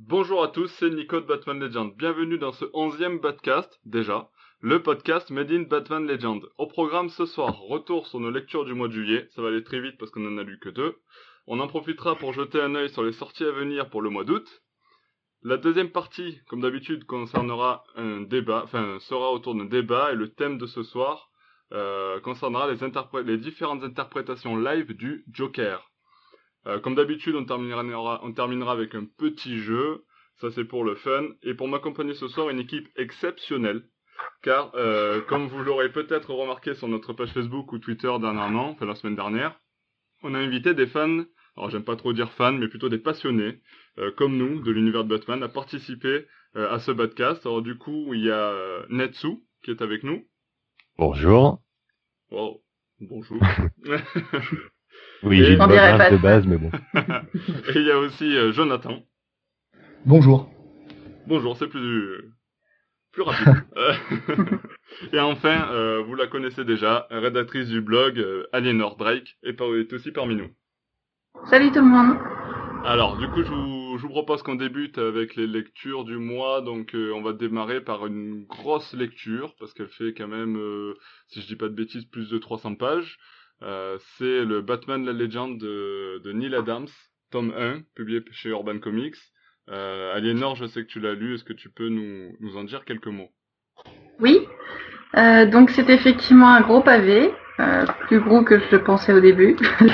Bonjour à tous, c'est Nico de Batman Legend. Bienvenue dans ce 11e podcast, déjà, le podcast Made in Batman Legend. Au programme ce soir, retour sur nos lectures du mois de juillet, ça va aller très vite parce qu'on en a lu que 2. On en profitera pour jeter un œil sur les sorties à venir pour le mois d'août. La deuxième partie, comme d'habitude, concernera sera autour d'un débat et le thème de ce soir concernera les différentes interprétations live du Joker. Comme d'habitude, on terminera avec un petit jeu, ça c'est pour le fun, et pour m'accompagner ce soir, une équipe exceptionnelle, car comme vous l'aurez peut-être remarqué sur notre page Facebook ou Twitter dernièrement, la semaine dernière, on a invité des fans, alors j'aime pas trop dire fans, mais plutôt des passionnés, comme nous, de l'univers de Batman, à participer à ce podcast. Alors du coup, il y a Netsu qui est avec nous. Bonjour. Wow, bonjour. Oui, j'ai une bonne race de base, mais bon. Et il y a aussi Jonathan. Bonjour. Bonjour, c'est plus rapide. Et enfin, vous la connaissez déjà, rédactrice du blog Aliénor Drake, est aussi parmi nous. Salut tout le monde. Alors, du coup, je vous propose qu'on débute avec les lectures du mois. Donc, on va démarrer par une grosse lecture, parce qu'elle fait quand même, si je dis pas de bêtises, plus de 300 pages. C'est le Batman la légende de Neil Adams, tome 1, publié chez Urban Comics. Aliénor, je sais que tu l'as lu, est-ce que tu peux nous en dire quelques mots? Oui, donc c'est effectivement un gros pavé, plus gros que je le pensais au début.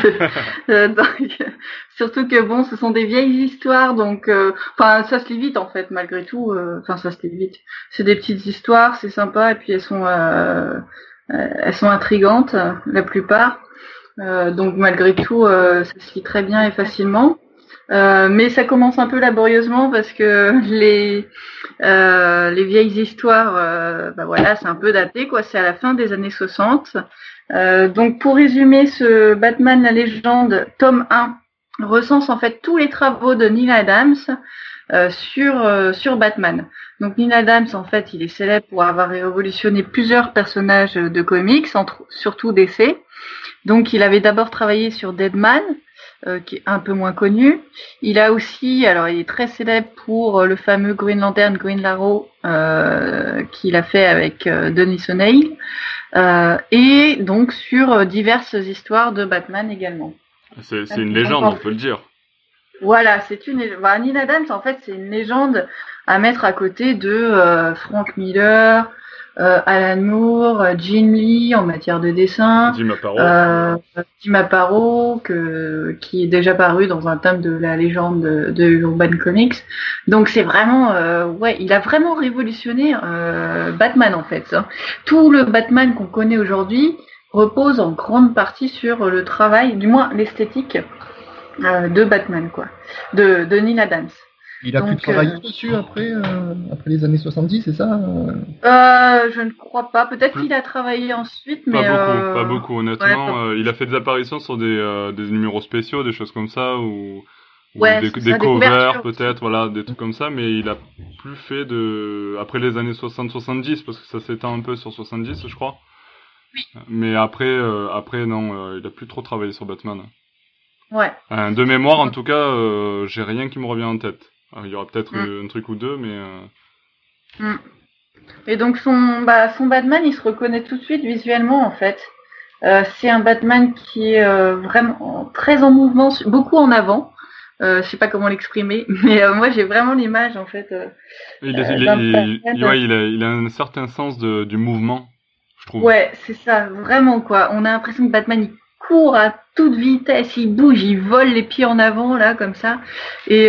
Surtout que bon, ce sont des vieilles histoires, donc ça se lit vite en fait, malgré tout. Ça se lit vite. C'est des petites histoires, c'est sympa, et puis elles sont intrigantes, la plupart. Donc malgré tout, ça se lit très bien et facilement. Mais ça commence un peu laborieusement parce que les vieilles histoires, c'est un peu daté, quoi. C'est à la fin des années 60. Donc pour résumer, ce Batman la légende, tome 1, recense en fait tous les travaux de Neil Adams sur Batman. Donc Neil Adams, en fait, il est célèbre pour avoir révolutionné plusieurs personnages de comics, surtout DC. Donc il avait d'abord travaillé sur Deadman, qui est un peu moins connu. Il a aussi, alors il est très célèbre pour le fameux Green Lantern, Green Arrow, qu'il a fait avec Denis O'Neill, et donc sur diverses histoires de Batman également. C'est une légende, on peut le dire. Voilà, Neil Adams, en fait, c'est une légende à mettre à côté de Frank Miller, Alan Moore, Jim Lee en matière de dessin, Jim Aparo, qui est déjà paru dans un tome de la légende de Urban Comics. Donc c'est vraiment, il a vraiment révolutionné Batman en fait. Tout le Batman qu'on connaît aujourd'hui repose en grande partie sur le travail, du moins l'esthétique de Batman, quoi, de Neil Adams. Il a pu travailler dessus après les années 70, c'est ça? Je ne crois pas. Peut-être qu'il a travaillé ensuite, mais pas beaucoup, honnêtement. Il a fait des apparitions sur des numéros spéciaux, des choses comme ça, ou des covers, peut-être, voilà, des trucs comme ça, mais il a plus fait après les années 60-70, parce que ça s'étend un peu sur 70, je crois. Oui. Mais après, non, il a plus trop travaillé sur Batman. Ouais. De mémoire, en tout cas, j'ai rien qui me revient en tête. Il y aura peut-être un truc ou deux, mais... Et donc son Batman, il se reconnaît tout de suite visuellement, en fait. C'est un Batman qui est vraiment très en mouvement, beaucoup en avant. Je sais pas comment l'exprimer, mais moi j'ai vraiment l'image, en fait. Il a un certain sens du mouvement, je trouve. Ouais, c'est ça, vraiment, quoi. On a l'impression que Batman, il court à toute vitesse, il bouge, il vole les pieds en avant là comme ça, et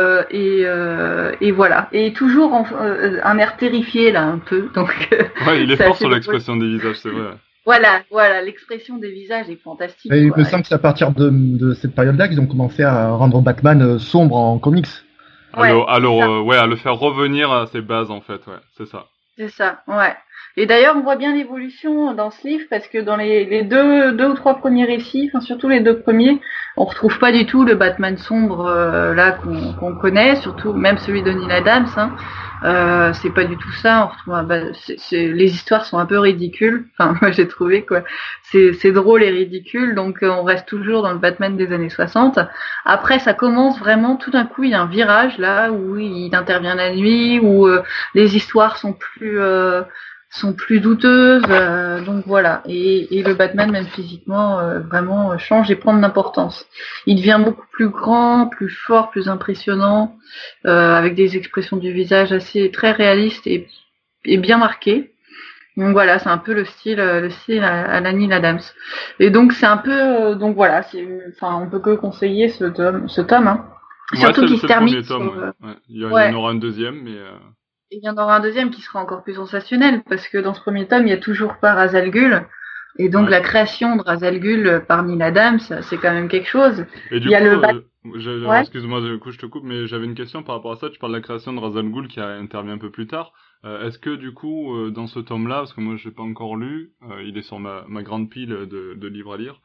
voilà, et toujours un air terrifié là un peu. Donc il est fort sur l'expression des visages, c'est vrai. Voilà, l'expression des visages est fantastique. Il me semble que c'est à partir de cette période-là qu'ils ont commencé à rendre Batman sombre en comics. À le faire revenir à ses bases en fait, ouais, c'est ça. C'est ça, ouais. Et d'ailleurs, on voit bien l'évolution dans ce livre parce que dans les deux ou trois premiers récits, enfin surtout les deux premiers, on retrouve pas du tout le Batman sombre là qu'on connaît, surtout même celui de Neil Adams. C'est pas du tout ça. On retrouve, les histoires sont un peu ridicules. Enfin, moi j'ai trouvé quoi. C'est drôle et ridicule, donc on reste toujours dans le Batman des années 60. Après, ça commence vraiment tout d'un coup, il y a un virage là où il intervient la nuit, où les histoires sont plus douteuses, donc voilà. Et le Batman, même physiquement, vraiment change et prend de l'importance. Il devient beaucoup plus grand, plus fort, plus impressionnant, avec des expressions du visage très réalistes et bien marquées. Donc voilà, c'est un peu le style à la Neil Adams. Et donc c'est un peu, donc voilà, on peut que conseiller ce tome. Hein. Surtout qu'il se termine. Il y en aura un deuxième, mais. Il y en aura un deuxième qui sera encore plus sensationnel parce que dans ce premier tome, il y a toujours pas Ra's al Ghul. Et donc la création de Ra's al Ghul par Neil Adams, c'est quand même quelque chose. Et du coup, excuse-moi, du coup je te coupe, mais j'avais une question par rapport à ça. Tu parles de la création de Ra's al Ghul qui intervient un peu plus tard. Est-ce que du coup, dans ce tome-là, parce que moi je l'ai pas encore lu, il est sur ma grande pile de livres à lire,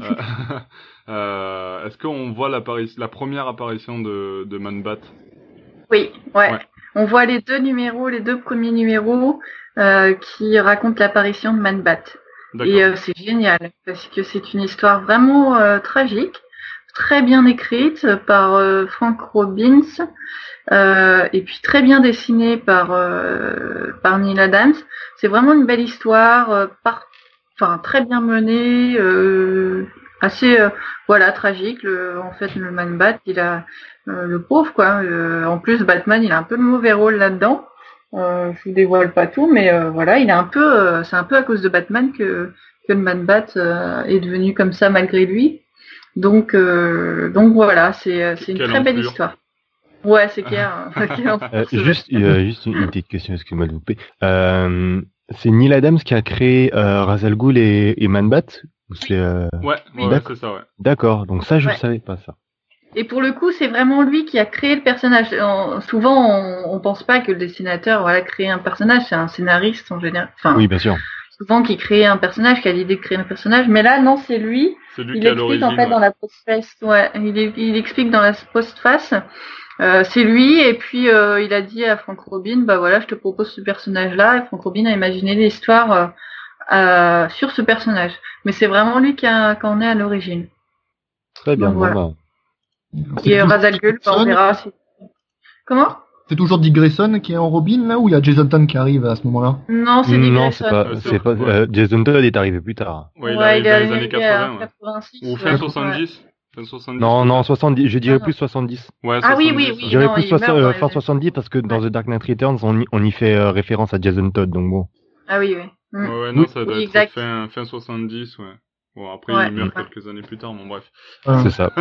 est-ce qu'on voit la première apparition de Man-Bat? Oui, ouais. On voit les deux premiers numéros qui racontent l'apparition de Man-Bat. Et c'est génial parce que c'est une histoire vraiment tragique, très bien écrite par Frank Robbins et puis très bien dessinée par Neil Adams. C'est vraiment une belle histoire, très bien menée, assez tragique. En fait, le Man-Bat, il a le pauvre quoi. En plus, Batman, il a un peu le mauvais rôle là-dedans. Je vous dévoile pas tout, mais il a un peu, c'est un peu à cause de Batman que le Man-Bat est devenu comme ça malgré lui. Donc voilà, c'est une très belle histoire. Ouais, c'est clair. Juste une petite question, excuse-moi de vous couper. C'est Neil Adams qui a créé Ra's al Ghul et Man-Bat ou c'est Ouais, c'est ça, ouais. D'accord, donc ça je ne savais pas ça. Et pour le coup, c'est vraiment lui qui a créé le personnage. Souvent, on pense pas que le dessinateur crée un personnage, c'est un scénariste en général. Enfin, oui, bien sûr. Souvent qui crée un personnage, qui a l'idée de créer un personnage, mais là non, c'est lui. Il explique en fait dans la postface. Ouais, il explique dans la postface. C'est lui et puis il a dit à Frank Robin, je te propose ce personnage-là. Et Frank Robin a imaginé l'histoire sur ce personnage. Mais c'est vraiment lui qui en est à l'origine. Très bien. Donc, voilà. Et Ra's al Ghul, on verra. Comment? C'est toujours Dick Grayson qui est en Robin là ou il y a Jason Todd qui arrive à ce moment-là? Non, c'est Dick Grayson. C'est pas Jason Todd est arrivé plus tard. Ouais, il est dans les années 80. 86, ou fin 70. Fin 70. Non, 70, je dirais plus 70. Ouais, 70. Ah oui. Je dirais plus fin 70 parce que dans The Dark Knight Returns, on y fait référence à Jason Todd, donc bon. Ah oui. Ouais, non, ça doit être fin 70, ouais. Bon, après, il meurt quelques années plus tard, bon, bref. C'est ça.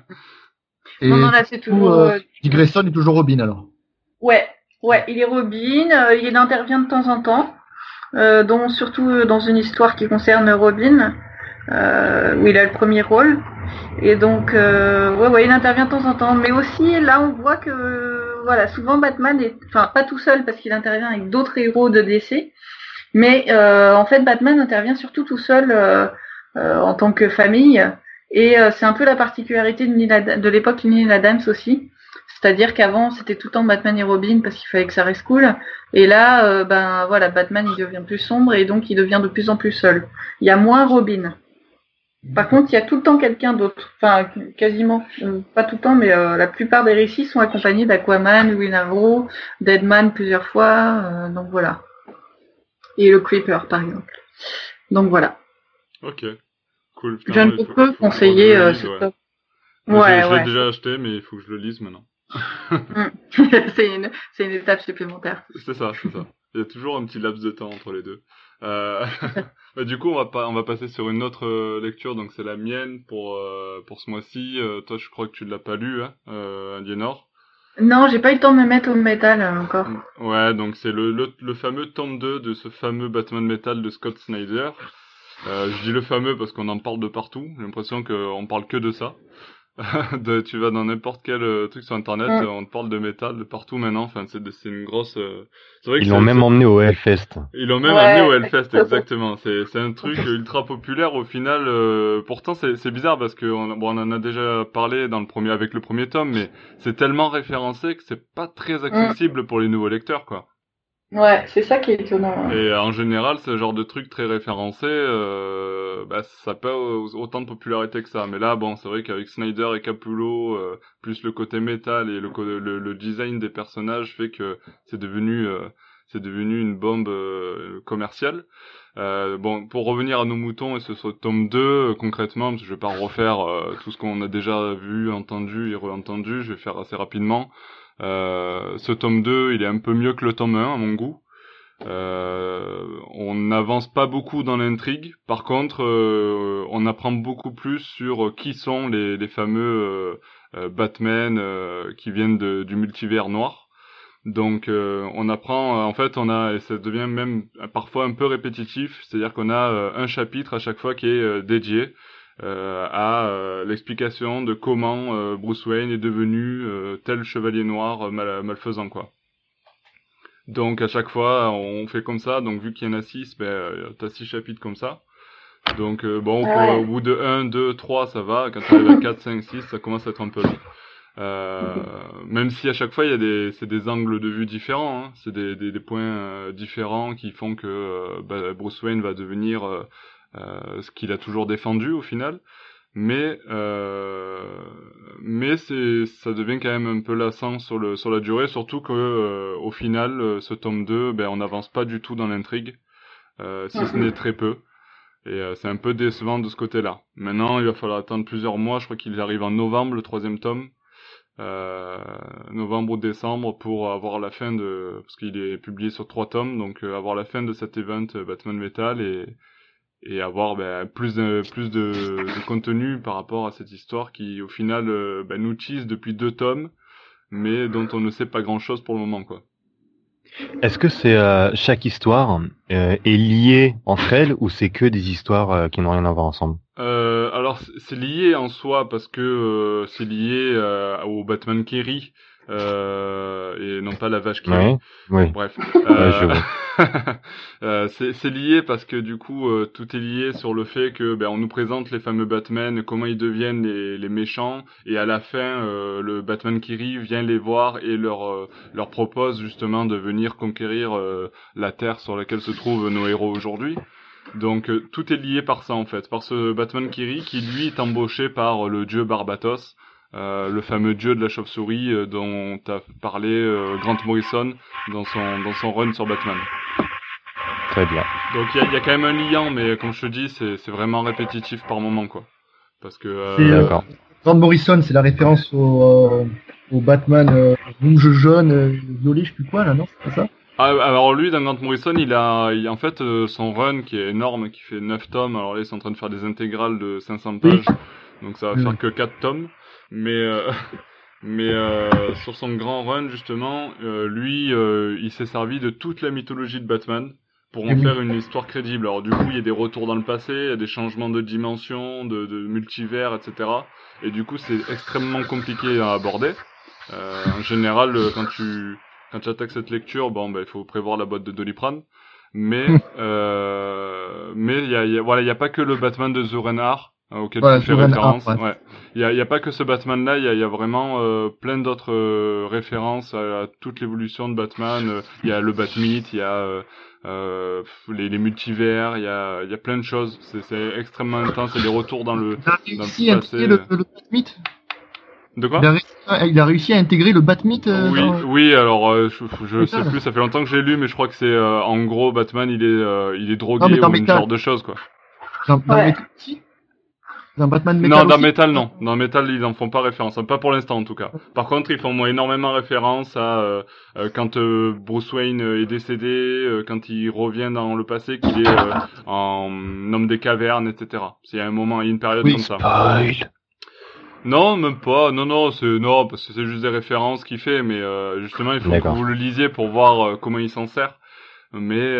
Et non, là, c'est toujours... Dick Grayson est toujours Robin, alors? Ouais, il est Robin, il intervient de temps en temps, dont surtout dans une histoire qui concerne Robin, où il a le premier rôle. Et donc, il intervient de temps en temps. Mais aussi, là, on voit que, souvent Batman est, pas tout seul parce qu'il intervient avec d'autres héros de DC, mais en fait, Batman intervient surtout tout seul en tant que famille. Et c'est un peu la particularité de l'époque de Neil Adams aussi. C'est-à-dire qu'avant, c'était tout le temps Batman et Robin parce qu'il fallait que ça reste cool. Et là, Batman, il devient plus sombre et donc il devient de plus en plus seul. Il y a moins Robin. Par contre, il y a tout le temps quelqu'un d'autre. Enfin, quasiment. Pas tout le temps, mais la plupart des récits sont accompagnés d'Aquaman, Green Arrow, Deadman plusieurs fois. Donc voilà. Et le Creeper, par exemple. Donc voilà. Ok. Cool. Je ne peux que conseiller ce top. Je l'ai déjà acheté, mais il faut que je le lise maintenant. C'est une étape supplémentaire. C'est ça. Il y a toujours un petit laps de temps entre les deux. Du coup, on va passer sur une autre lecture, donc c'est la mienne pour ce mois-ci. Toi, je crois que tu ne l'as pas lu, hein, Aliénor. Non, j'ai pas eu le temps de me mettre au métal encore. Ouais, donc c'est le fameux tome 2 de ce fameux Batman Metal de Scott Snyder. Je dis le fameux parce qu'on en parle de partout. J'ai l'impression qu'on parle que de ça. Tu vas dans n'importe quel truc sur internet, on te parle de métal de partout maintenant. Enfin, c'est une grosse. C'est vrai que Ils l'ont même emmené au Hellfest. ils l'ont même amené au Hellfest, exactement. C'est un truc ultra populaire au final. Pourtant, c'est bizarre parce que on en a déjà parlé avec le premier tome, mais c'est tellement référencé que c'est pas très accessible pour les nouveaux lecteurs, quoi. Ouais, c'est ça qui est étonnant. Et en général, ce genre de truc très référencé, ça n'a pas autant de popularité que ça. Mais là, bon, c'est vrai qu'avec Snyder et Capullo, plus le côté métal et le design des personnages fait que c'est devenu une bombe commerciale. Bon, pour revenir à nos moutons et ce tome 2, concrètement, parce que je vais pas refaire tout ce qu'on a déjà vu, entendu et re-entendu, je vais faire assez rapidement. Ce tome 2, il est un peu mieux que le tome 1 à mon goût. On n'avance pas beaucoup dans l'intrigue. Par contre, on apprend beaucoup plus sur qui sont les fameux Batman qui viennent du multivers noir. Donc, on apprend, en fait, et ça devient même parfois un peu répétitif, c'est-à-dire qu'on a un chapitre à chaque fois qui est dédié à l'explication de comment Bruce Wayne est devenu tel chevalier noir malfaisant, quoi. Donc à chaque fois on fait comme ça, donc vu qu'il y en a 6, t'as 6 chapitres comme ça. Donc au bout de 1, 2, 3 ça va, quand t'arrives à 4, 5, 6 ça commence à être un peu long. Même si à chaque fois c'est des angles de vue différents, hein. C'est des points différents qui font que Bruce Wayne va devenir ce qu'il a toujours défendu au final. Mais ça devient quand même un peu lassant sur la durée, surtout que au final ce tome 2, on n'avance pas du tout dans l'intrigue, si ce n'est très peu, et c'est un peu décevant de ce côté-là. Maintenant, il va falloir attendre plusieurs mois, je crois qu'il arrive en novembre le troisième tome, novembre ou décembre, pour avoir la fin parce qu'il est publié sur 3 tomes, donc avoir la fin de cet event Batman Metal et avoir plus de contenu par rapport à cette histoire qui au final nous tease depuis 2 tomes mais dont on ne sait pas grand chose pour le moment, quoi. Est-ce que c'est chaque histoire est liée entre elles ou c'est que des histoires qui n'ont rien à voir ensemble? Alors c'est lié en soi parce que c'est lié au Batman qui rit et non pas la vache qui rit. Oui. Bref, je vois. c'est lié parce que du coup tout est lié sur le fait que on nous présente les fameux Batman, comment ils deviennent les méchants, et à la fin le Batman qui rit vient les voir et leur propose justement de venir conquérir la terre sur laquelle se trouvent nos héros aujourd'hui. Donc tout est lié par ça en fait, par ce Batman qui rit qui lui est embauché par le dieu Barbatos, le fameux dieu de la chauve-souris dont a parlé Grant Morrison dans son run sur Batman. Très bien. Donc il y a quand même un lien, mais comme je te dis, c'est vraiment répétitif par moment, quoi. Parce que D'accord. Grant Morrison, c'est la référence au Batman rouge, jaune, violet, je sais plus quoi là, non? C'est pas ça? alors lui, dans Grant Morrison, il en fait son run qui est énorme, qui fait 9 tomes. Alors là, ils sont en train de faire des intégrales de 500 pages, donc ça va faire que 4 tomes. Mais sur son grand run justement, lui, il s'est servi de toute la mythologie de Batman pour en faire une histoire crédible. Alors du coup, il y a des retours dans le passé, il y a des changements de dimension, de multivers, etc. Et du coup, c'est extrêmement compliqué à aborder. En général, quand tu attaques cette lecture, il faut prévoir la boîte de Doliprane. Mais il y a pas que le Batman de Zur-En-Arrh auquel tu fais référence. Ouais. Il y a pas que ce Batman-là, il y a vraiment plein d'autres références à toute l'évolution de Batman. Il y a le Batmythe, il y a les multivers, il y a plein de choses. C'est extrêmement intense, il y a des retours dans le passé. Le Batmythe. De quoi? Il a réussi à intégrer le Batmythe. Oui. Alors je sais plus. Ça fait longtemps que j'ai lu, mais je crois que c'est en gros Batman, il est drogué ou une genre de chose, quoi. Dans Metal aussi. Dans Batman Metal. Non, dans Metal non. Dans Metal ils en font pas référence, pas pour l'instant en tout cas. Par contre, ils font énormément référence à quand Bruce Wayne est décédé, quand il revient dans le passé, qu'il est en homme des cavernes, etc. Il y a un moment, il y a une période comme ça. Non, même pas. Non, parce que c'est juste des références qu'il fait, mais justement, il faut que vous le lisiez pour voir comment il s'en sert. Mais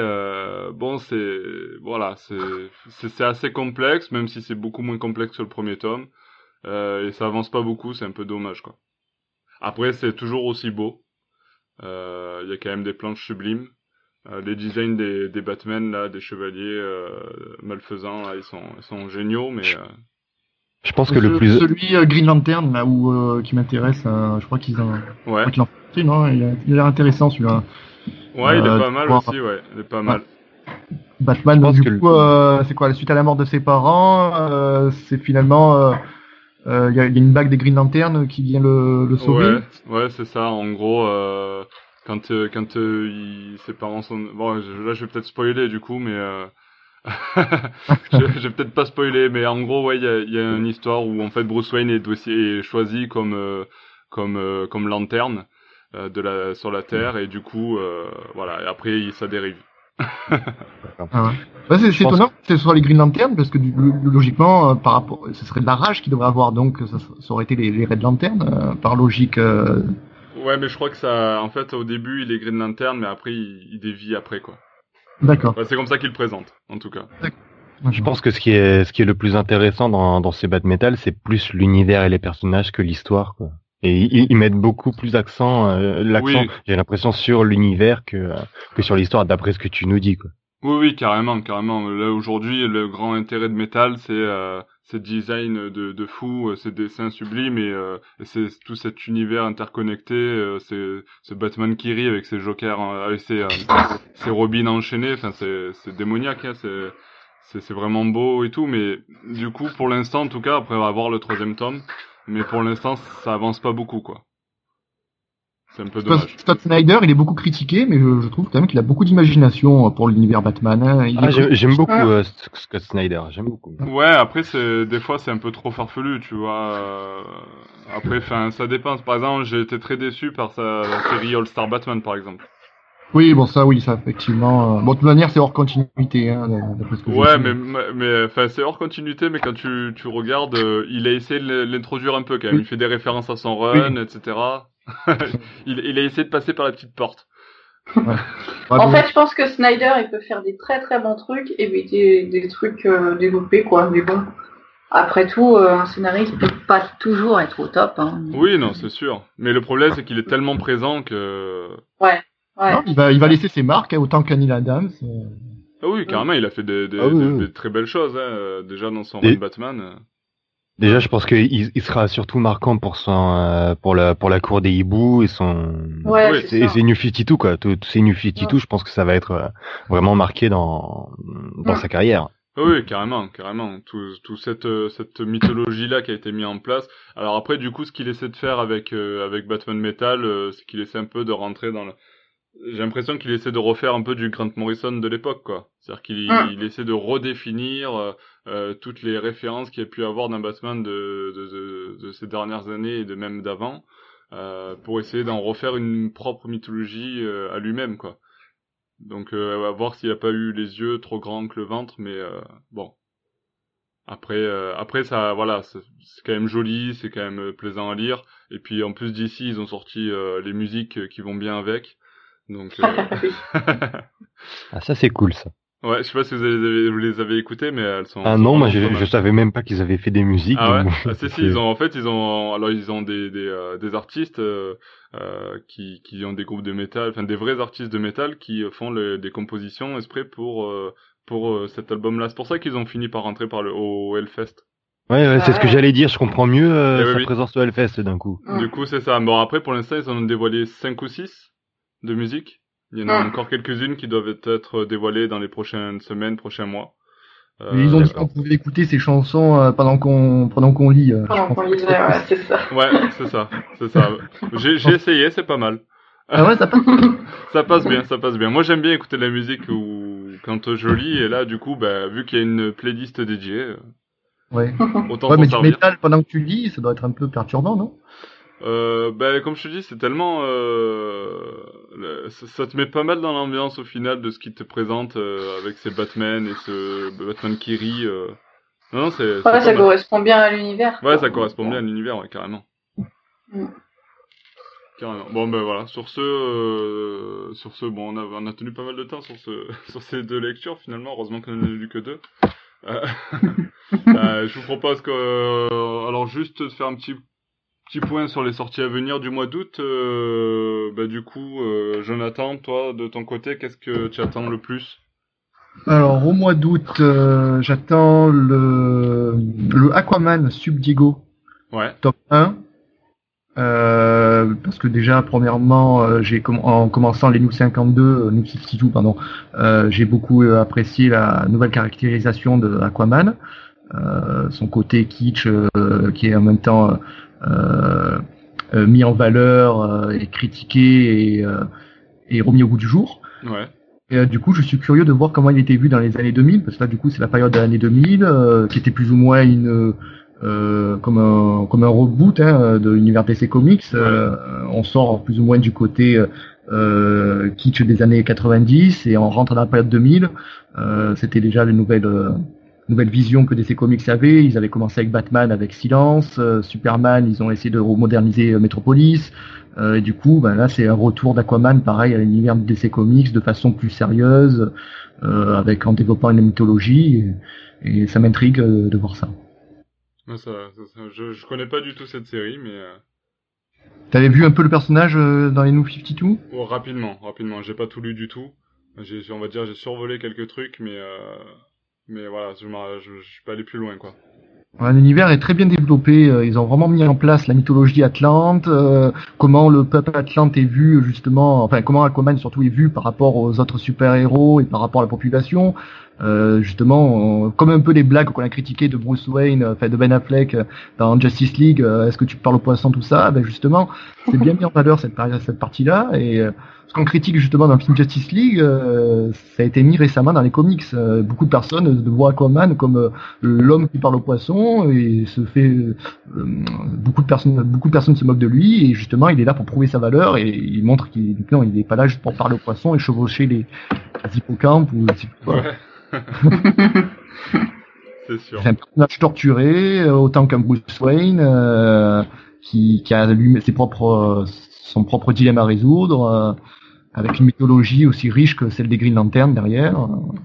c'est assez complexe, même si c'est beaucoup moins complexe que le premier tome. et ça avance pas beaucoup, c'est un peu dommage, quoi. Après, c'est toujours aussi beau. Il y a quand même des planches sublimes. Les designs des Batman, là, des chevaliers malfaisants, là, ils sont géniaux, mais... Je pense que le plus... Celui Green Lantern, là, qui m'intéresse, je crois qu'ils en... Ouais. Je crois qu'il en fait une, non? Il a l'air intéressant, celui-là. Ouais, il est pas mal voir- aussi, ouais. Il est pas mal. Batman, Je pense du que coup, c'est quoi, suite à la mort de ses parents, c'est finalement, il y a une bague des Green Lantern qui vient le sauver. Ouais, c'est ça. En gros, quand ses parents sont... Bon, là, je vais peut-être spoiler, du coup, mais... je vais peut-être pas spoiler, mais en gros, ouais, il y a une histoire où, en fait, Bruce Wayne est choisi comme lanterne sur la Terre, et du coup, voilà. Et après, ça dérive. Ah ouais. Ouais, c'est Je pense étonnant que ce soit les Green Lantern, parce que logiquement, par rapport, ce serait de la rage qu'ils devraient avoir, donc ça aurait été les Red Lantern, par logique. Ouais, mais je crois que ça, en fait, au début, il est Green Lantern, mais après, il dévie après, quoi. D'accord. Ouais, c'est comme ça qu'il le présente, en tout cas. Je pense que ce qui est le plus intéressant dans ces Bat Metal, c'est plus l'univers et les personnages que l'histoire, quoi. Et ils mettent beaucoup plus l'accent, Oui, j'ai l'impression, sur l'univers que sur l'histoire, d'après ce que tu nous dis, quoi. oui, carrément, carrément. Là, aujourd'hui, le grand intérêt de Metal, c'est ces designs de fou, ces dessins sublimes et c'est tout cet univers interconnecté, ce Batman qui rit avec ses jokers, avec ses Robins enchaînés. Enfin, c'est démoniaque, hein, c'est vraiment beau et tout. Mais du coup, pour l'instant, en tout cas, après avoir le 3e tome, mais pour l'instant, ça avance pas beaucoup, quoi. C'est un peu dommage. Scott Snyder, il est beaucoup critiqué, mais je trouve quand même qu'il a beaucoup d'imagination pour l'univers Batman, hein. Ah, j'aime beaucoup Ah. Scott Snyder, j'aime beaucoup. Ouais, après des fois c'est un peu trop farfelu, tu vois. Après, enfin, ça dépend. Par exemple, j'ai été très déçu par sa série All Star Batman, par exemple. Oui, bon, ça, effectivement. Bon, de toute manière, c'est hors continuité, hein, d'après ce que j'ai Ouais, vu. mais enfin, c'est hors continuité, mais quand tu regardes, il a essayé de l'introduire un peu quand même. Oui. Il fait des références à son Oui. run, etc. Il a essayé de passer par la petite porte. Ouais. Ouais, En bon, fait, je pense que Snyder, il peut faire des très très bons trucs et puis des trucs développés, quoi. Mais bon, après tout, un scénariste peut pas toujours être au top. Hein. Oui, non, c'est sûr. Mais le problème, c'est qu'il est tellement présent que... Ouais, ouais. non, il va laisser ses marques, hein, autant qu'Anil Adams. Ah oui, carrément, il a fait Ah oui, oui. des très belles choses, hein, déjà dans son Et- run Batman. Déjà, je pense qu'il sera surtout marquant pour la cour des hiboux et Ouais, Oui. c'est et ça. ses New 52, quoi. Tous ces New 52, je pense que ça va être vraiment marqué dans Mm. sa carrière. Oui, carrément, carrément. Tout cette mythologie-là qui a été mise en place. Alors après, du coup, ce qu'il essaie de faire avec Batman Metal, c'est qu'il essaie un peu de rentrer dans le... J'ai l'impression qu'il essaie de refaire un peu du Grant Morrison de l'époque, quoi. C'est-à-dire il essaie de redéfinir toutes les références qu'il y a pu avoir dans Batman de ces dernières années et de même d'avant, pour essayer d'en refaire une propre mythologie à lui-même, quoi. Donc à voir s'il a pas eu les yeux trop grands que le ventre, mais bon. Après ça, voilà, c'est quand même joli, c'est quand même plaisant à lire. Et puis en plus d'ici, ils ont sorti les musiques qui vont bien avec. Donc Ah, ça, c'est cool, ça. ouais, je sais pas si vous les avez écoutées, mais elles sont Ah sont non, moi, vraiment pas je mal. savais même pas qu'ils avaient fait des musiques, Ah donc ouais? bon, Ah si, c'est- ils ont des artistes qui ont des groupes de métal, enfin des vrais artistes de métal qui font des compositions exprès pour cet album-là. C'est pour ça qu'ils ont fini par rentrer au Hellfest. Ouais, c'est ce que Ouais. j'allais dire, je comprends mieux Et oui, sa oui. présence au Hellfest d'un coup. Du coup, c'est ça. Bon, après, pour l'instant, ils en ont dévoilé 5 ou 6 de musique. Il y en a encore quelques-unes qui doivent être dévoilées dans les prochaines semaines, prochains mois. Et ils ont dit D'accord. qu'on pouvait écouter ces chansons pendant qu'on lit. Je Pendant pense qu'on que lisait, ouais, c'est ça. Ouais, c'est ça, c'est ça. J'ai essayé, c'est pas mal. Ah ouais, ça passe. Ça passe bien, ça passe bien. Moi, j'aime bien écouter de la musique quand je lis, et là, du coup, bah, vu qu'il y a une playlist dédiée, Ouais. autant Ouais, s'en mais du servir. métal pendant que tu lis, ça doit être un peu perturbant, non? Bah, comme je te dis, c'est tellement, ça te met pas mal dans l'ambiance au final de ce qu'il te présente avec ces Batman et ce Batman qui rit. Non, c'est Ouais, pas ça mal. correspond bien à l'univers. Ouais, quoi. ça correspond Donc, bien à l'univers, ouais, carrément. Mm. Carrément. Bon, ben voilà. Sur ce, bon, on a tenu pas mal de temps sur ces deux lectures finalement. Heureusement qu'on en a lu que deux. Euh, Je vous propose que, alors juste de faire un petit point sur les sorties à venir du mois d'août. Du coup, Jonathan, toi, de ton côté, qu'est-ce que tu attends le plus? Alors, au mois d'août, j'attends le Aquaman Sub Diego Ouais, top 1. Parce que déjà, premièrement, en commençant les New 52, New 52, pardon, j'ai beaucoup apprécié la nouvelle caractérisation de Aquaman, son côté kitsch qui est en même temps mis en valeur et critiqué et remis au goût du jour. ouais, Et du coup, je suis curieux de voir comment il était vu dans les années 2000, parce que là, du coup, c'est la période de l'année 2000, qui était plus ou moins comme un reboot de l'univers DC Comics. On sort plus ou moins du côté kitsch des années 90 et on rentre dans la période 2000. C'était déjà les nouvelles visions que DC Comics avait. Ils avaient commencé avec Batman, avec Silence, Superman, ils ont essayé de moderniser Metropolis. Et du coup, là, c'est un retour d'Aquaman, pareil, à l'univers de DC Comics, de façon plus sérieuse, en développant une mythologie. Et ça m'intrigue de voir ça. ouais, je connais pas du tout cette série, mais T'avais vu un peu le personnage dans les New 52? rapidement, j'ai pas tout lu du tout. On va dire, j'ai survolé quelques trucs, mais voilà, je suis pas allé plus loin, quoi. Ouais, l'univers est très bien développé. Ils ont vraiment mis en place la mythologie Atlante, comment le peuple Atlante est vu justement, enfin comment Aquaman surtout est vu par rapport aux autres super-héros et par rapport à la population. Justement, comme un peu les blagues qu'on a critiquées de Bruce Wayne, enfin de Ben Affleck dans Justice League. Est-ce que tu parles au poisson, tout ça? Ben justement, c'est bien mis en valeur cette partie-là. Et ce qu'on critique justement dans le film Justice League, ça a été mis récemment dans les comics. Beaucoup de personnes voient Aquaman comme l'homme qui parle au poisson et se fait beaucoup de personnes se moquent de lui et justement il est là pour prouver sa valeur et il montre qu'il non, il n'est pas là juste pour parler au poisson et chevaucher les hippocampes ou je sais pas quoi. Ouais, c'est sûr. C'est un personnage torturé autant qu'un Bruce Wayne qui a lui son propre dilemme à résoudre avec une mythologie aussi riche que celle des Green Lantern derrière.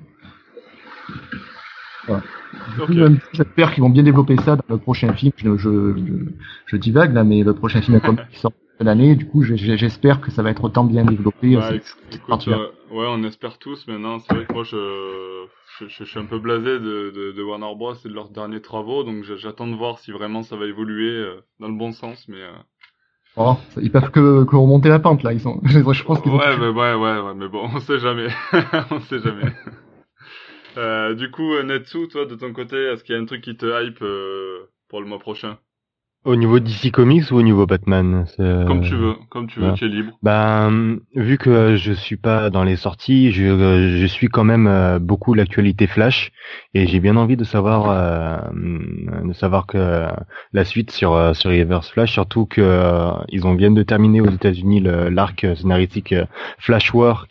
Voilà. Du coup, Ok. j'espère qu'ils vont bien développer ça dans le prochain film. Je divague là, mais le prochain film qui sort de l'année, du coup, j'espère que ça va être autant bien développé. Bah, Cette écoute, partie-là. ouais, on espère tous maintenant. C'est vrai que moi, je suis un peu blasé de Warner Bros. Et de leurs derniers travaux, donc j'attends de voir si vraiment ça va évoluer dans le bon sens, mais Oh, ils peuvent que remonter la pente là. Je pense qu'ils ont. ouais, mais bon, on sait jamais, on sait jamais. Du coup, Netsu, toi, de ton côté, est-ce qu'il y a un truc qui te hype pour le mois prochain? Au niveau DC Comics ou au niveau Batman? Comme tu veux, Ouais. tu es libre. Vu que je suis pas dans les sorties, je suis quand même beaucoup l'actualité Flash et j'ai bien envie de savoir que la suite sur Reverse Flash, surtout que ils viennent de terminer aux États-Unis l'arc scénaristique Flash War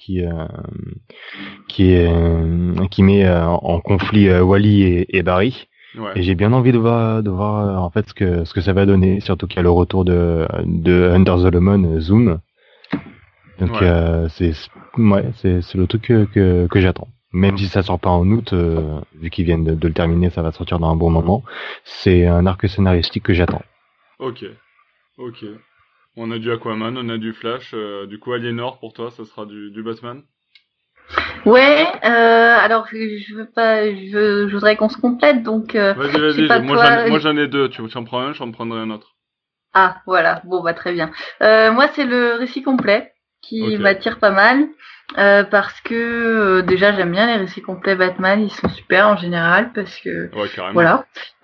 qui met en conflit Wally et Barry. Ouais, Et j'ai bien envie de voir en fait ce que ça va donner, surtout qu'il y a le retour de Under the Lemon Zoom. Donc ouais. c'est le truc que j'attends. Même si ça sort pas en août, vu qu'ils viennent de le terminer, ça va sortir dans un bon moment. C'est un arc scénaristique que j'attends. Ok, ok. On a du Aquaman, on a du Flash. Du coup, Aliénor, pour toi, ça sera du Batman? Ouais, alors je voudrais qu'on se complète, donc je sais Vas-y, pas toi. moi j'en ai deux. Tu en prends un, j'en prendrai un autre. Ah, voilà, bon bah très bien. Moi c'est le récit complet qui Ok. m'attire pas mal parce que déjà j'aime bien les récits complets Batman, ils sont super en général parce que Ouais, carrément. voilà.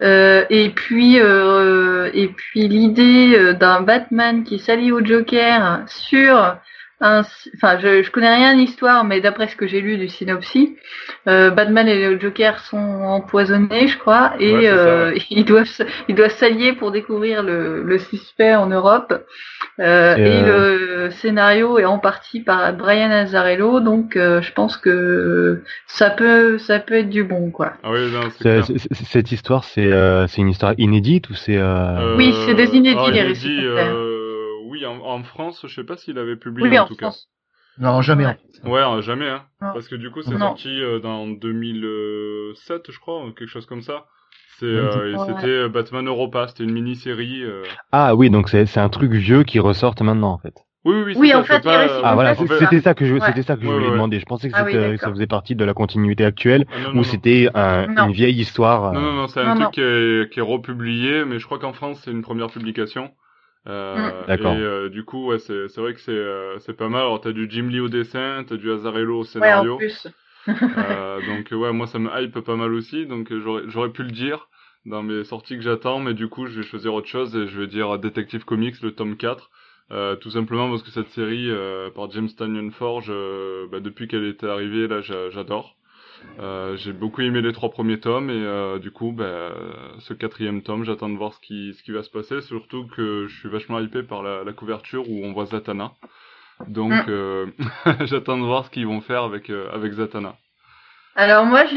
Et puis l'idée d'un Batman qui s'allie au Joker sur enfin je connais rien de l'histoire, mais d'après ce que j'ai lu du synopsis, Batman et le Joker sont empoisonnés, je crois, et Ouais, c'est ça, ouais. ils doivent s'allier pour découvrir le suspect en Europe. Et le scénario est en partie par Brian Azzarello, donc je pense que ça peut être du bon, quoi. Ah oui, non, c'est clair. Cette histoire, c'est une histoire inédite ou c'est Oui, c'est des inédits, les récits inédit, complets. oui, en France, je sais pas s'il avait publié Oui, en en tout cas. France. Non, jamais. Ouais. Ouais, jamais, hein. Non. Parce que du coup, c'est Non. sorti dans 2007, je crois, ou quelque chose comme ça. C'était Batman Europa, c'était une mini-série. Ah oui, donc c'est un truc vieux qui ressorte maintenant en fait. Oui, Oui, c'est en ça, fait, c'est il pas... récite Ah voilà, en fait, c'était ça que Ouais. je voulais Ouais. demander. Je pensais que Ah oui, ça d'accord. faisait partie de la continuité actuelle Ah, non, ou non, non. c'était Non. une vieille histoire. Non, c'est un Non, truc non. qui est republié, mais je crois qu'en France, c'est une première publication. D'accord. Du coup, ouais, c'est vrai que c'est pas mal. Alors, t'as du Jim Lee au dessin, t'as du Azzarello au Ouais, en scénario. plus. Donc, ouais, moi, ça me hype pas mal aussi. Donc, j'aurais pu le dire dans mes sorties que j'attends, mais du coup, je vais choisir autre chose et je vais dire Detective Comics, le tome 4. Tout simplement parce que cette série par James Tynion Forge, depuis qu'elle était arrivée, là, j'adore. J'ai beaucoup aimé les 3 premiers tomes et du coup, ce 4e tome, j'attends de voir ce qui va se passer. Surtout que je suis vachement hypé par la couverture où on voit Zatanna. Donc, j'attends de voir ce qu'ils vont faire avec Zatanna. Alors moi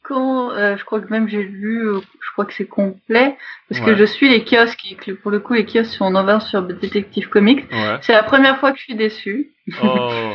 je crois que même j'ai lu, je crois que c'est complet parce que Ouais. je suis les kiosques et que pour le coup les kiosques sont en ouvert sur Detective Comics. Ouais. C'est la première fois que je suis déçue. Oh.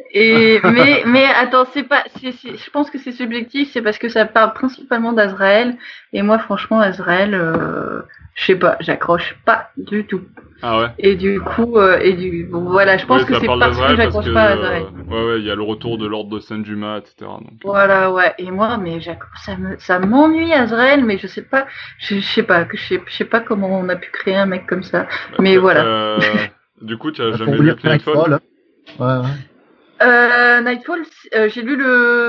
Mais attends, je pense que c'est subjectif, c'est parce que ça parle principalement d'Azrael et moi franchement Azrael je sais pas, j'accroche pas du tout. Ah ouais. Et du coup bon, voilà, je pense que ça c'est parle parce que d'Azrael j'accroche pas à Azrael. ouais, il y a le retour de l'ordre de Saint-Dumas, etc. Donc, Voilà, ouais. Et moi, mais ça m'ennuie Azrael, mais je sais pas, je sais pas comment on a pu créer un mec comme ça. Mais voilà. Du coup, tu as Pour jamais vous lu lire Nightfall? Nightfall. Ouais. Nightfall, j'ai lu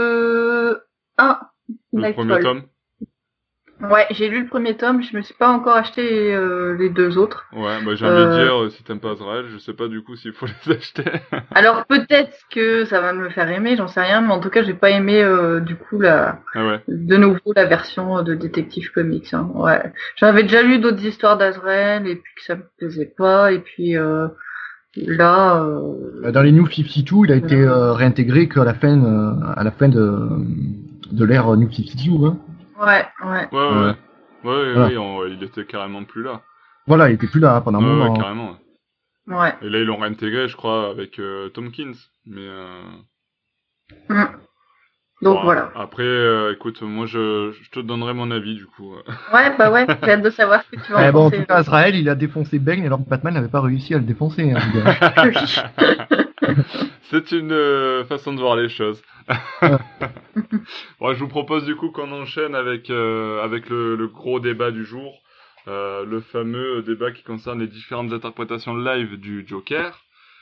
le 1 Le premier Nightfall. tome? Ouais, j'ai lu le premier tome, je me suis pas encore acheté les 2 autres. Ouais, j'ai envie de dire, si t'aimes pas Azrael, je sais pas du coup s'il faut les acheter. Alors peut-être que ça va me faire aimer, j'en sais rien, mais en tout cas j'ai pas aimé du coup Ah ouais. de nouveau la version de Detective Comics. Hein. Ouais, j'avais déjà lu d'autres histoires d'Azrael et puis que ça me plaisait pas et puis là. Dans les New 52, il a été réintégré qu'à la fin, de l'ère New 52. Hein. Ouais. Ouais, Voilà. il était carrément plus là. Voilà, il était plus là pendant un Ouais, moment. carrément. Ouais. Et là, ils l'ont réintégré, je crois, avec Tompkins. Mais Donc bon, voilà. après, écoute, moi, je te donnerai mon avis, du coup. Ouais, j'ai hâte de savoir ce que tu vas en En penser. tout cas, Azrael, il a défoncé Bane alors que Batman n'avait pas réussi à le défoncer. Hein, le gars. C'est une façon de voir les choses. Bon, je vous propose du coup qu'on enchaîne avec le gros débat du jour, le fameux débat qui concerne les différentes interprétations live du Joker.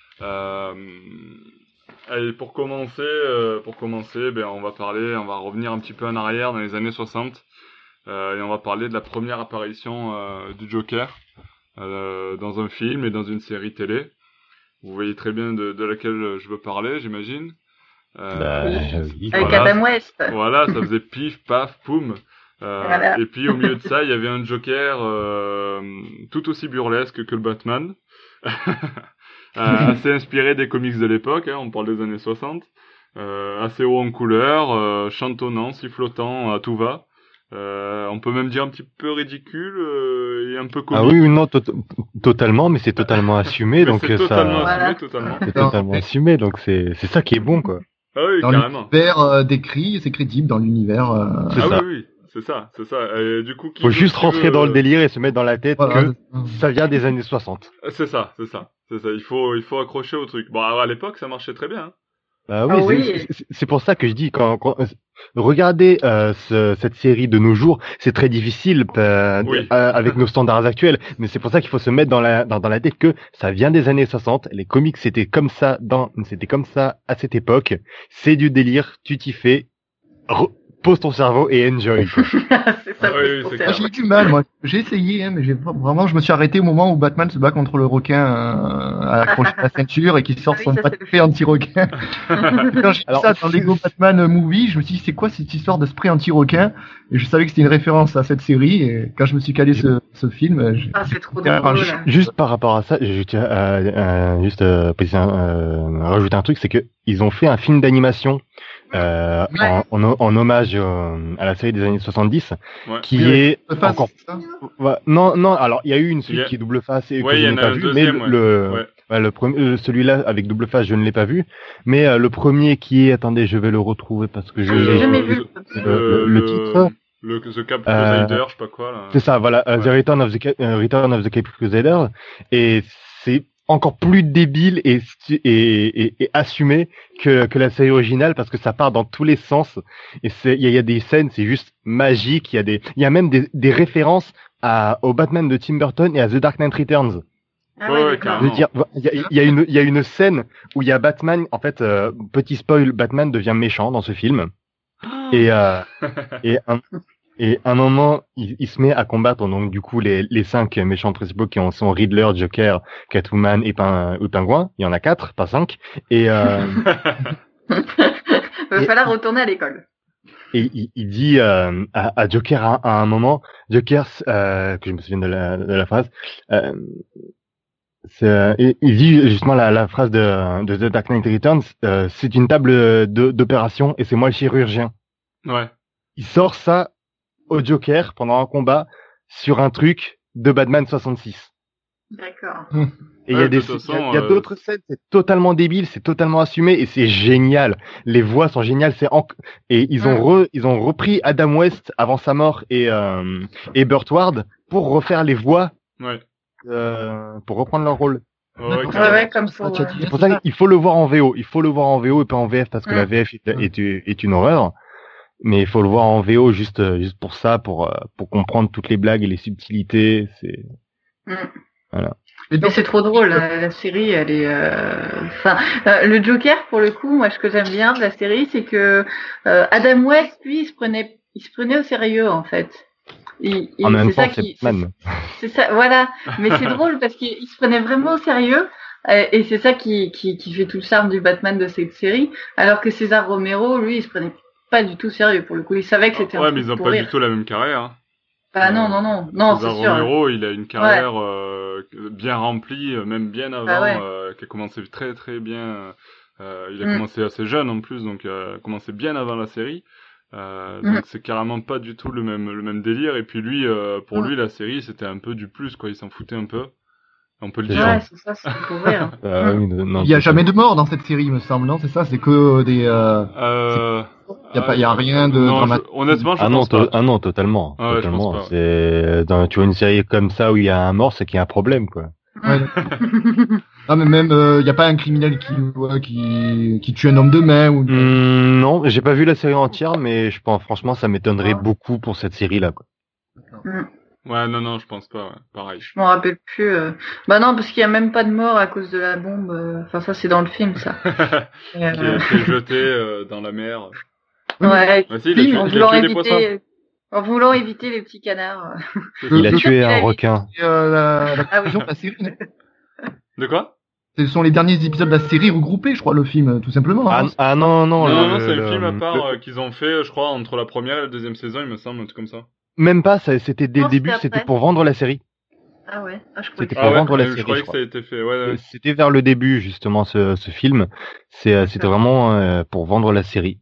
Allez, pour commencer, on va revenir un petit peu en arrière dans les années 60 et on va parler de la première apparition du Joker dans un film et dans une série télé. Vous voyez très bien de laquelle je veux parler, j'imagine. Oui. Avec Voilà. Adam West. Voilà, ça faisait pif, paf, poum. Voilà. Et puis au milieu de ça, il y avait un Joker tout aussi burlesque que le Batman. Assez inspiré des comics de l'époque, hein, on parle des années 60. Assez haut en couleur, chantonnant, sifflotant à tout va. On peut même dire un petit peu ridicule et un peu comique. Ah oui, non, totalement, mais c'est totalement assumé, Mais donc c'est totalement ça, assumé, Voilà. totalement. c'est totalement assumé, donc c'est ça qui est bon, quoi. Ah oui, Dans carrément. l'univers décrit, c'est crédible dans l'univers. C'est Ah ça. oui, c'est ça. Et du coup, Faut juste rentrer dans le délire et se mettre dans la tête Voilà. que ça vient des années 60. C'est ça. Il faut accrocher au truc. Bon, alors, à l'époque, ça marchait très bien. Hein. Bah Ah oui, oui. c'est pour ça que je dis regardez cette série de nos jours, c'est très difficile Oui. avec nos standards actuels, mais c'est pour ça qu'il faut se mettre dans la tête que ça vient des années 60, les comics c'était comme ça à cette époque, c'est du délire, tu t'y fais, pose ton cerveau et enjoy. Quoi. C'est ça. Oui, pour c'est faire. clair. J'ai eu du mal, moi. J'ai essayé, hein, mais vraiment, je me suis arrêté au moment où Batman se bat contre le requin accroché à la ceinture et qui sort Ah oui, son ça, c'est le spray anti-requin. Quand j'ai vu Alors, ça dans Lego Batman Movie, je me suis dit, c'est quoi cette histoire de spray anti-requin? Et je savais que c'était une référence à cette série. Et quand je me suis calé ce film, Ah, c'est trop Ah, drôle. Juste par rapport à ça, je tiens à rajouter un truc, c'est que ils ont fait un film d'animation Ouais. en hommage à la série des années 70, Ouais. qui Oui, est face, encore. c'est ça Non, alors il y a eu une Il y a- suite qui est double face et Ouais, que il je y n'ai en a pas un vu, deuxième, mais ouais. le premier, celui-là avec double face, je ne l'ai pas vu, mais le premier qui est, attendez, je vais le retrouver parce que Ah, j'ai jamais vu. le titre. The Cap Crusader, je sais pas quoi, là. C'est ça, voilà, Ouais. The Return of the Cape Crusader, et c'est encore plus débile et assumé que la série originale parce que ça part dans tous les sens et il y a des scènes, c'est juste magique, il y a même des références au Batman de Tim Burton et à The Dark Knight Returns. Ah Ouais, ouais, ouais, d'accord. carrément. Je veux dire, il y a une scène où il y a Batman, en fait, petit spoil, Batman devient méchant dans ce film. Et, et un moment, il se met à combattre donc du coup les 5 méchants principaux qui sont Riddler, Joker, Catwoman et Pingouin. Il y en a 4, pas 5. Et, Va falloir retourner à l'école. et il dit à Joker à un moment, Joker, que je me souviens de la phrase, il dit justement la phrase de The Dark Knight Returns, c'est une table d'opération et c'est moi le chirurgien. Ouais. Il sort ça au Joker pendant un combat sur un truc de Batman 66. D'accord. Et il y Ouais, a de toute façon, il y a d'autres scènes, c'est totalement débile, c'est totalement assumé et c'est génial. Les voix sont géniales, et ils ont repris Adam West avant sa mort et Burt Ward pour refaire les voix, Ouais. pour reprendre leur rôle. Ouais, D'accord. carrément. Ouais, comme pour. C'est pour ça qu'il faut le voir en VO. Il faut le voir en VO et pas en VF parce que la VF Mm. est une horreur. Mais il faut le voir en VO juste pour ça, pour comprendre toutes les blagues et les subtilités. C'est voilà. Et Mais donc, c'est trop drôle, la série, elle est. Enfin, le Joker, pour le coup, moi, ce que j'aime bien de la série, c'est que Adam West, lui, il se prenait au sérieux, en fait. En même c'est temps, ça c'est qui, Batman. c'est ça, voilà. Mais c'est drôle parce qu'il se prenait vraiment au sérieux. Et c'est ça qui fait tout le charme du Batman de cette série. Alors que César Romero, lui, il se prenait pas du tout sérieux. Pour le coup, il savait que c'était un Ouais, truc mais ils ont pour pas rire. du tout la même carrière. Hein. Bah non, c'est César sûr. Romero, il a une carrière bien remplie, même bien avant, Ah ouais. qui a commencé très très bien. Il a Mm. commencé assez jeune en plus, donc a commencé bien avant la série. Donc c'est carrément pas du tout le même délire. Et puis lui, pour lui, la série, c'était un peu du plus, quoi. Il s'en foutait un peu. On peut le dire. Ouais, c'est ça, c'est pour rire. Oui, non, il y a jamais de mort dans cette série, il me semble, non? C'est ça, c'est que des. Il y a rien de non, dramatique. honnêtement, je Ah non, pense pas. non, totalement. Ah ouais, je Totalement. pense pas. Tu vois une série comme ça où il y a un mort, c'est qu'il y a un problème, quoi. Ouais. Ah, mais même, il y a pas un criminel qui tue un homme de main ou. Non, j'ai pas vu la série entière, mais je pense, franchement, ça m'étonnerait beaucoup pour cette série-là, quoi. Ouais, non, je pense pas. Ouais. Pareil. Je m'en rappelle plus. Bah non, parce qu'il y a même pas de mort à cause de la bombe. Enfin, ça, c'est dans le film, ça. Qui est jeté dans la mer. Ouais. Bah, si, il a tué des poissons. En voulant éviter les petits canards. Il a Le- tué il un a- requin. La Ah oui. conclusion de la série. De quoi? Ce sont les derniers épisodes de la série regroupés, je crois, le film, tout simplement. hein. Non, Non, c'est un film à part qu'ils ont fait, je crois, entre la première et la deuxième saison, il me semble, un truc comme ça. Même pas, c'était dès Non, le début, c'était c'était après. pour vendre la série. Ah ouais. Ah, je croyais C'était que pour Ah ouais, vendre la je série, croyais je que ça a été fait. Ouais. C'était vers le début, justement, ce film. C'était vraiment pour vendre la série.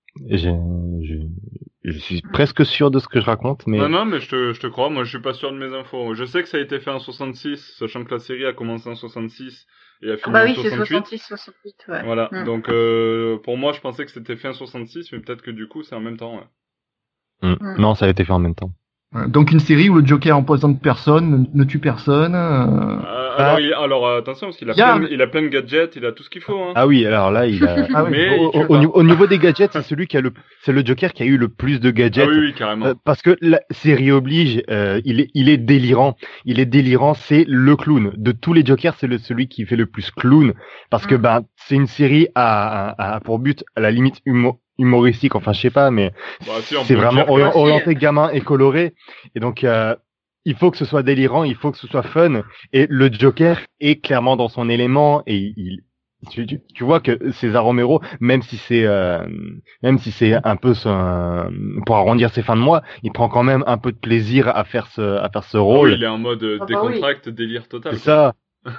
Je suis presque sûr de ce que je raconte, mais... Non, mais je te crois, moi je suis pas sûr de mes infos. Je sais que ça a été fait en 66, sachant que la série a commencé en 66 et a Ah fini bah en oui, c'est 68. 66-68, ouais. Voilà, Mm. donc pour moi je pensais que c'était fait en 66, mais peut-être que du coup c'est en même temps. Ouais. Non, ça a été fait en même temps. Donc une série où le Joker empoisonne personne, ne tue personne. Alors attention, parce qu'il il a plein de gadgets, il a tout ce qu'il faut. Hein. Ah oui, alors là, il a... Ah oui. Mais il tue pas. au niveau des gadgets, c'est c'est le Joker qui a eu le plus de gadgets. Ah oui, carrément. Parce que la série oblige, il est délirant. Il est délirant, c'est le clown. De tous les Jokers, c'est celui qui fait le plus clown. Parce que c'est une série à pour but, à la limite humoristique, enfin je sais pas, mais Bah, si, on c'est peut le vraiment dire que- orienté gamin et coloré. Et donc il faut que ce soit délirant, il faut que ce soit fun. Et le Joker est clairement dans son élément et tu vois que César Romero, même si c'est un peu pour arrondir ses fins de mois, il prend quand même un peu de plaisir à faire ce Ah rôle. oui, il est en mode Ah bah décontracte, délire total. C'est ça.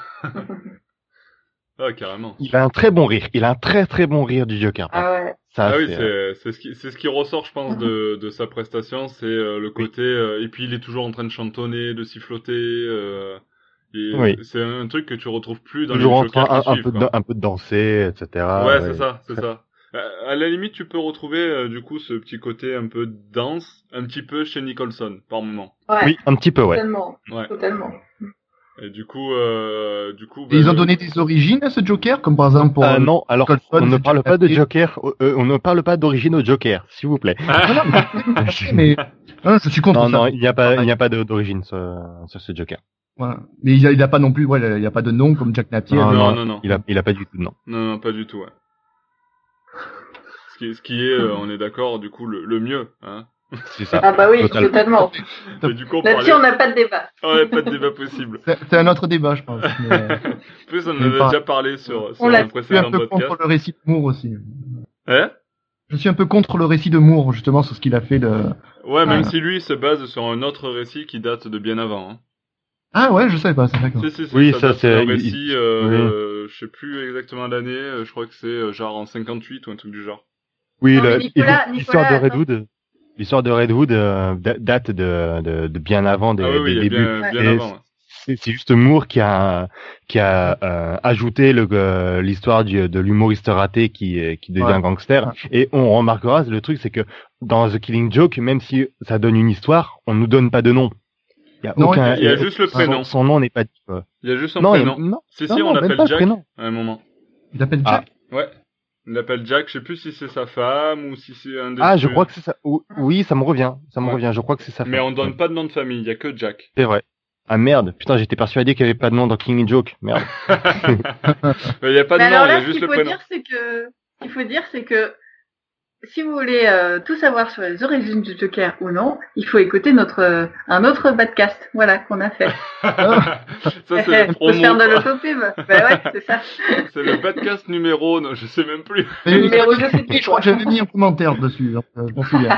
Ah, carrément. Il a un très bon rire. Il a un très très bon rire du Joker. Ah ouais. Ça, Ah oui, c'est ce qui ressort, je pense, de sa prestation, c'est le côté et puis il est toujours en train de chantonner, de siffloter. Oui. C'est un truc que tu retrouves plus dans toujours les en Jokers train qui suivent. Quoi. un peu de danser, etc. Ouais, c'est ça. À la limite, tu peux retrouver du coup ce petit côté un peu dense, un petit peu chez Nicholson par moment. Ouais, Oui, un petit peu, ouais. Ouais. totalement. Et du coup, Et ils ont donné des origines à ce Joker, comme par exemple pour Non, alors Nicholson, on ne c'est parle Jack pas de Napier. Joker, on ne parle pas d'origine au Joker, s'il vous plaît. Mais je suis contre Non, ça. il n'y a pas d'origine sur ce Joker. Voilà. Mais il a pas non plus, ouais, il a pas de nom comme Jack Napier. Non. Il a pas du tout de nom. Non, pas du tout, ouais. Ce qui est, on est d'accord, du coup, le mieux, hein. C'est ça. Ah bah oui, Total. totalement. Et du coup, Là-dessus, on n'a pas de débat. Ouais, pas de débat possible. C'est un autre débat, je pense. Mais, En plus, on en Mais avait pas- déjà parlé sur On un l'a- je suis un précédent peu podcast. contre le récit de Moore aussi. Hein? Je suis un peu contre le récit de Moore, justement, sur ce qu'il a fait de... Ouais, même Ouais. si lui se base sur un autre récit qui date de bien avant, hein. Ah ouais, je savais pas, c'est d'accord. Si, Oui, ça ça, date c'est- d'un récit, oui. je sais plus exactement l'année, je crois que c'est genre en 58 ou un truc du genre. Oui, Non, mais Nicolas, l'histoire de attends. Redwood. L'histoire de Redwood date de bien avant Ah oui, des il y a débuts. bien Et avant, ouais. c'est juste Moore qui a ajouté l'histoire de l'humoriste raté qui devient Ouais. gangster. Ouais. Et on remarquera, le truc, c'est que dans The Killing Joke, même si ça donne une histoire, on nous donne pas de nom. Il y a Non, aucun. il y a juste le prénom. Son nom n'est pas dit. Il y a juste son Non, prénom. non, Si, non, on non, même l'appelle pas le Jack prénom. à un moment. Il l'appelle Jack. Ouais. Il l'appelle Jack, je sais plus si c'est sa femme ou si c'est un des Ah, je deux. crois que c'est ça. Oui, ça me revient. Ouais. Revient. Je crois que c'est ça. Mais on donne pas de nom de famille, il y a que Jack. C'est vrai. Ah merde, putain, j'étais persuadé qu'il y avait pas de nom dans Killing Joke. Merde. Il y a pas de Mais nom, alors il y là, a ce juste qu'il le faut prénom. dire, c'est que si vous voulez tout savoir sur les origines du Joker ou non, il faut écouter un autre podcast, voilà, qu'on a fait. Ça, c'est le Faut se faire promo, de quoi. l'autopub. Ben ouais, c'est ça. C'est le podcast numéro, non, je sais même plus. Et Numéro je sais je plus crois quoi. que j'avais mis un commentaire dessus, donc, je m'en souviens.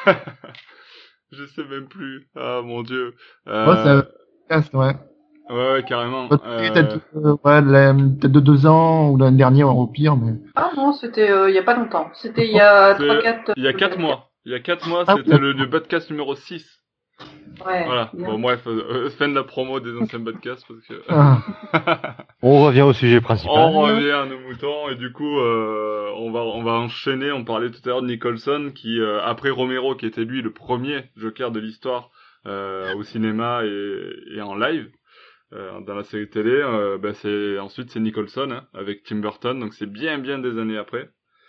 Je sais même plus. Ah, mon dieu. Ouais, c'est un podcast, ouais. Ouais, carrément. Peut-être peut-être de 2 ans ou l'année dernière au pire, mais... Ah non, c'était il y a pas longtemps. C'était il y a C'est- 3-4... Il y a 4 mois. Il y a 4 mois, Ah, c'était le podcast numéro 6. Ouais. Voilà. bien. Bon, bref, fin de la promo des anciens podcasts parce que... Ah. On revient au sujet principal. On revient à nos moutons et du coup on va enchaîner. On parlait tout à l'heure de Nicholson qui après Romero qui était lui le premier Joker de l'histoire au cinéma et en live dans la série télé. Ensuite c'est Nicholson hein, avec Tim Burton, donc c'est bien des années après.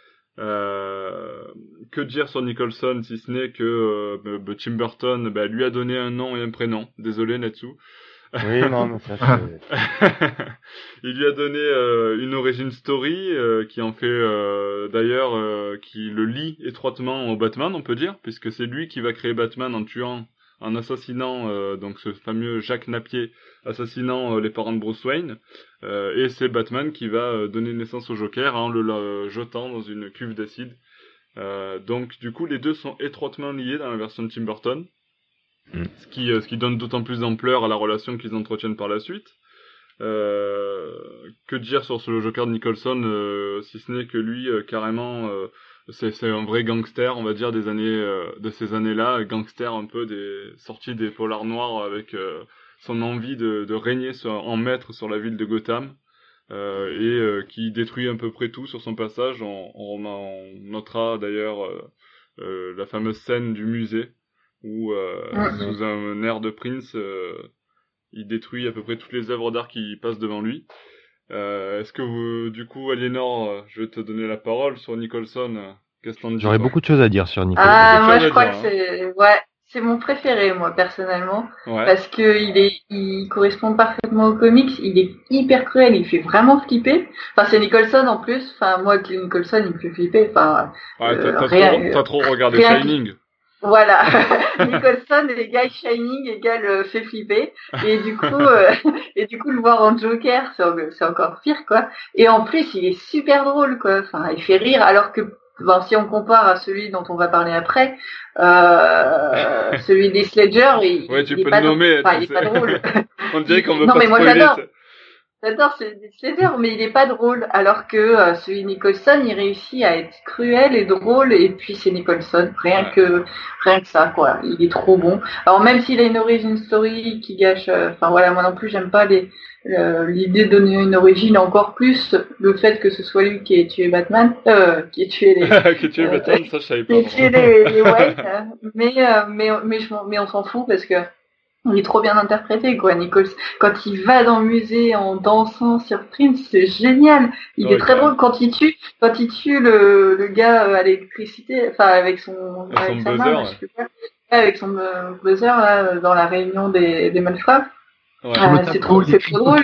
Que dire sur Nicholson si ce n'est que Tim Burton lui a donné un nom et un prénom. Désolé Natsu. Oui, non, mais ça, c'est... Il lui a donné une origin story qui en fait d'ailleurs qui le lie étroitement au Batman, on peut dire, puisque c'est lui qui va créer Batman en assassinant donc ce fameux Jack Napier, assassinant les parents de Bruce Wayne, et c'est Batman qui va donner naissance au Joker en le jetant dans une cuve d'acide. Donc du coup les deux sont étroitement liés dans la version de Tim Burton. Ce qui donne d'autant plus d'ampleur à la relation qu'ils entretiennent par la suite. Que dire sur le Joker de Nicholson, si ce n'est que lui, carrément, c'est un vrai gangster, on va dire, des années, de ces années-là, gangster un peu sorti des polars noirs avec son envie de régner en maître sur la ville de Gotham, qui détruit à peu près tout sur son passage. On notera d'ailleurs la fameuse scène du musée, où sous un air de Prince, il détruit à peu près toutes les œuvres d'art qui passent devant lui. Est-ce que vous, du coup, Aliénor, je vais te donner la parole sur Nicholson. Qu'est-ce que t'en dis? J'aurais beaucoup de choses à dire sur Nicholson. Ah, beaucoup de moi choses je à crois dire, que c'est mon préféré, moi, personnellement. Ouais. Parce que il correspond parfaitement au comics, il est hyper cruel, il fait vraiment flipper. Enfin, c'est Nicholson en plus. Enfin, moi, Nicholson, il me fait flipper. Enfin, Ouais, t'as trop regardé rien Shining. voilà. Nicholson égale Shining égale fait flipper. Et du coup, le voir en Joker, c'est encore pire, quoi. Et en plus, il est super drôle, quoi. Enfin, il fait rire, alors que, bon, si on compare à celui dont on va parler après, celui d'Heath Ledger, Ouais, tu il est peux pas le nommer. il est pas drôle. On dirait qu'on veut Non, pas mais moi, spoiler. j'adore. j'adore ce Heath Ledger, mais il est pas drôle. Alors que celui de Nicholson, il réussit à être cruel et drôle. Et puis c'est Nicholson, rien que ça, quoi. Il est trop bon. Alors même s'il a une origin story qui gâche, enfin voilà, moi non plus, j'aime pas l'idée de donner une origine, encore plus le fait que ce soit lui qui ait tué Batman, qui ait tué les, qui ait tué Batman, ça je savais pas. qui ait tué les White. Mais on s'en fout parce que il est trop bien interprété, quoi. Nichols, quand il va dans le musée en dansant sur Prince, c'est génial. Il est très drôle quand il tue le gars à l'électricité, enfin avec sa buzzer, main, je sais pas, avec son buzzer là dans la réunion des malfrats. Ouais. C'est trop drôle.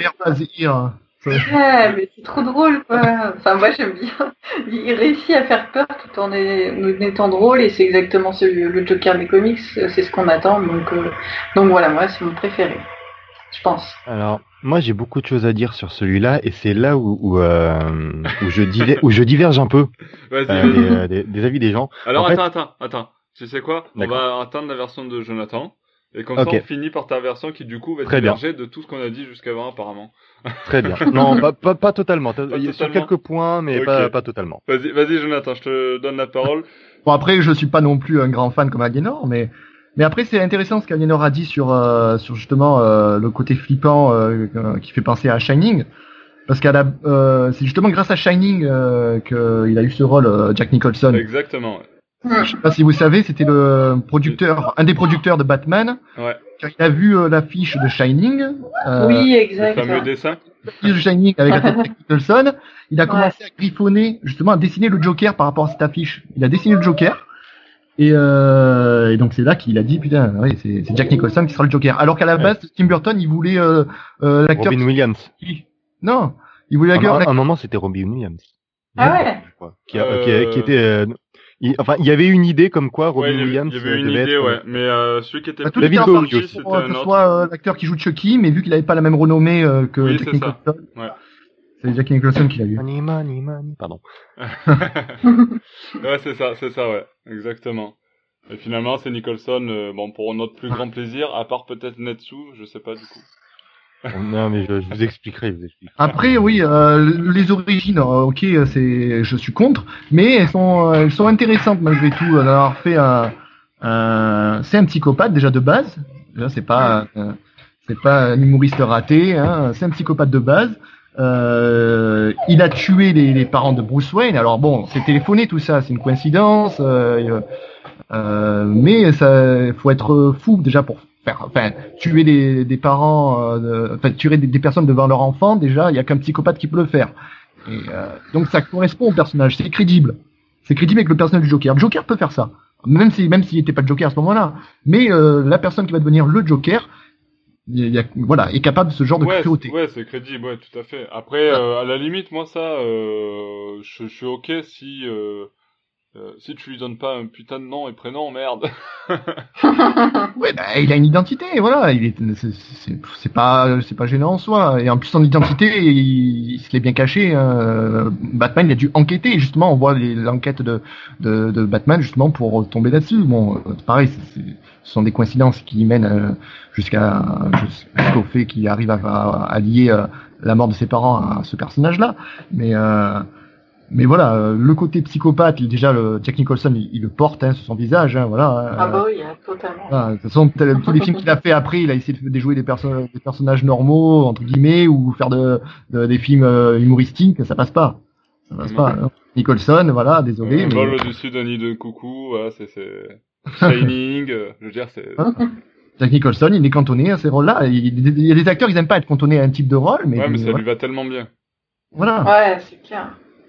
Ouais, mais c'est trop drôle, quoi. Enfin, moi, j'aime bien. Il réussit à faire peur tout en étant drôle, et c'est exactement le Joker des comics, c'est ce qu'on attend, donc voilà, moi, c'est mon préféré. Je pense. Alors, moi, j'ai beaucoup de choses à dire sur celui-là, et c'est là où je diverge un peu des avis des gens. Alors, attends. Tu sais quoi? On va attendre la version de Jonathan. Et comme ça, on finit par ta version qui, du coup, va diverger de tout ce qu'on a dit jusqu'avant, apparemment. Très bien. Non, pas totalement. Sur quelques points, mais pas totalement. Vas-y, Jonathan, je te donne la parole. Bon, après, je suis pas non plus un grand fan comme Aliénor, mais après, c'est intéressant ce qu'Aliénor a dit sur justement le côté flippant qui fait penser à Shining. Parce c'est justement grâce à Shining qu'il a eu ce rôle, Jack Nicholson. Exactement, ouais. Je sais pas si vous savez, c'était un des producteurs de Batman. Ouais. Quand il a vu l'affiche de Shining. Oui, exact. Le fameux dessin. L'affiche de Shining avec la tête de Jack Nicholson. Il a commencé à griffonner, justement, à dessiner le Joker par rapport à cette affiche. Il a dessiné le Joker. Et donc c'est là qu'il a dit, putain, oui, c'est Jack Nicholson qui sera le Joker. Alors qu'à la base, Tim Burton, il voulait l'acteur. Robin Williams. Non, il voulait l'acteur. À un moment, c'était Robin Williams. Ah ouais. Je crois, qui était. Il y avait une idée comme quoi Robin Williams. Il y avait une idée, ouais. Mais celui qui était plus David Bowie aussi. C'était que ce soit l'acteur qui joue Chucky, mais vu qu'il n'avait pas la même renommée que Jack Nicholson. Ouais. C'est Jack Nicholson qui l'a eu. Money, pardon. Ouais, c'est ça, ouais. Exactement. Et finalement, c'est Nicholson, pour notre plus grand plaisir, à part peut-être Netsu, je sais pas du coup. Non, mais je vous expliquerai. Après, oui, les origines, ok, je suis contre, mais elles sont intéressantes malgré tout d'avoir fait c'est un psychopathe déjà de base. Déjà, c'est pas un humoriste raté, hein, c'est un psychopathe de base. Il a tué les parents de Bruce Wayne. Alors bon, c'est téléphoné tout ça, c'est une coïncidence, mais ça, faut être fou déjà pour tuer des parents, tuer des personnes devant leur enfant, déjà, il y a qu'un psychopathe qui peut le faire. Et, donc ça correspond au personnage, c'est crédible. C'est crédible avec le personnage du Joker. Le Joker peut faire ça, même s'il n'était pas le Joker à ce moment-là. Mais la personne qui va devenir le Joker, est capable de ce genre de cruauté. Ouais, c'est crédible, ouais, tout à fait. Après, à la limite, moi ça, je suis ok si tu lui donnes pas un putain de nom et prénom, merde. Ouais, il a une identité, voilà. C'est pas gênant en soi. Et en plus, son identité, il se l'est bien caché. Batman, il a dû enquêter. Justement, on voit l'enquête de Batman justement pour tomber là-dessus. Bon, pareil, ce sont des coïncidences qui mènent jusqu'au fait qu'il arrive à lier la mort de ses parents à ce personnage-là. Mais voilà, le côté psychopathe, déjà, Jack Nicholson, il le porte sur son visage, voilà. Ah bah oui, totalement. Voilà, de toute façon, tous les films qu'il a fait après, il a essayé de jouer des personnages normaux, entre guillemets, ou faire des films humoristiques, ça passe pas. Ça passe pas. Hein. Nicholson, voilà, désolé. Vol au-dessus d'un nid de coucou, voilà, c'est Shining, je veux dire, c'est... Jack Nicholson, il est cantonné à ces rôles-là. Il y a des acteurs, ils aiment pas être cantonnés à un type de rôle, mais... Ouais, mais ça lui va tellement bien. Voilà. Ouais, c'est clair.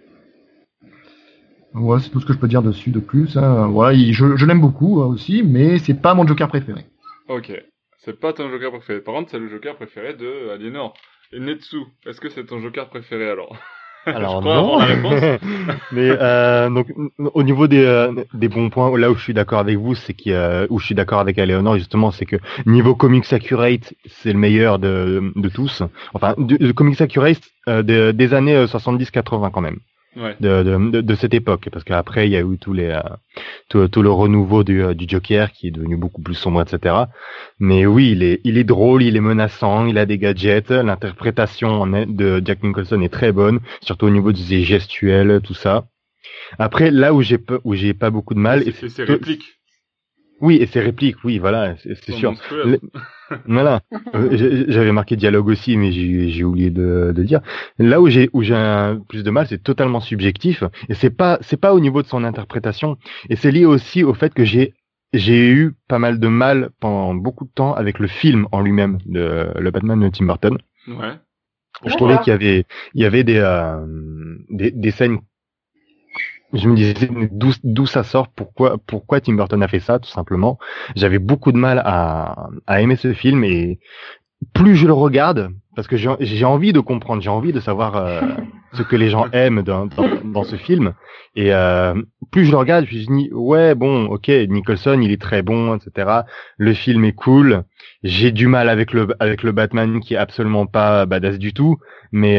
Ouais, c'est tout ce que je peux dire dessus de plus. Hein. Voilà, je l'aime beaucoup aussi, mais c'est pas mon Joker préféré. Ok, c'est pas ton Joker préféré. Par contre, c'est le Joker préféré de Aliénor. Et Netsu, est-ce que c'est ton Joker préféré alors? Alors non. Mais donc au niveau des bons points, là où je suis d'accord avec vous, c'est où je suis d'accord avec Aliénor justement, c'est que niveau comics accurate, c'est le meilleur de tous. Enfin, de comics accurate des années 70-80 quand même. Ouais. De cette époque, parce qu'après il y a eu tous tout le renouveau du Joker qui est devenu beaucoup plus sombre, etc. Mais oui, il est drôle, il est menaçant, il a des gadgets, l'interprétation de Jack Nicholson est très bonne, surtout au niveau de ses gestuels, tout ça. Après, là où j'ai pas beaucoup de mal, Et ses répliques. oui, et ses répliques, oui, voilà, c'est sûr. Voilà. J'avais marqué dialogue aussi, mais j'ai oublié de dire. Là où j'ai plus de mal, c'est totalement subjectif, et c'est pas au niveau de son interprétation, et c'est lié aussi au fait que j'ai eu pas mal de mal pendant beaucoup de temps avec le film en lui-même, le Batman de Tim Burton. Ouais. Je trouvais qu'il y avait des scènes. Je me disais d'où ça sort, pourquoi Tim Burton a fait ça, tout simplement. J'avais beaucoup de mal à aimer ce film, et plus je le regarde, parce que j'ai envie de comprendre, j'ai envie de savoir ce que les gens aiment dans ce film, et plus je le regarde, je me dis ouais bon, ok, Nicholson il est très bon, etc. Le film est cool. J'ai du mal avec le Batman qui est absolument pas badass du tout, mais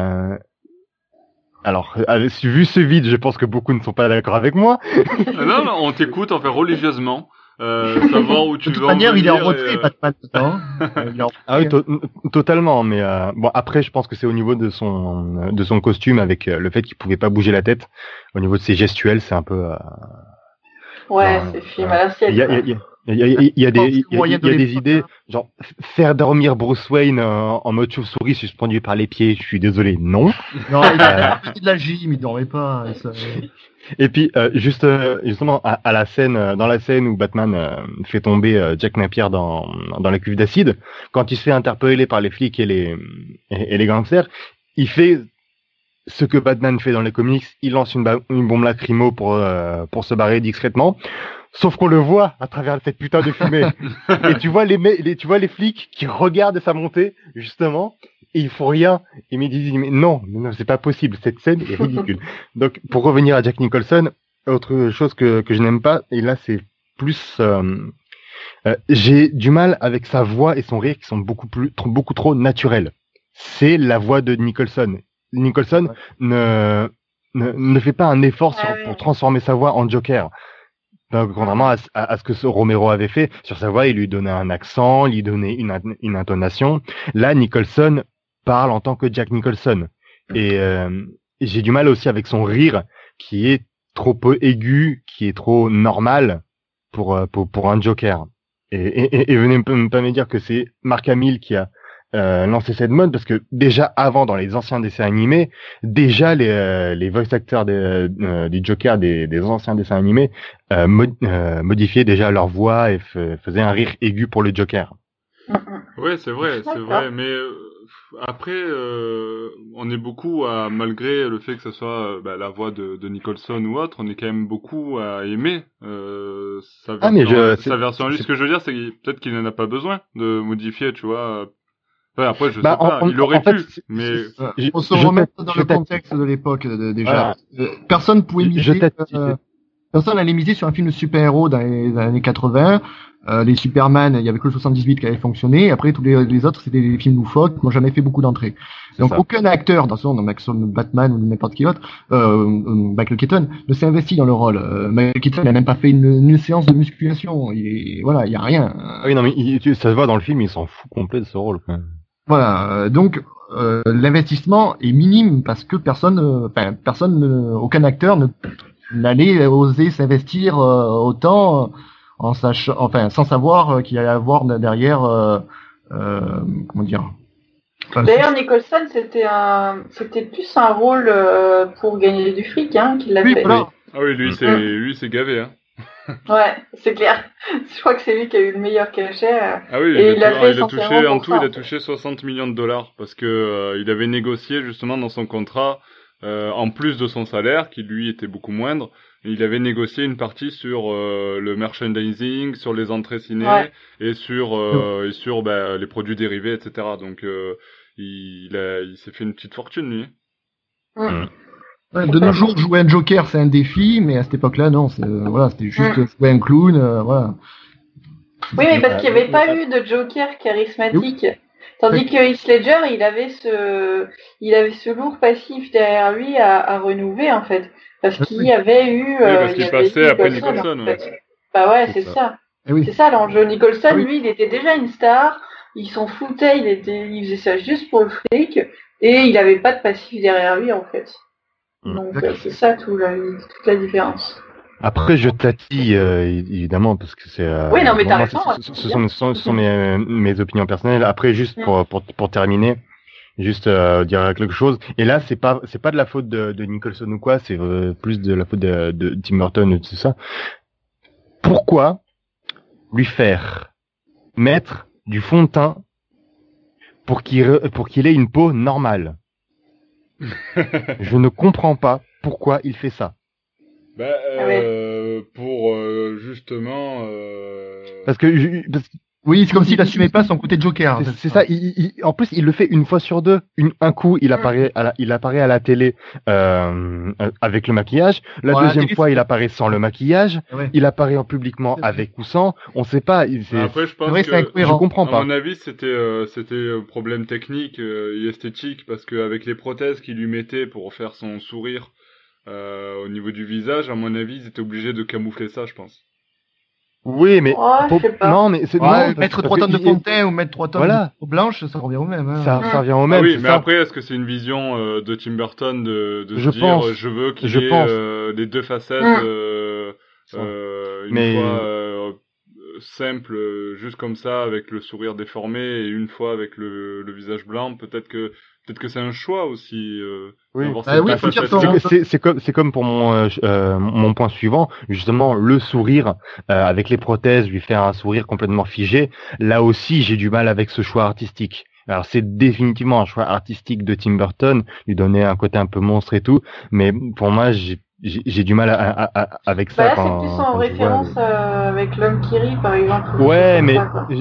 alors, vu ce vide, je pense que beaucoup ne sont pas d'accord avec moi. Non, on t'écoute, enfin, religieusement. Savoir où tu De toute veux en manière, il est en venir retrait, Batman, hein. Ah oui, totalement. Mais bon, après, je pense que c'est au niveau de son costume, avec le fait qu'il pouvait pas bouger la tête. Au niveau de ses gestuels, c'est un peu. Ouais, c'est film à l'assiette. Il y a des idées, genre faire dormir Bruce Wayne en mode chauve-souris suspendu par les pieds. Je suis désolé, non. Non, il a fait de la gym, il dormait pas. Et puis justement à la scène, dans la scène où Batman fait tomber Jack Napier dans la cuve d'acide, quand il se fait interpeller par les flics et les gangsters, il fait ce que Batman fait dans les comics, il lance une bombe lacrymo pour se barrer discrètement. Sauf qu'on le voit à travers cette putain de fumée. Et tu vois les flics qui regardent sa montée, justement, et ils font rien. Ils me disent, mais non, c'est pas possible, cette scène est ridicule. Donc, pour revenir à Jack Nicholson, autre chose que je n'aime pas, et là c'est plus, j'ai du mal avec sa voix et son rire qui sont beaucoup trop naturels. C'est la voix de Nicholson. Nicholson ne fait pas un effort pour transformer sa voix en Joker. Donc, contrairement à ce que Romero avait fait, sur sa voix, il lui donnait un accent, il lui donnait une intonation. Là, Nicholson parle en tant que Jack Nicholson. Et j'ai du mal aussi avec son rire, qui est trop peu aigu, qui est trop normal pour un Joker. Et venez pas me dire que c'est Mark Hamill qui a lancé cette mode, parce que déjà avant, dans les anciens dessins animés, déjà les voice actors du Joker des anciens dessins animés modifiaient déjà leur voix et faisaient un rire aigu pour le Joker. Ouais, c'est vrai, mais après, on est beaucoup à, malgré le fait que ce soit la voix de Nicholson ou autre, on est quand même beaucoup à aimer sa version à lui. Ce que je veux dire, c'est que peut-être qu'il n'en a pas besoin de modifier, tu vois. Enfin, après, je sais pas, il aurait pu, mais... On se remet dans le contexte de l'époque, déjà. Voilà. Personne pouvait miser... Personne allait miser sur un film de super-héros dans les années 80. Les Superman, il y avait que le 78 qui avait fonctionné. Après, tous les autres, c'était des films loufoques qui n'ont jamais fait beaucoup d'entrées. Donc, aucun acteur, dans Batman ou n'importe qui autre, Michael Keaton, ne s'est investi dans le rôle. Michael Keaton n'a même pas fait une séance de musculation. Il y a rien. Oui, non, mais ça se voit dans le film, il s'en fout complet de ce rôle. Voilà. Donc, l'investissement est minime parce que aucun acteur n'allait oser s'investir autant sans savoir qu'il allait avoir derrière comment dire. D'ailleurs, Nicholson, c'était plus un rôle pour gagner du fric, qu'il l'a fait. Voilà. Ah oui, lui c'est gavé, hein. Ouais, c'est clair. Je crois que c'est lui qui a eu le meilleur cachet. Ah oui, et il a touché en tout, il a touché 60 millions de dollars parce que il avait négocié justement dans son contrat, en plus de son salaire qui lui était beaucoup moindre, il avait négocié une partie sur le merchandising, sur les entrées ciné et sur les produits dérivés, etc. Donc il s'est fait une petite fortune lui. De nos jours, jouer un Joker, c'est un défi, mais à cette époque-là, non, c'était juste jouer un clown, voilà. Oui, mais parce qu'il n'y avait pas eu de Joker charismatique. Tandis que Heath Ledger, il avait ce lourd passif derrière lui à renouveler, en fait. Parce qu'il y avait eu, parce il qu'il y avait passait après Nicholson, Nicholson, en ouais. fait. Bah ouais, c'est ça. Eh oui. C'est ça l'enjeu. Nicholson, Ah oui. lui, il était déjà une star. Il s'en foutait, il faisait ça juste pour le fric. Et il avait pas de passif derrière lui, en fait. Donc, c'est ça toute la différence. Après, je tatille, évidemment, parce que c'est... Oui, non, mais t'as moi, raison. ce sont mes opinions personnelles. Après, juste pour terminer, juste dire quelque chose. Et là, c'est pas de la faute de Nicholson ou quoi, c'est plus de la faute de Tim Burton et tout ça. Pourquoi lui faire mettre du fond de teint pour qu'il ait une peau normale? Je ne comprends pas pourquoi il fait ça. Pour justement. Parce que oui, c'est comme s'il assumait pas son côté Joker. C'est ça. En plus, il le fait une fois sur deux. Un coup, il apparaît à la télé avec le maquillage. La deuxième fois, il apparaît sans le maquillage. Ouais. Il apparaît publiquement avec ou sans. On sait pas. Après, je pense que je comprends pas. À mon avis, c'était un problème technique et esthétique parce qu'avec les prothèses qu'il lui mettait pour faire son sourire au niveau du visage, à mon avis, ils étaient obligés de camoufler ça, je pense. Oui, mais je sais pas. non, mais c'est mettre 3 tonnes de fond de teint ou mettre 3 tonnes de blanche, ça revient au même. Hein. Ça revient au même. Oui, mais après, est-ce que c'est une vision de Tim Burton de se dire, je veux qu'il y ait les deux facettes, une fois simple, juste comme ça, avec le sourire déformé, et une fois avec le visage blanc. Peut-être que c'est un choix aussi. Oui, c'est comme pour mon point suivant, justement le sourire avec les prothèses, lui faire un sourire complètement figé. Là aussi, j'ai du mal avec ce choix artistique. Alors c'est définitivement un choix artistique de Tim Burton, lui donner un côté un peu monstre et tout, mais pour moi j'ai du mal avec ça. Là, c'est plus en référence avec l'homme qui rit, par exemple. Ouais, mais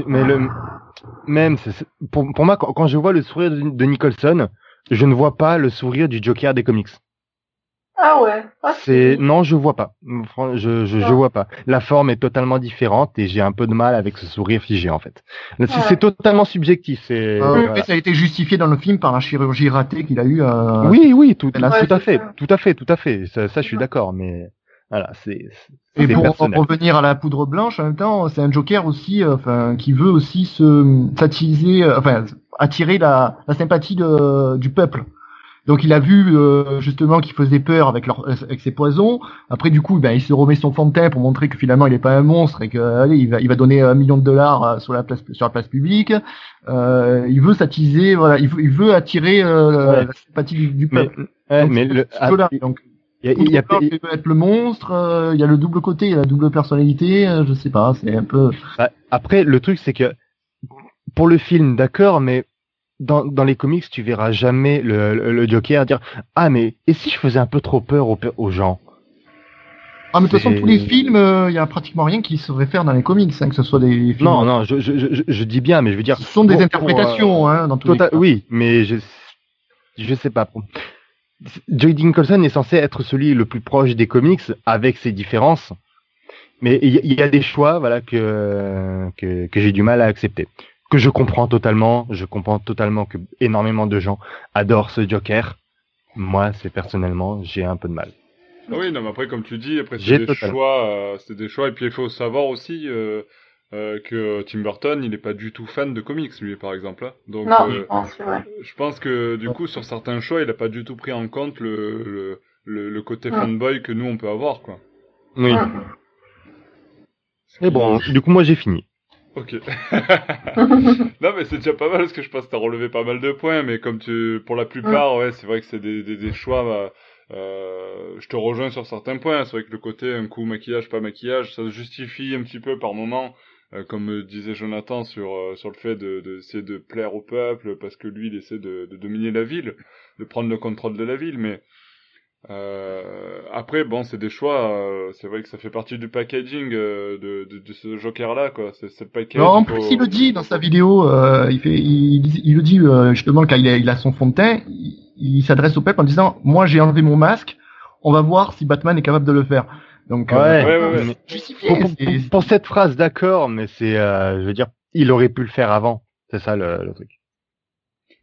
même pour moi quand je vois le sourire de Nicholson, je ne vois pas le sourire du Joker des comics. Ah ouais. Non, je vois pas. Je vois pas. La forme est totalement différente et j'ai un peu de mal avec ce sourire figé en fait. C'est totalement subjectif. Voilà. Ça a été justifié dans le film par la chirurgie ratée qu'il a eu. Oui, tout à fait. Ça, je suis d'accord, mais voilà, Et pour revenir à la poudre blanche, en même temps, c'est un Joker aussi, qui veut aussi s'attiser, attirer la sympathie du peuple. Donc il a vu justement qu'il faisait peur avec ses poisons. Après du coup, il se remet son fond de teint pour montrer que finalement il est pas un monstre et que allez, il va donner $1 million sur la place publique. Il veut s'attiser, voilà, il veut attirer la sympathie du peuple. Donc il y a peut être le monstre, il y a le double côté, il y a la double personnalité, je sais pas, c'est un peu. Après le truc c'est que pour le film, d'accord, mais dans les comics, tu verras jamais le Joker dire ah mais et si je faisais un peu trop peur aux gens. Ah mais de toute façon tous les films, il y a pratiquement rien qui se réfère dans les comics, que ce soit des films. Non, je dis bien, mais je veux dire. Ce sont des interprétations, dans tous les cas. Oui, mais je sais pas. Jack Nicholson est censé être celui le plus proche des comics avec ses différences, mais il y a des choix, voilà, que j'ai du mal à accepter. Que je comprends totalement que énormément de gens adorent ce Joker. Moi, personnellement, j'ai un peu de mal. Oui, non, mais après, comme tu dis, après c'est des choix, et puis il faut savoir aussi que Tim Burton, il est pas du tout fan de comics, lui, par exemple. Hein. Donc, c'est vrai. Je pense que du coup, sur certains choix, il a pas du tout pris en compte le côté fanboy que nous on peut avoir, quoi. Oui. Et bon, du coup, moi j'ai fini. Ok. Non, mais c'est déjà pas mal parce que je pense que t'as relevé pas mal de points, mais comme pour la plupart, ouais, c'est vrai que c'est des choix. Je te rejoins sur certains points. C'est vrai que le côté un coup maquillage, pas maquillage, ça se justifie un petit peu par moment, comme disait Jonathan sur le fait d'essayer de plaire au peuple parce que lui, il essaie de dominer la ville, de prendre le contrôle de la ville, mais après bon c'est des choix, c'est vrai que ça fait partie du packaging de ce Joker là quoi, c'est le package. Non, en plus il le dit dans sa vidéo, il le dit justement quand il a son fond de teint, il s'adresse au peuple en disant moi j'ai enlevé mon masque, on va voir si Batman est capable de le faire. Donc pour cette phrase d'accord, mais c'est je veux dire il aurait pu le faire avant, c'est ça le truc.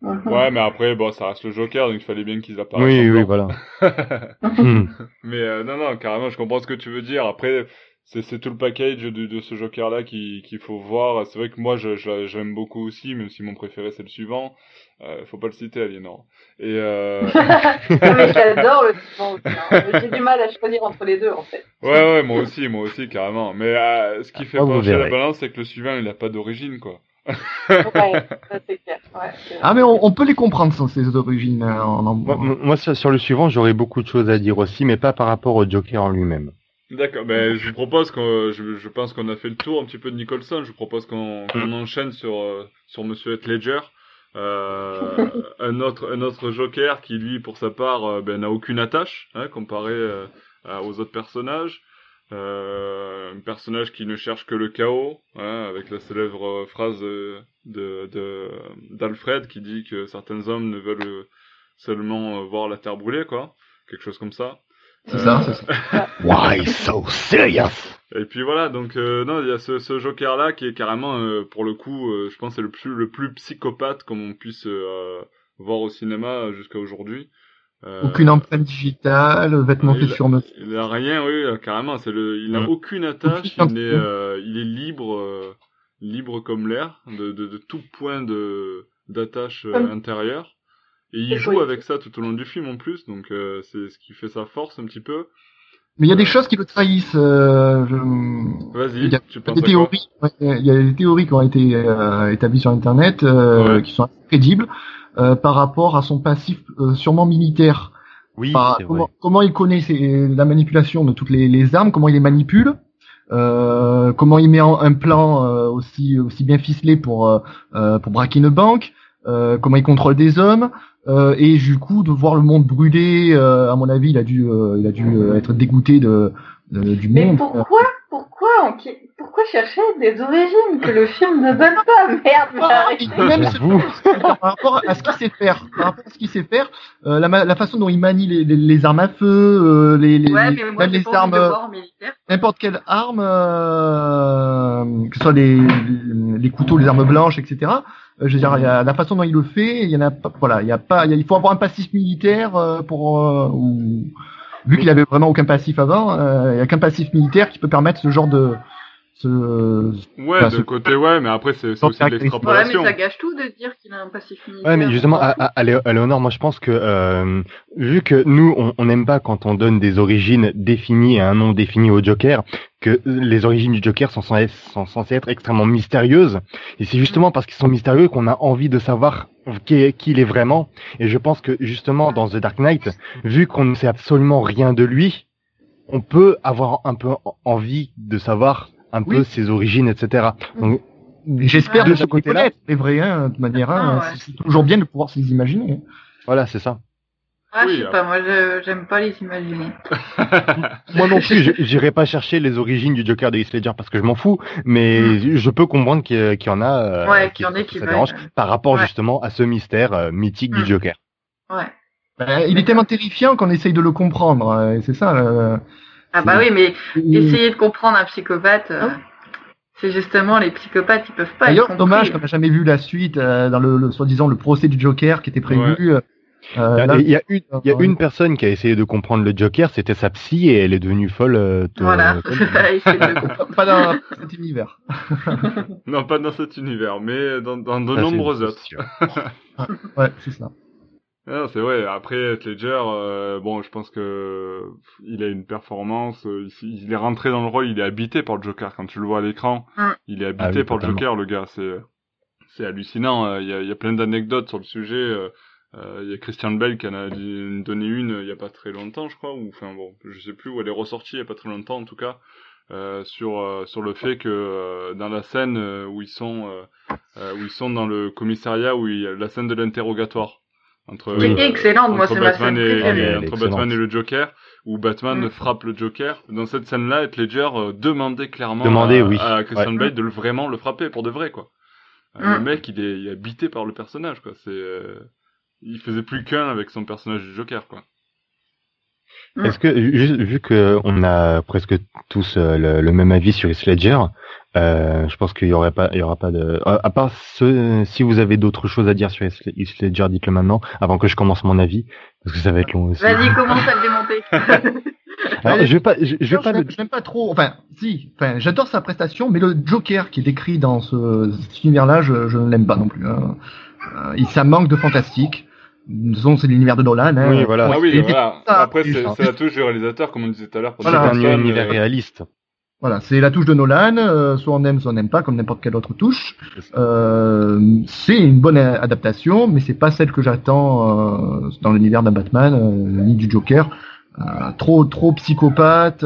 Ouais, mais après, bon, ça reste le Joker, donc il fallait bien qu'ils apparaissent Oui, en oui, blanc. voilà. Hmm. Mais non, carrément, je comprends ce que tu veux dire. Après, c'est tout le package de ce Joker-là qu'il faut voir. C'est vrai que moi, j'aime beaucoup aussi, même si mon préféré, c'est le suivant. Faut pas le citer, Aliénor. Et Non, mais j'adore le suivant aussi. Hein. J'ai du mal à choisir entre les deux, en fait. ouais, moi aussi, carrément. Mais ce qui fait Ah, vous pencher la verrez. balance, c'est que le suivant, il a pas d'origine, quoi. Ouais, ça c'est clair. Ouais, c'est vrai. Ah, mais on peut les comprendre sans ces origines. Moi, sur le suivant, j'aurais beaucoup de choses à dire aussi, mais pas par rapport au Joker en lui-même. D'accord, ben je vous propose je pense qu'on a fait le tour un petit peu de Nicholson. Je vous propose qu'on enchaîne sur Monsieur Heath Ledger, un autre Joker qui lui, pour sa part, n'a aucune attache, hein, comparé aux autres personnages. Un personnage qui ne cherche que le chaos, hein, avec la célèbre phrase d'Alfred qui dit que certains hommes ne veulent seulement voir la terre brûler, quoi, quelque chose comme ça. C'est ça, c'est ça. Why so serious? Et puis voilà, donc non, il y a ce Joker là qui est carrément pour le coup, je pense que c'est le plus psychopathe comme on puisse voir au cinéma jusqu'à aujourd'hui. Aucune empreinte digitale, vêtements faits sur mesure. Il a rien, oui, carrément, il n'a aucune attache, Aucune il est libre libre comme l'air de tout point d'attache intérieure. Et il joue avec ça tout au long du film en plus, donc c'est ce qui fait sa force un petit peu. Mais il y a des choses qui le trahissent. Vas-y, il y a tu penses des à quoi? théories, il y a des théories qui ont été établies sur Internet, qui sont assez crédibles par rapport à son passif sûrement militaire. Oui, c'est vrai. Comment il connaît la manipulation de toutes les armes, comment il les manipule, comment il met un plan aussi bien ficelé pour braquer une banque, comment il contrôle des hommes. Et du coup, de voir le monde brûler, à mon avis, il a dû être dégoûté du Mais monde. pourquoi chercher des origines que le film ne donne pas? Merde, mais arrêtez. Même J'avoue. par rapport à ce qu'il sait faire, la façon dont il manie les armes à feu, Ouais, mais moi même j'ai les pas envie armes, de le voir en militaire. n'importe quelle arme, que ce soit les couteaux, les armes blanches, etc. Je veux dire, il y a la façon dont il le fait, il y en a pas, voilà, il faut avoir un passif militaire vu qu'il avait vraiment aucun passif avant, il y a qu'un passif militaire qui peut permettre ce genre de Ouais, enfin, de côté, ouais, mais après, c'est aussi de Ouais, mais l'extrapolation. ça gâche tout de dire qu'il a un passif militaire. Ouais, mais justement, à Léonore, moi je pense que vu que nous, on n'aime pas quand on donne des origines définies et un nom défini au Joker, que les origines du Joker sont censées être extrêmement mystérieuses. Et c'est justement parce qu'ils sont mystérieux qu'on a envie de savoir qui il est vraiment. Et je pense que justement, dans The Dark Knight, vu qu'on ne sait absolument rien de lui, on peut avoir un peu envie de savoir un peu ses origines, etc. Donc, j'espère de de ce côté-là, les vrais, hein, de manière, Ah, ouais. c'est toujours bien de pouvoir se les imaginer. voilà, c'est ça. Ah, Oui, je sais pas, moi j'aime pas les imaginer. Moi non plus, j'irai pas chercher les origines du Joker de Heath Ledger parce que je m'en fous, mais je peux comprendre qu'il y en a Ouais, qu'il y en ait qui ça veulent. dérange par rapport Ouais. justement à ce mystère mythique du Joker. Ouais. Il est tellement terrifiant qu'on essaye de le comprendre, et c'est ça. Ah bah oui, mais Et- essayer de comprendre un psychopathe, c'est justement les psychopathes, ils peuvent pas être D'ailleurs, compris. dommage qu'on n'a jamais vu la suite dans le soi-disant le procès du Joker qui était prévu. Là, Il y a une personne qui a essayé de comprendre le Joker, c'était sa psy et elle est devenue folle. Voilà, essayer de le comprendre. pas dans cet univers. Non, pas dans cet univers, mais dans de Ça, nombreux c'est autres. sûr. Ouais, c'est ça. Non, c'est vrai. Après, Heath Ledger, bon, je pense que il a une performance. Il est rentré dans le rôle. Il est habité par le Joker. Quand tu le vois à l'écran, il est habité oui, par totalement. le Joker, le gars. C'est hallucinant. Il y a plein d'anecdotes sur le sujet. Il y a Christian Bale qui en a donné une il y a pas très longtemps, je crois. Ou enfin bon, je sais plus où elle est ressortie il y a pas très longtemps en tout cas. Sur le fait que dans la scène où ils sont dans le commissariat la scène de l'interrogatoire entre C'est excellente, moi entre c'est ma Batman scène et préférée. entre Batman et le Joker, où Batman frappe le Joker. Dans cette scène-là, Heath Ledger demandait clairement à Christian Bale de vraiment le frapper pour de vrai, quoi. Le mec, il est habité par le personnage, quoi. Il faisait plus qu'un avec son personnage du Joker, quoi. Est-ce que, vu que on a presque tous le même avis sur Heath Ledger, je pense qu'il y aura pas de, à part si vous avez d'autres choses à dire sur Heath Ledger, dites-le maintenant, avant que je commence mon avis, parce que ça va être long aussi. Vas-y, commence à le démonter. Alors, je vais pas, je vais pas le. Je n'aime pas trop. Enfin, si. Enfin, j'adore sa prestation, mais le Joker qui est décrit dans cet univers-là, je ne l'aime pas non plus. Hein. Ça manque de fantastique. Disons, c'est l'univers de Nolan. Hein. Oui, voilà. Ah oui, Et voilà. ça, Après, et c'est la touche du réalisateur, comme on disait tout à l'heure. Pour Voilà. C'est un Nicholson, univers réaliste. Voilà, c'est la touche de Nolan. Soit on aime, soit on n'aime pas, comme n'importe quelle autre touche. C'est une bonne adaptation, mais c'est pas celle que j'attends dans l'univers d'un Batman, ni du Joker. Trop psychopathe.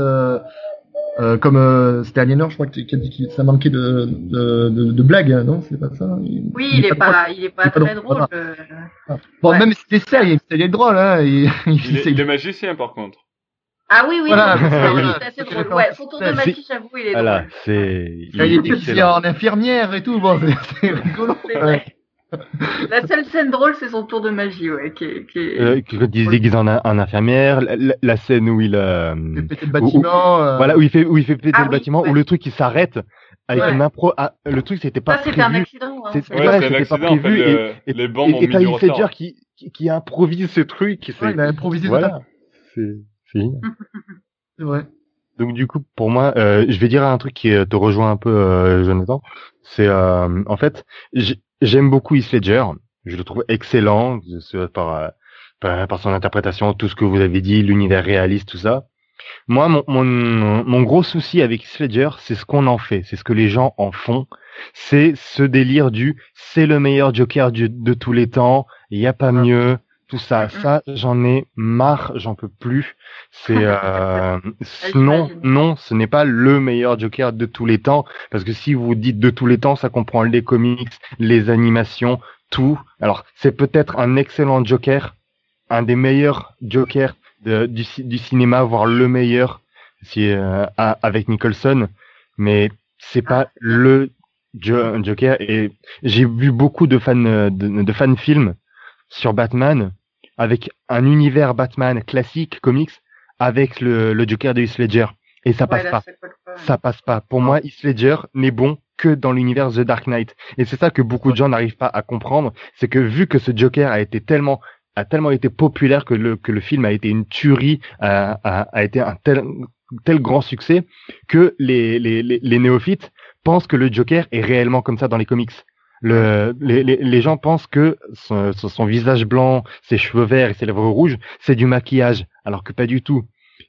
Comme c'était Aliéneur, je crois, qui a dit que ça manquait de blagues, non? C'est pas ça? Oui, il est pas très drôle. Bon, Ouais. même s'il essaye, il est drôle, hein. il est magicien, par contre. Ah oui, Voilà. c'est Oui. assez drôle. Ouais, son tour de magie, j'avoue, il est Voilà, drôle. il Il est est déguisé excellent. en infirmière et tout, bon, c'est rigolo. C'est vrai. La seule scène drôle, c'est son tour de magie, ouais, qui est... Quand il se déguise en infirmière, la scène où il Il fait péter le bâtiment. voilà, où il fait péter Ah le oui, bâtiment, ouais. où le truc il s'arrête avec Ouais. une impro. Le truc c'était pas Ça, c'était un prévu. accident. Hein, C'est- c'est- Ouais, Ouais, c'est un c'était pas accident, en fait. prévu, Les bandes ont et mis t'as du Heath Ledger retard. qui improvise ce truc. Ouais, il a improvisé Voilà, c'est génial. c'est vrai. Donc du coup, pour moi, je vais dire un truc qui te rejoint un peu, Jonathan. C'est en fait, j'aime beaucoup Heath Ledger. Je le trouve excellent par son interprétation, tout ce que vous avez dit, l'univers réaliste, tout ça. Moi, mon gros souci avec Heath Ledger, c'est ce qu'on en fait, c'est ce que les gens en font. C'est ce délire c'est le meilleur Joker de tous les temps, il y a pas mieux, tout ça. Ça, j'en ai marre, j'en peux plus. C'est non, ce n'est pas le meilleur Joker de tous les temps, parce que si vous dites de tous les temps, ça comprend les comics, les animations, tout. Alors, c'est peut-être un excellent Joker, un des meilleurs Jokers du cinéma, voire le meilleur, avec Nicholson, mais c'est pas le Joker. Et j'ai vu beaucoup de fan films sur Batman, avec un univers Batman classique, comics, avec le Joker de Heath Ledger. Et ça passe pas. Ça passe pas. Pour moi, Heath Ledger n'est bon que dans l'univers The Dark Knight. Et c'est ça que beaucoup de gens n'arrivent pas à comprendre. C'est que vu que ce Joker a tellement été populaire que le film a été une tuerie, a été un tel grand succès que les néophytes pensent que le Joker est réellement comme ça dans les comics. Les gens pensent que son visage blanc, ses cheveux verts et ses lèvres rouges, c'est du maquillage, alors que pas du tout.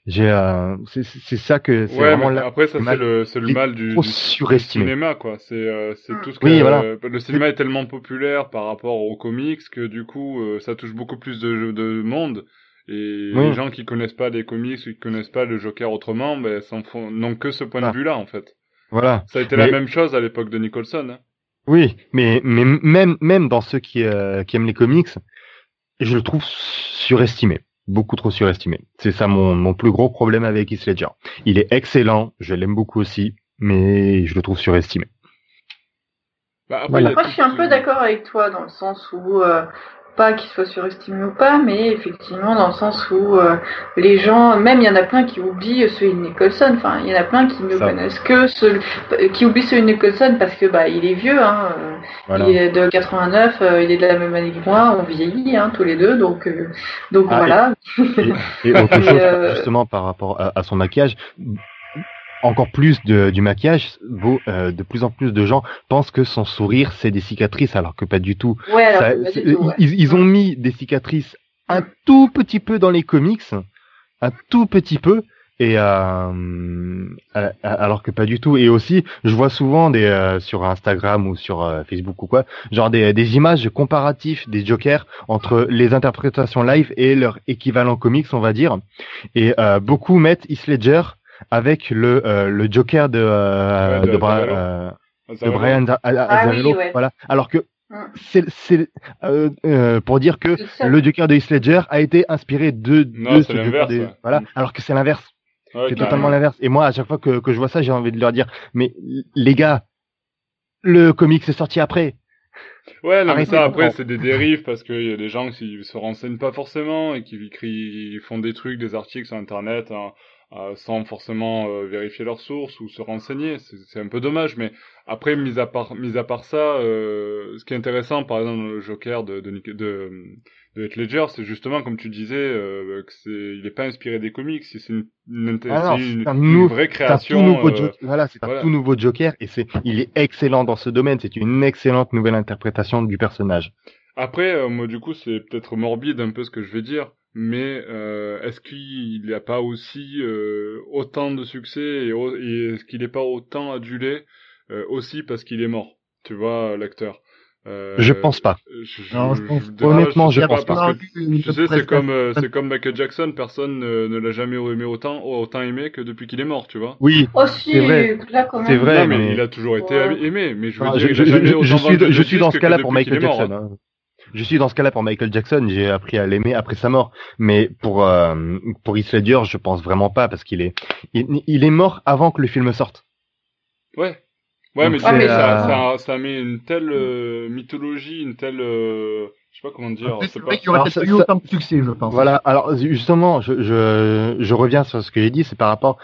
C'est ça que c'est Ouais, vraiment mais après ça c'est le mal trop du surestimé. cinéma, quoi. C'est tout ce que Oui, voilà. le cinéma est tellement populaire par rapport aux comics que du coup ça touche beaucoup plus de monde, et Oui. les gens qui connaissent pas les comics ou qui connaissent pas le Joker autrement, ben n'ont que ce point de vue-là, en fait. Voilà. Ça a été la même chose à l'époque de Nicholson, hein. Oui, mais même dans ceux qui aiment les comics, je le trouve surestimé, beaucoup trop surestimé. C'est ça mon plus gros problème avec Heath Ledger. Il est excellent, je l'aime beaucoup aussi, mais je le trouve surestimé. Bah, après, Voilà. Moi, je suis un peu d'accord avec toi dans le sens où, pas qu'il soit surestimé ou pas, mais effectivement dans le sens où les gens, même il y en a plein qui oublient celui de Nicholson. Enfin, il y en a plein qui ne connaissent que qui oublient celui de Nicholson parce que bah il est vieux, hein. Voilà. Il est de 89, il est de la même année que moi, on vieillit, hein, tous les deux, donc voilà. Et autre chose, justement par rapport à son maquillage. Encore plus du maquillage, de plus en plus de gens pensent que son sourire c'est des cicatrices, alors que pas du tout. Ouais, alors pas du tout, ouais. Ils ont mis des cicatrices un tout petit peu dans les comics, un tout petit peu, et alors que pas du tout. Et aussi, je vois souvent sur Instagram ou sur Facebook ou quoi, genre des images comparatifs des Jokers entre les interprétations live et leur équivalent comics, on va dire. Et beaucoup mettent Heath Ledger avec le Joker de Brian Azzarello, ouais. voilà. Alors que c'est pour dire que le Joker de Heath Ledger a été inspiré de ce Joker voilà, alors que c'est l'inverse. Ouais, c'est totalement l'inverse. Et moi, à chaque fois que je vois ça, j'ai envie de leur dire, mais les gars, le comic s'est sorti après. Ouais, non, mais Arrêtez ça, de après, comprendre. c'est des dérives parce qu'il y a des gens qui se renseignent pas forcément et qui ils font des trucs, des articles sur Internet, hein, sans forcément vérifier leurs sources ou se renseigner. C'est un peu dommage, mais après, mis à part ça, ce qui est intéressant, par exemple, le Joker de Heath Ledger, c'est justement, comme tu disais, que il est pas inspiré des comics, c'est Ah c'est non, c'est une vraie c'est un tout création, nouveau Joker. Voilà, c'est un voilà. tout nouveau Joker et il est excellent dans ce domaine. C'est une excellente nouvelle interprétation du personnage. Après, moi, du coup, c'est peut-être morbide un peu ce que je vais dire, mais est-ce qu'il n'y a pas aussi autant de succès et est-ce qu'il n'est pas autant adulé aussi parce qu'il est mort, tu vois, l'acteur. Je Euh, pense pas. Non, je pense des fois, Honnêtement, je je sais pas pense parce pas. que une tu sais, prestation. c'est comme Michael Jackson, personne ne l'a jamais aimé autant aimé que depuis qu'il est mort, tu vois. Oui, Oh si, c'est vrai, là quand c'est même. vrai, Non, mais il mais a toujours été Ouais. aimé, mais je veux enfin, dire, il a jamais autant vendu de je suis dans ce disques que cas-là pour depuis qu'il est Michael mort, Jackson. hein. Hein. Je suis dans ce cas-là pour Michael Jackson. J'ai appris à l'aimer après sa mort, mais pour Heath Ledger, je pense vraiment pas parce il est mort avant que le film sorte. Ouais. Ouais, Donc mais Ouais, du coup, mais ça met une telle mythologie, une telle, je sais pas comment dire, Après, c'est c'est vrai pas. qu'il aurait alors peut-être pas eu autant de succès, je pense. voilà. Alors justement, je reviens sur ce que j'ai dit. C'est par rapport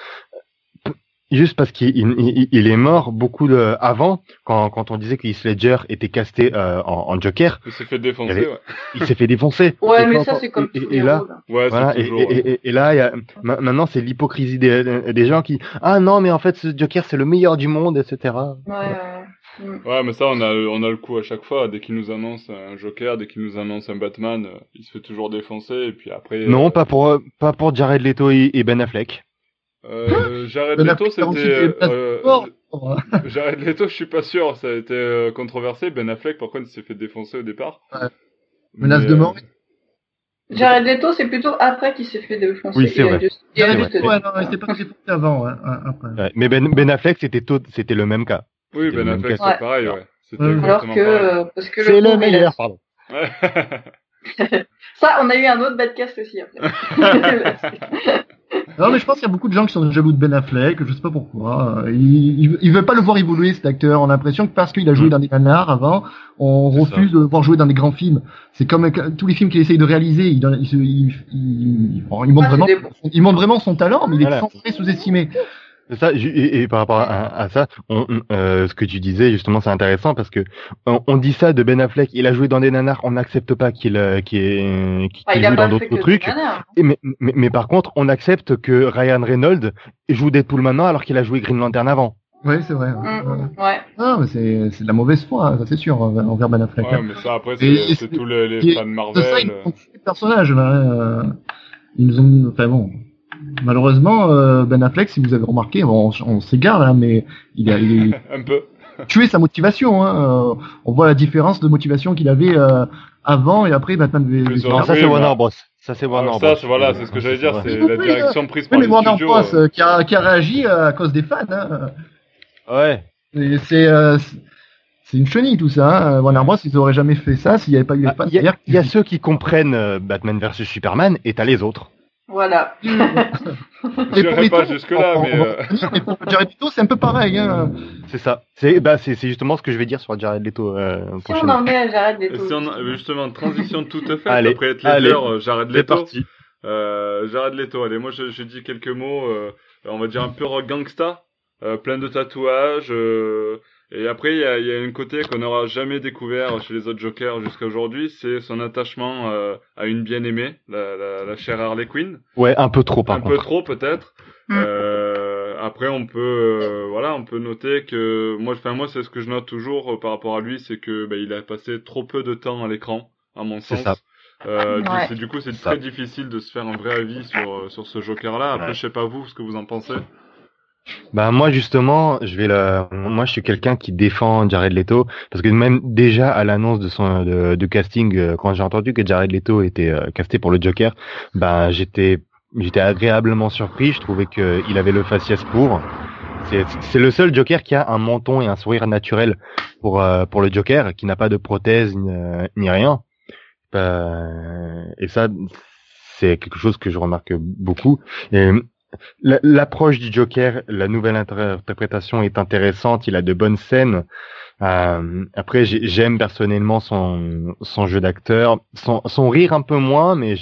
juste parce qu'il est mort avant quand on disait que Heath Ledger était casté en Joker, Il s'est fait il, y défoncer, avait, ouais. il s'est fait défoncer. Ouais, Et mais quand, ça c'est comme tous et les là, rôles. Ouais, c'est voilà, toujours, ouais. et là, maintenant c'est l'hypocrisie des gens qui ah non mais en fait ce Joker c'est le meilleur du monde, etc. Ouais, ouais. Mm. Ouais, mais ça, on a le coup à chaque fois. Dès qu'il nous annonce un Joker, dès qu'il nous annonce un Batman, il se fait toujours défoncer, et puis après, Non, pas pour Jared Leto et Ben Affleck. Jared Ben Leto, Affleck a c'était, reçu des places fortes. Jared Leto, je suis pas sûr, ça a été controversé. Ben Affleck, par contre, il s'est fait défoncer au départ. Ouais. Mais, Menace de mort. Jared Leto, c'est plutôt après qu'il s'est fait défoncer. Oui, c'est vrai. Il a C'est juste vrai. Ouais, non, il s'est pas défoncé avant, ouais, après. Ouais, mais Ben Affleck c'était le même cas. oui, C'était le Ben même Affleck, cas. c'est pareil, ouais. C'était Ouais. Alors exactement que, pareil. parce que C'est le pauvre, il a- meilleur, pardon. Ouais. Ça, on a eu un autre podcast aussi après. Non, mais je pense qu'il y a beaucoup de gens qui sont jaloux de Ben Affleck, je sais pas pourquoi. Ils veulent pas le voir évoluer, cet acteur. On a l'impression que parce qu'il a joué dans des nanars avant, on C'est refuse de le voir jouer dans des grands films. C'est comme tous les films qu'il essaye de réaliser. Il montre Ah, c'est vraiment, des- il montre vraiment son talent, mais il est Voilà. sans cesse sous-estimé. C'est ça, et par rapport à ça, ce que tu disais justement, c'est intéressant parce que on dit ça de Ben Affleck, il a joué dans des nanars, on n'accepte pas qu'il Enfin, il a joue pas dans fait d'autres que trucs. des nanars. Mais par contre, on accepte que Ryan Reynolds joue Deadpool maintenant alors qu'il a joué Green Lantern avant. Ouais, c'est vrai. Ouais. Ah, mais c'est de la mauvaise foi, hein, ça c'est sûr, envers Ben Affleck. Ouais, hein. mais ça, après, Et c'est tous les et fans de de Marvel. ça, ils ont tué le personnage. Là, hein. Ils nous ont, enfin bon. Malheureusement, Ben Affleck, si vous avez remarqué, bon, on s'égare là, mais il a Un peu. tué sa motivation. Hein. On voit la différence de motivation qu'il avait avant et après Batman v Plus Non, Ouais, ça c'est mais- Warner Bros. Ça c'est Warner Alors Bros. ça, voilà, c'est ce que j'allais dire, c'est Oui, la oui, direction prise Oui, par mais les Warner studios. Bros. Qui a réagi à cause des fans. Hein. Ouais. Et c'est une chenille tout ça. Hein. Warner Bros. Ils auraient jamais fait ça s'il n'y avait pas eu les Ah, fans. Il y, derrière. y a ceux qui comprennent Batman versus Superman et t'as les autres. Voilà. J'irai pas jusque-là, mais, mais pour Jared Leto, c'est un peu pareil. Hein. C'est ça. C'est justement ce que je vais dire sur Jared Leto Si on prochainement. en est à Jared et Leto. si on, justement, transition toute faite, Allez, après être allez, Ledger, Jared C'est Leto. parti. Jared Leto, allez, moi je dis quelques mots, on va dire un peu rock gangsta, plein de tatouages, et après il y a un côté qu'on n'aura jamais découvert chez les autres Jokers jusqu'à aujourd'hui, c'est son attachement à une bien-aimée, la chère Harley Quinn, Ouais, un peu trop par un contre. peu trop peut-être. Mm. Après on peut voilà, on peut noter que moi c'est ce que je note toujours par rapport à lui, c'est que il a passé trop peu de temps à l'écran, à mon C'est sens. ça. Ouais. Du coup, c'est Ça. très difficile de se faire un vrai avis sur ce Joker-là. Après, Ouais. je sais pas vous, ce que vous en pensez. Bah moi justement, moi je suis quelqu'un qui défend Jared Leto parce que même déjà à l'annonce de casting quand j'ai entendu que Jared Leto était casté pour le Joker, bah j'étais agréablement surpris, je trouvais que il avait le faciès pour. C'est le seul Joker qui a un menton et un sourire naturel pour le Joker, qui n'a pas de prothèse ni rien. Et ça c'est quelque chose que je remarque beaucoup. Et l'approche du Joker, la nouvelle interprétation est intéressante. Il a de bonnes scènes. Après, j'aime personnellement son jeu d'acteur, son rire un peu moins, mais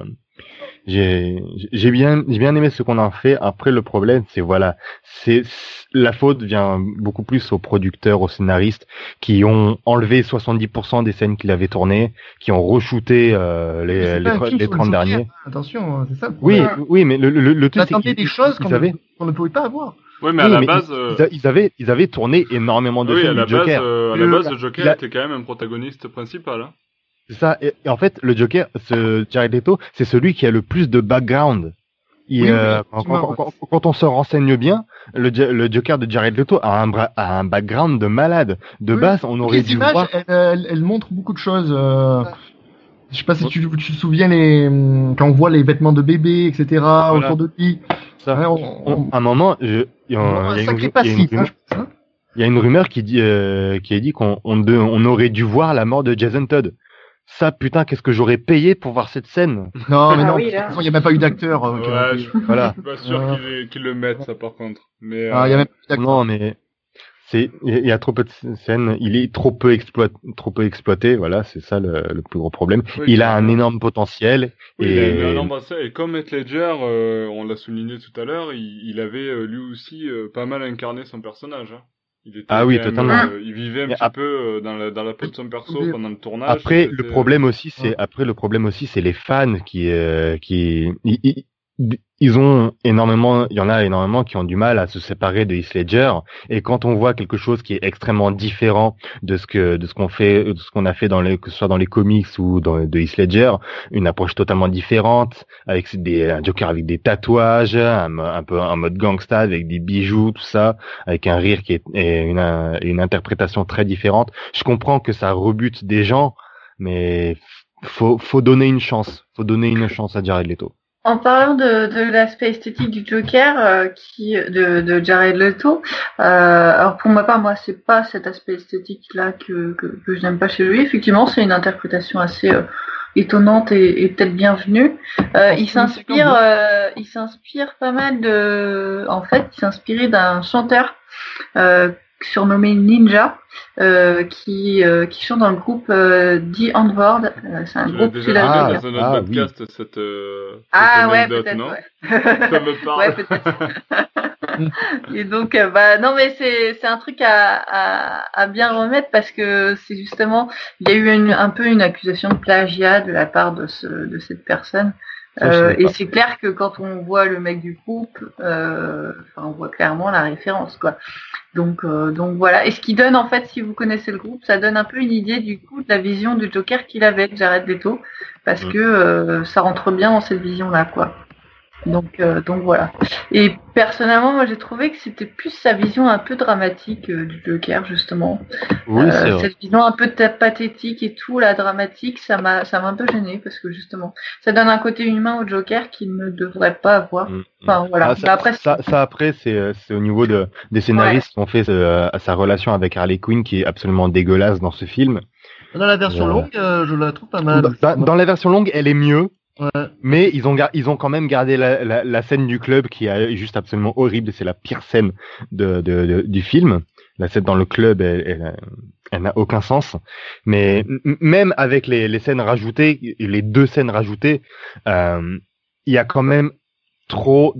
j'ai bien aimé ce qu'on en fait. Après, le problème, c'est la faute vient beaucoup plus aux producteurs, aux scénaristes qui ont enlevé 70% des scènes qu'il avait tournées, qui ont re-shooté les 30 derniers. Attention, c'est ça. Oui, mais le truc, c'est des choses qu'on ne pouvait pas avoir. Ouais, mais à la base, ils avaient tourné énormément de films du Joker. À la base, le Joker était quand même un protagoniste principal. Hein. C'est ça. Et en fait, le Joker, ce Jared Leto, c'est celui qui a le plus de background. Quand on se renseigne bien, le Joker de Jared Leto a un background de malade. De base, on aurait dû voir. Elle montre beaucoup de choses. Je sais pas si tu te souviens quand on voit les vêtements de bébé, etc. autour de lui. Ça. À un moment, il y a une rumeur qui a dit qu'on aurait dû voir la mort de Jason Todd. Ça, putain, qu'est-ce que j'aurais payé pour voir cette scène? Non, mais non, il n'y a même pas eu d'acteur. Voilà. Je suis pas sûr qu'ils le mettent, ça, par contre. Mais, il y a même pas eu d'acteur. Non, mais il y a trop peu de scènes, il est trop peu exploité, voilà, c'est ça le plus gros problème. Oui, il a un énorme potentiel. Oui, il a un énorme potentiel. Et comme Heath Ledger, on l'a souligné tout à l'heure, il avait lui aussi pas mal incarné son personnage. Hein. Totalement. Il vivait un petit peu dans la peau de son perso pendant le tournage. Après, le problème aussi, c'est les fans ils ont énormément, il y en a énormément qui ont du mal à se séparer de Heath Ledger. Et quand on voit quelque chose qui est extrêmement différent de ce qu'on a fait que ce soit dans les comics ou de Heath Ledger, une approche totalement différente, avec un Joker avec des tatouages, un peu un mode gangsta avec des bijoux, tout ça, avec un rire et une interprétation très différente. Je comprends que ça rebute des gens, mais faut donner une chance. Faut donner une chance à Jared Leto. En parlant de l'aspect esthétique du Joker, de Jared Leto, alors pour ma part, moi, c'est pas cet aspect esthétique-là que je n'aime pas chez lui. Effectivement, c'est une interprétation assez étonnante et peut-être bienvenue. Il s'inspire pas mal il s'inspirait d'un chanteur surnommé Ninja, qui chante dans le groupe The Onward. C'est un groupe qu'il a dans notre podcast, cette anecdote, peut-être, non ouais. Ça me parle. Ouais, peut-être. Et donc, non, mais c'est un truc à bien remettre parce que c'est justement, il y a eu un peu une accusation de plagiat de la part de cette personne. Et c'est clair que quand on voit le mec du groupe, on voit clairement la référence, quoi. Donc voilà. Et ce qui donne, en fait, si vous connaissez le groupe, ça donne un peu une idée du coup de la vision du Joker qu'il avait, Jared Leto, parce que ça rentre bien dans cette vision-là, quoi. Donc voilà. Et personnellement, moi j'ai trouvé que c'était plus sa vision un peu dramatique du Joker, justement. Oui, c'est vrai. Cette vision un peu pathétique et tout, la dramatique, ça m'a un peu gêné parce que justement, ça donne un côté humain au Joker qu'il ne devrait pas avoir. Enfin voilà. Après c'est au niveau des scénaristes qui ont fait sa relation avec Harley Quinn qui est absolument dégueulasse dans ce film. Dans la version longue, je la trouve pas mal. Dans la version longue, elle est mieux. Ouais. Mais ils ont quand même gardé la scène du club qui est juste absolument horrible. C'est la pire scène du film. La scène dans le club, elle n'a aucun sens. Mais même avec les scènes rajoutées, les 2 scènes rajoutées, il y a quand même trop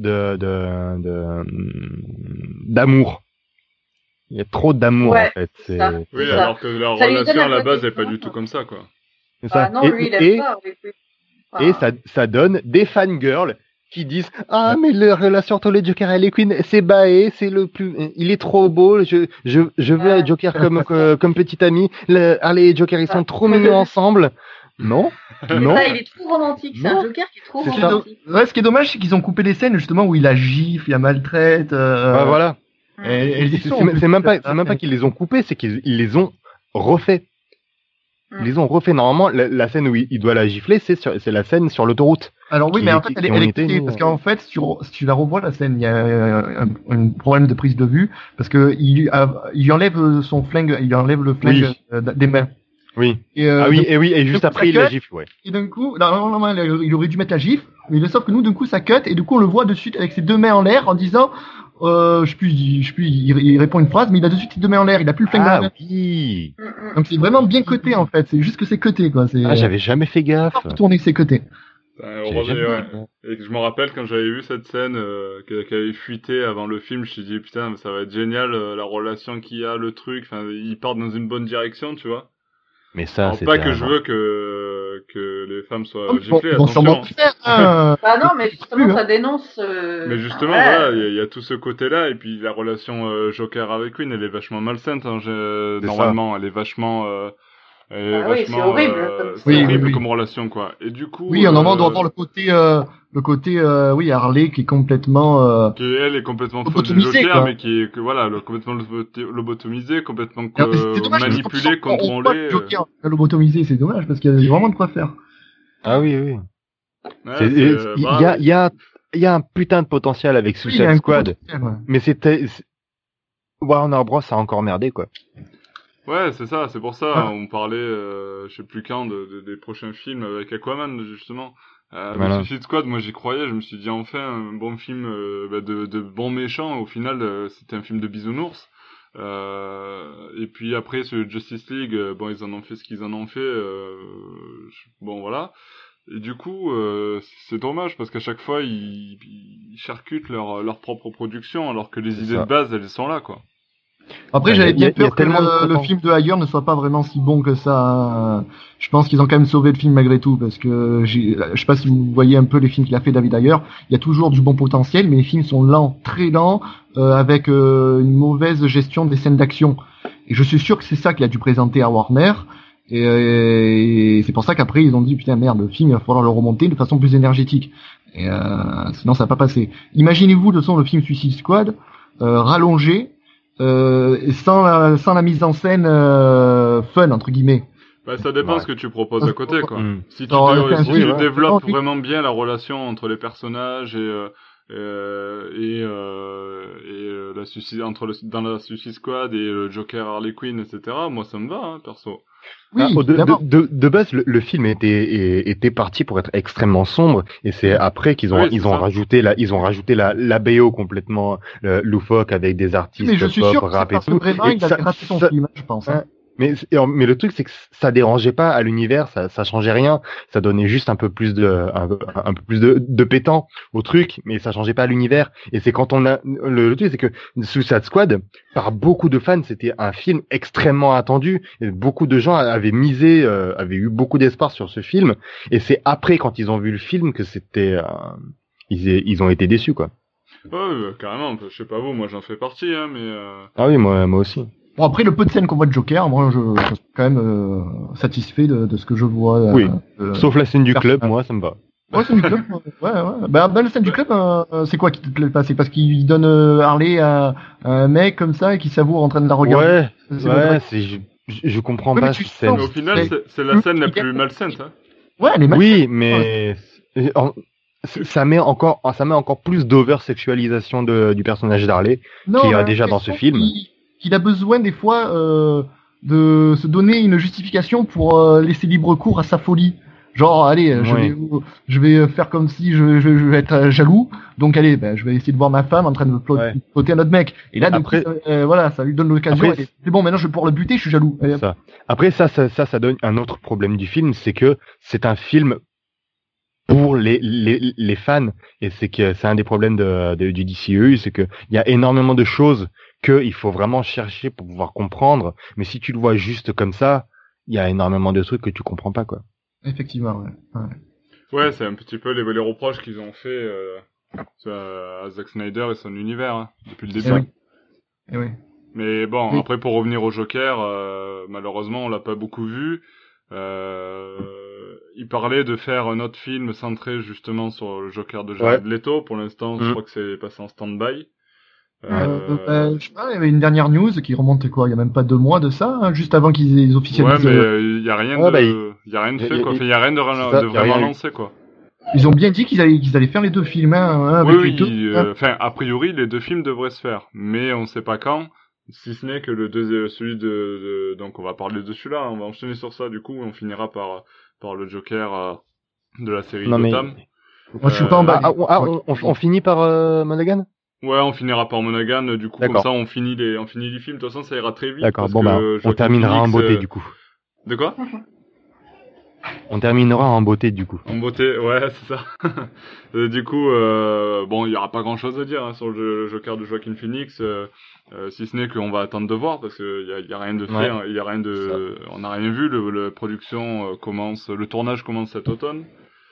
d'amour. Il y a trop d'amour, en fait. Oui, alors que leur relation à la base n'est pas du tout comme ça, quoi. C'est ça. Non, lui, il aime pas. Et ça donne des fangirls qui disent « Ah, mais la relation entre le Joker et Harley Quinn, c'est baé, il est trop beau, je veux un Joker comme petit ami, Harley et Joker, ils sont trop mignons ensemble. » Non. Non. Ça, il est trop romantique, c'est un Joker qui est trop romantique. Ouais, ce qui est dommage, c'est qu'ils ont coupé les scènes, justement, où il la gifle, il la maltraite. Voilà. C'est même pas qu'ils les ont coupés, c'est qu'ils les ont refaits. Ils les ont refait. Normalement, la scène où il doit la gifler, c'est la scène sur l'autoroute. Alors oui, mais en fait, elle est coupée, parce qu'en fait, si tu la revois, la scène, il y a un problème de prise de vue, parce que il enlève son flingue, il enlève le flingue des mains. Oui. Et, oui, et juste coup, après, il ça la cut. gifle, ouais. Et d'un coup, normalement, il aurait dû mettre la gifle, mais sauf que nous, d'un coup, ça cut, et du coup, on le voit de suite avec ses deux mains en l'air en disant, je sais plus, il répond une phrase, mais il a de suite ses deux mains en l'air, il a plus le flingue dans la main. Oui. Donc c'est vraiment bien coté, en fait, c'est juste que c'est coté, quoi. C'est, J'avais jamais fait gaffe. tourner que c'est coté. J'avais jamais Ouais. fait gaffe. Et que je me rappelle quand j'avais vu cette scène qui avait fuité avant le film, je me suis dit putain, mais ça va être génial la relation qu'il y a, le truc. Enfin, ils partent dans une bonne direction, tu vois. Mais ça, Alors c'était pas que je avant. veux que les femmes soient Ils giflées, vont sûrement attention. le faire, hein. Bah non, mais justement, Plus, hein. ça dénonce. Mais justement, voilà. voilà, il y a tout ce côté-là, et puis la relation Joker avec Queen, elle est vachement malsaine, hein, C'est normalement, elle est vachement, Ah oui, c'est horrible, comme c'est Oui, horrible oui. comme relation, quoi. Et du coup, Oui, normalement, on doit avoir le côté, oui, Harley qui est complètement, qui elle est complètement faute du lobotomisée, Joker, quoi. mais qui est, que voilà, complètement lobotomisé, complètement Alors, c'est dommage, parce que manipulé, quand on voit contrôlé. le Joker lobotomisé, c'est dommage, parce qu'il y a vraiment de quoi faire. Ah oui, oui. Ouais, Il y a un putain de potentiel avec Oui, il y a Suicide un Squad, potentiel, ouais. mais Warner Bros a encore merdé, quoi. Ouais, c'est ça, c'est pour ça, Ah. on parlait, je sais plus quand, des prochains films avec Aquaman, justement. Avec Voilà. Suicide Squad, moi j'y croyais, je me suis dit enfin un bon film de bons méchants, au final c'était un film de bisounours. Et puis après ce Justice League, bon ils en ont fait ce qu'ils en ont fait, bon voilà. Et du coup c'est dommage parce qu'à chaque fois ils charcutent leur propre production alors que les C'est idées ça. de base elles sont là quoi. Après, Il y j'avais a- bien il y a peur que tellement de le contents. film de ailleurs ne soit pas vraiment si bon que ça, hein. Je pense qu'ils ont quand même sauvé le film malgré tout, parce que je sais pas si vous voyez un peu les films qu'il a fait David Ayer. Il y a toujours du bon potentiel, mais les films sont lents, très lents, avec une mauvaise gestion des scènes d'action. Et je suis sûr que c'est ça qu'il a dû présenter à Warner. Et c'est pour ça qu'après ils ont dit putain merde, le film il va falloir le remonter de façon plus énergétique. Et sinon ça va pas passer. Imaginez-vous de toute façon le film Suicide Squad rallongé. Et sans la mise en scène fun entre guillemets. Bah ça dépend Ouais. ce que tu proposes à côté quoi. Mm. Si tu, Alors, si oui, tu ouais. développes Oui. vraiment bien la relation entre les personnages dans la Suicide Squad et le Joker Harley Quinn, etc. Moi ça me va, hein, perso. Oui, évidemment. De base, le film était parti pour être extrêmement sombre, et c'est après qu'ils ont Oui, c'est ils ont ça. rajouté la BO complètement loufoque avec des artistes Mais je suis pop, sûr que c'est rap et parce que tout. vraiment Et il avait raté son film, je pense. Hein. mais le truc c'est que ça dérangeait pas à l'univers, ça changeait rien, ça donnait juste un peu plus de pétant au truc, mais ça changeait pas à l'univers. Et c'est quand on a le truc c'est que Suicide Squad, par beaucoup de fans, c'était un film extrêmement attendu, et beaucoup de gens avaient eu beaucoup d'espoir sur ce film, et c'est après quand ils ont vu le film que ils ont été déçus, quoi. Ouais, carrément. Je sais pas vous, moi j'en fais partie, hein, mais Ah oui, moi aussi. Bon après le peu de scènes qu'on voit de Joker, moi je suis quand même satisfait de ce que je vois. Oui. Sauf la scène du club, personnage. moi ça me va. Ouais, scène du club. Ouais. Bah la scène du club, c'est quoi qui te plaît pas? C'est parce qu'il donne Harley à un mec comme ça et qui savoure en train de la regarder. Ouais, je comprends Ouais, mais pas tu cette scène. au final c'est- c'est la scène la plus malsaine. Hein. Ouais, elle est mal. Oui, mais ça met encore plus d'over-sexualisation du personnage d'Harley Non, qu'il y on a a déjà dans ce l'impression film. qu'il a besoin des fois de se donner une justification pour laisser libre cours à sa folie. Genre, allez, Ouais. je vais faire comme si je vais être jaloux. Donc, allez, ben, je vais essayer de voir ma femme en train de Ouais. ploter un autre mec. Et là, d'un coup, Après- voilà, ça lui donne l'occasion. Après, C'est bon, maintenant, je vais pouvoir le buter, je suis jaloux. Allez, hop. Ça. Après, ça donne un autre problème du film, c'est que c'est un film pour les fans, et c'est que c'est un des problèmes du DCEU, c'est que il y a énormément de choses qu'il faut vraiment chercher pour pouvoir comprendre, mais si tu le vois juste comme ça, il y a énormément de trucs que tu comprends pas, quoi. Effectivement, ouais. Ouais, c'est un petit peu les reproches qu'ils ont fait à Zack Snyder et son univers hein, depuis le début. Eh oui. Eh oui. Mais bon, Oui. après pour revenir au Joker, malheureusement on l'a pas beaucoup vu. Il parlait de faire un autre film centré justement sur le Joker de Jared Leto. Pour l'instant, je crois que c'est passé en stand-by. Je sais pas, il y avait une dernière news qui remonte quoi, il y a même pas 2 mois de ça, hein, juste avant qu'ils Ouais, officialisent. mais il y a rien Ouais, y a rien de fait quoi. Enfin, il y a rien de c'est ça, y a vraiment rien eu. lancé quoi. Ils ont bien dit qu'ils allaient faire les 2 films, hein, avec les Oui, deux. Hein. enfin, a priori, les 2 films devraient se faire, mais on sait pas quand. Si ce n'est que celui donc on va parler de celui-là, on va enchaîner sur ça du coup, et on finira par le Joker de la série Non, mais- Gotham. Moi, je suis pas en bas. On finit par Monaghan? Ouais, on finira par Monaghan, du coup, comme D'accord. ça on finit les films. De toute façon, ça ira très vite. D'accord, parce bon que bah, on Joaquin terminera en Phoenix, beauté du coup. De quoi? On terminera en beauté du coup. En beauté, ouais, c'est ça. Du coup, bon, il y aura pas grand-chose à dire hein, sur le Joker de Joaquin Phoenix, si ce n'est qu'on va attendre de voir parce que y a rien de fait, Ouais. hein, il y a rien de, on n'a rien vu. Le production commence, le tournage commence cet automne.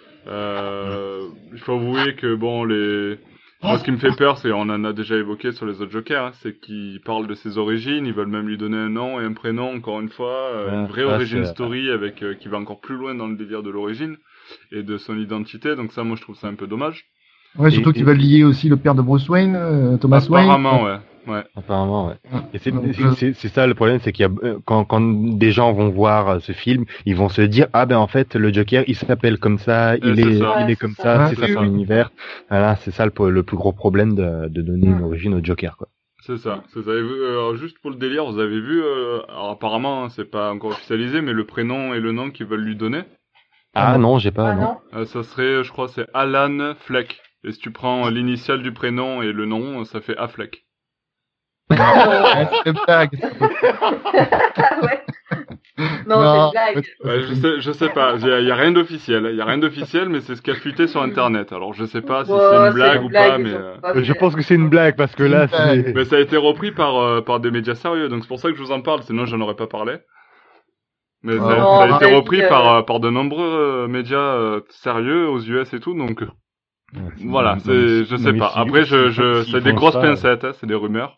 Il faut avouer que bon, moi, ce qui me fait peur, c'est, on en a déjà évoqué sur les autres Jokers, hein, c'est qu'ils parlent de ses origines, ils veulent même lui donner un nom et un prénom, encore une fois, une vraie ça, origin c'est- story avec qui va encore plus loin dans le délire de l'origine et de son identité. Donc ça, moi, je trouve ça un peu dommage. Ouais, surtout Et- qu'il va lier aussi le père de Bruce Wayne, Thomas Apparemment, Wayne. ouais. Apparemment, ouais. Et Donc, c'est ça le problème, c'est qu'il y a quand des gens vont voir ce film, ils vont se dire ah ben en fait le Joker il s'appelle comme ça, c'est ça. il Ouais, est c'est comme ça. ça, Ouais, c'est ça c'est son ça. univers. Voilà, c'est ça le plus gros problème de donner une origine au Joker quoi. C'est ça. Alors, juste pour le délire, vous avez vu, alors apparemment, hein, c'est pas encore officialisé, mais le prénom et le nom qu'ils veulent lui donner, Ah non, j'ai pas Ah non. non. ça serait, je crois, c'est Alan Fleck. Et si tu prends l'initiale du prénom et le nom, ça fait Affleck. ouais, c'est une blague. Ah ouais. Non, Non, c'est une blague. Ouais, je sais pas, y a rien d'officiel, mais c'est ce qui a fuité sur internet. Alors je sais pas si Bon, c'est une blague ou pas, ils mais ont pas Je fait. pense que c'est une blague parce que C'est là une blague. c'est mais ça a été repris par des médias sérieux, donc c'est pour ça que je vous en parle, sinon j'en aurais pas parlé. Mais Oh, ça non, a à été mon avis, repris par de nombreux médias sérieux aux US et tout, donc voilà, Non, mais je sais mais pas. si- Après, s'ils c'est des font grosses ça, pincettes, hein, c'est des rumeurs.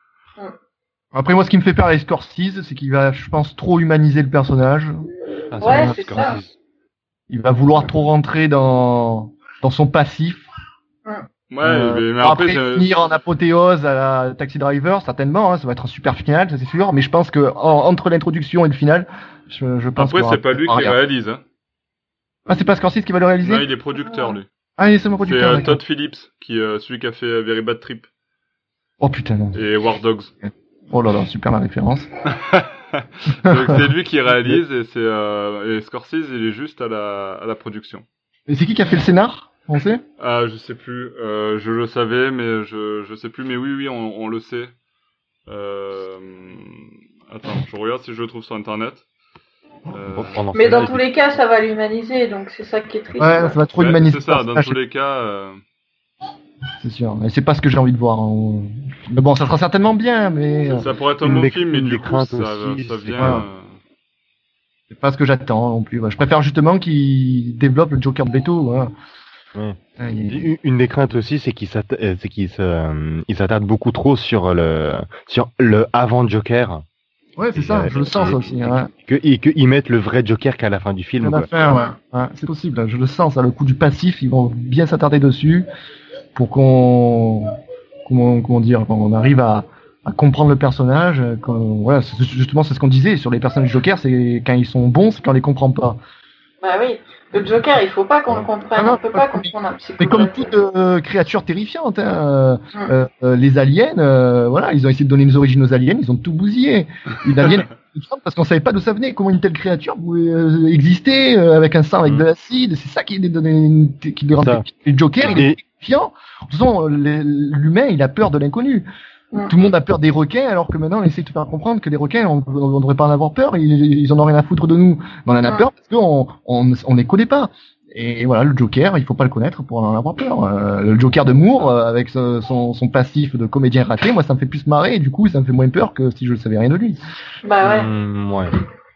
Après, moi, ce qui me fait peur avec Scorsese, c'est qu'il va, je pense, trop humaniser le personnage. Ah, Ouais, vrai, c'est Scorsese. ça. Il va vouloir trop rentrer dans son passif. Ouais, mais Après, après, finir en apothéose à la Taxi Driver, certainement, hein, ça va être un super final, ça c'est sûr. Mais je pense que entre l'introduction et le final, je pense. après qu'il y c'est aura pas lui qui rien. réalise, hein. Ah, c'est pas Scorsese qui va le réaliser. Non, il est producteur, lui. Ah, il est seulement C'est producteur. d'accord. Todd Phillips, celui qui a fait Very Bad Trip Oh putain, non. et War Dogs. Oh là là, super la référence. Donc c'est lui qui réalise et Scorsese il est juste à la production. Et c'est qui a fait le scénar? On sait? Ah, je sais plus, je le savais mais je sais plus, mais oui on le sait. Attends, je regarde si je le trouve sur internet. Pendant Mais cela, dans tous les cas, ça va l'humaniser, donc c'est ça qui est triste. Ouais, quoi. ça va trop Ouais, humaniser. c'est ça, le dans personnage, tous les cas. c'est sûr. Mais c'est pas ce que j'ai envie de voir. Hein. Mais bon, ça sera certainement bien, mais Ça pourrait être un une bon des- film, mais une du des coup, craintes ça aussi, c'est vient. que- c'est pas ce que j'attends non plus. Ouais. Je préfère justement qu'il développe le Joker de Beto. Hein. Ouais. Ouais, Une des craintes aussi, c'est qu'ils s'attardent beaucoup trop sur le avant Joker, ouais, c'est ça. Je le sens ça aussi. Hein. et qu'ils mettent le vrai Joker qu'à la fin du film. À la Quoi. fin, ouais. Ouais, c'est possible. Hein. Je le sens. Ça, le coup du passif, ils vont bien s'attarder dessus pour qu'on qu'on arrive à comprendre le personnage. Voilà, justement, c'est ce qu'on disait sur les personnages du Joker. C'est quand ils sont bons, c'est quand on les comprend pas. Bah oui, le Joker, il faut pas qu'on le comprenne. Ah non, On peut pas comprendre un Mais psychopathe. comme toute créature terrifiante, hein, Mm. les aliens, voilà, ils ont essayé de donner les origines aux aliens, ils ont tout bousillé. Une alien terrifiante parce qu'on savait pas d'où ça venait, comment une telle créature pouvait exister avec un sang avec de l'acide. C'est ça qui les rend Ça. le Joker, il Et- est terrifiant. De toute façon, l'humain, il a peur de l'inconnu. Mm. Tout le monde a peur des requins, alors que maintenant on essaie de faire comprendre que les requins, on devrait pas en avoir peur, ils en ont rien à foutre de nous. Mais on en a Mm. peur parce on les connaît pas. Et voilà, le Joker, il faut pas le connaître pour en avoir peur. Le Joker de Moore, avec son passif de comédien raté, moi ça me fait plus marrer, et du coup ça me fait moins peur que si je ne savais rien de lui. Bah ouais. Ouais.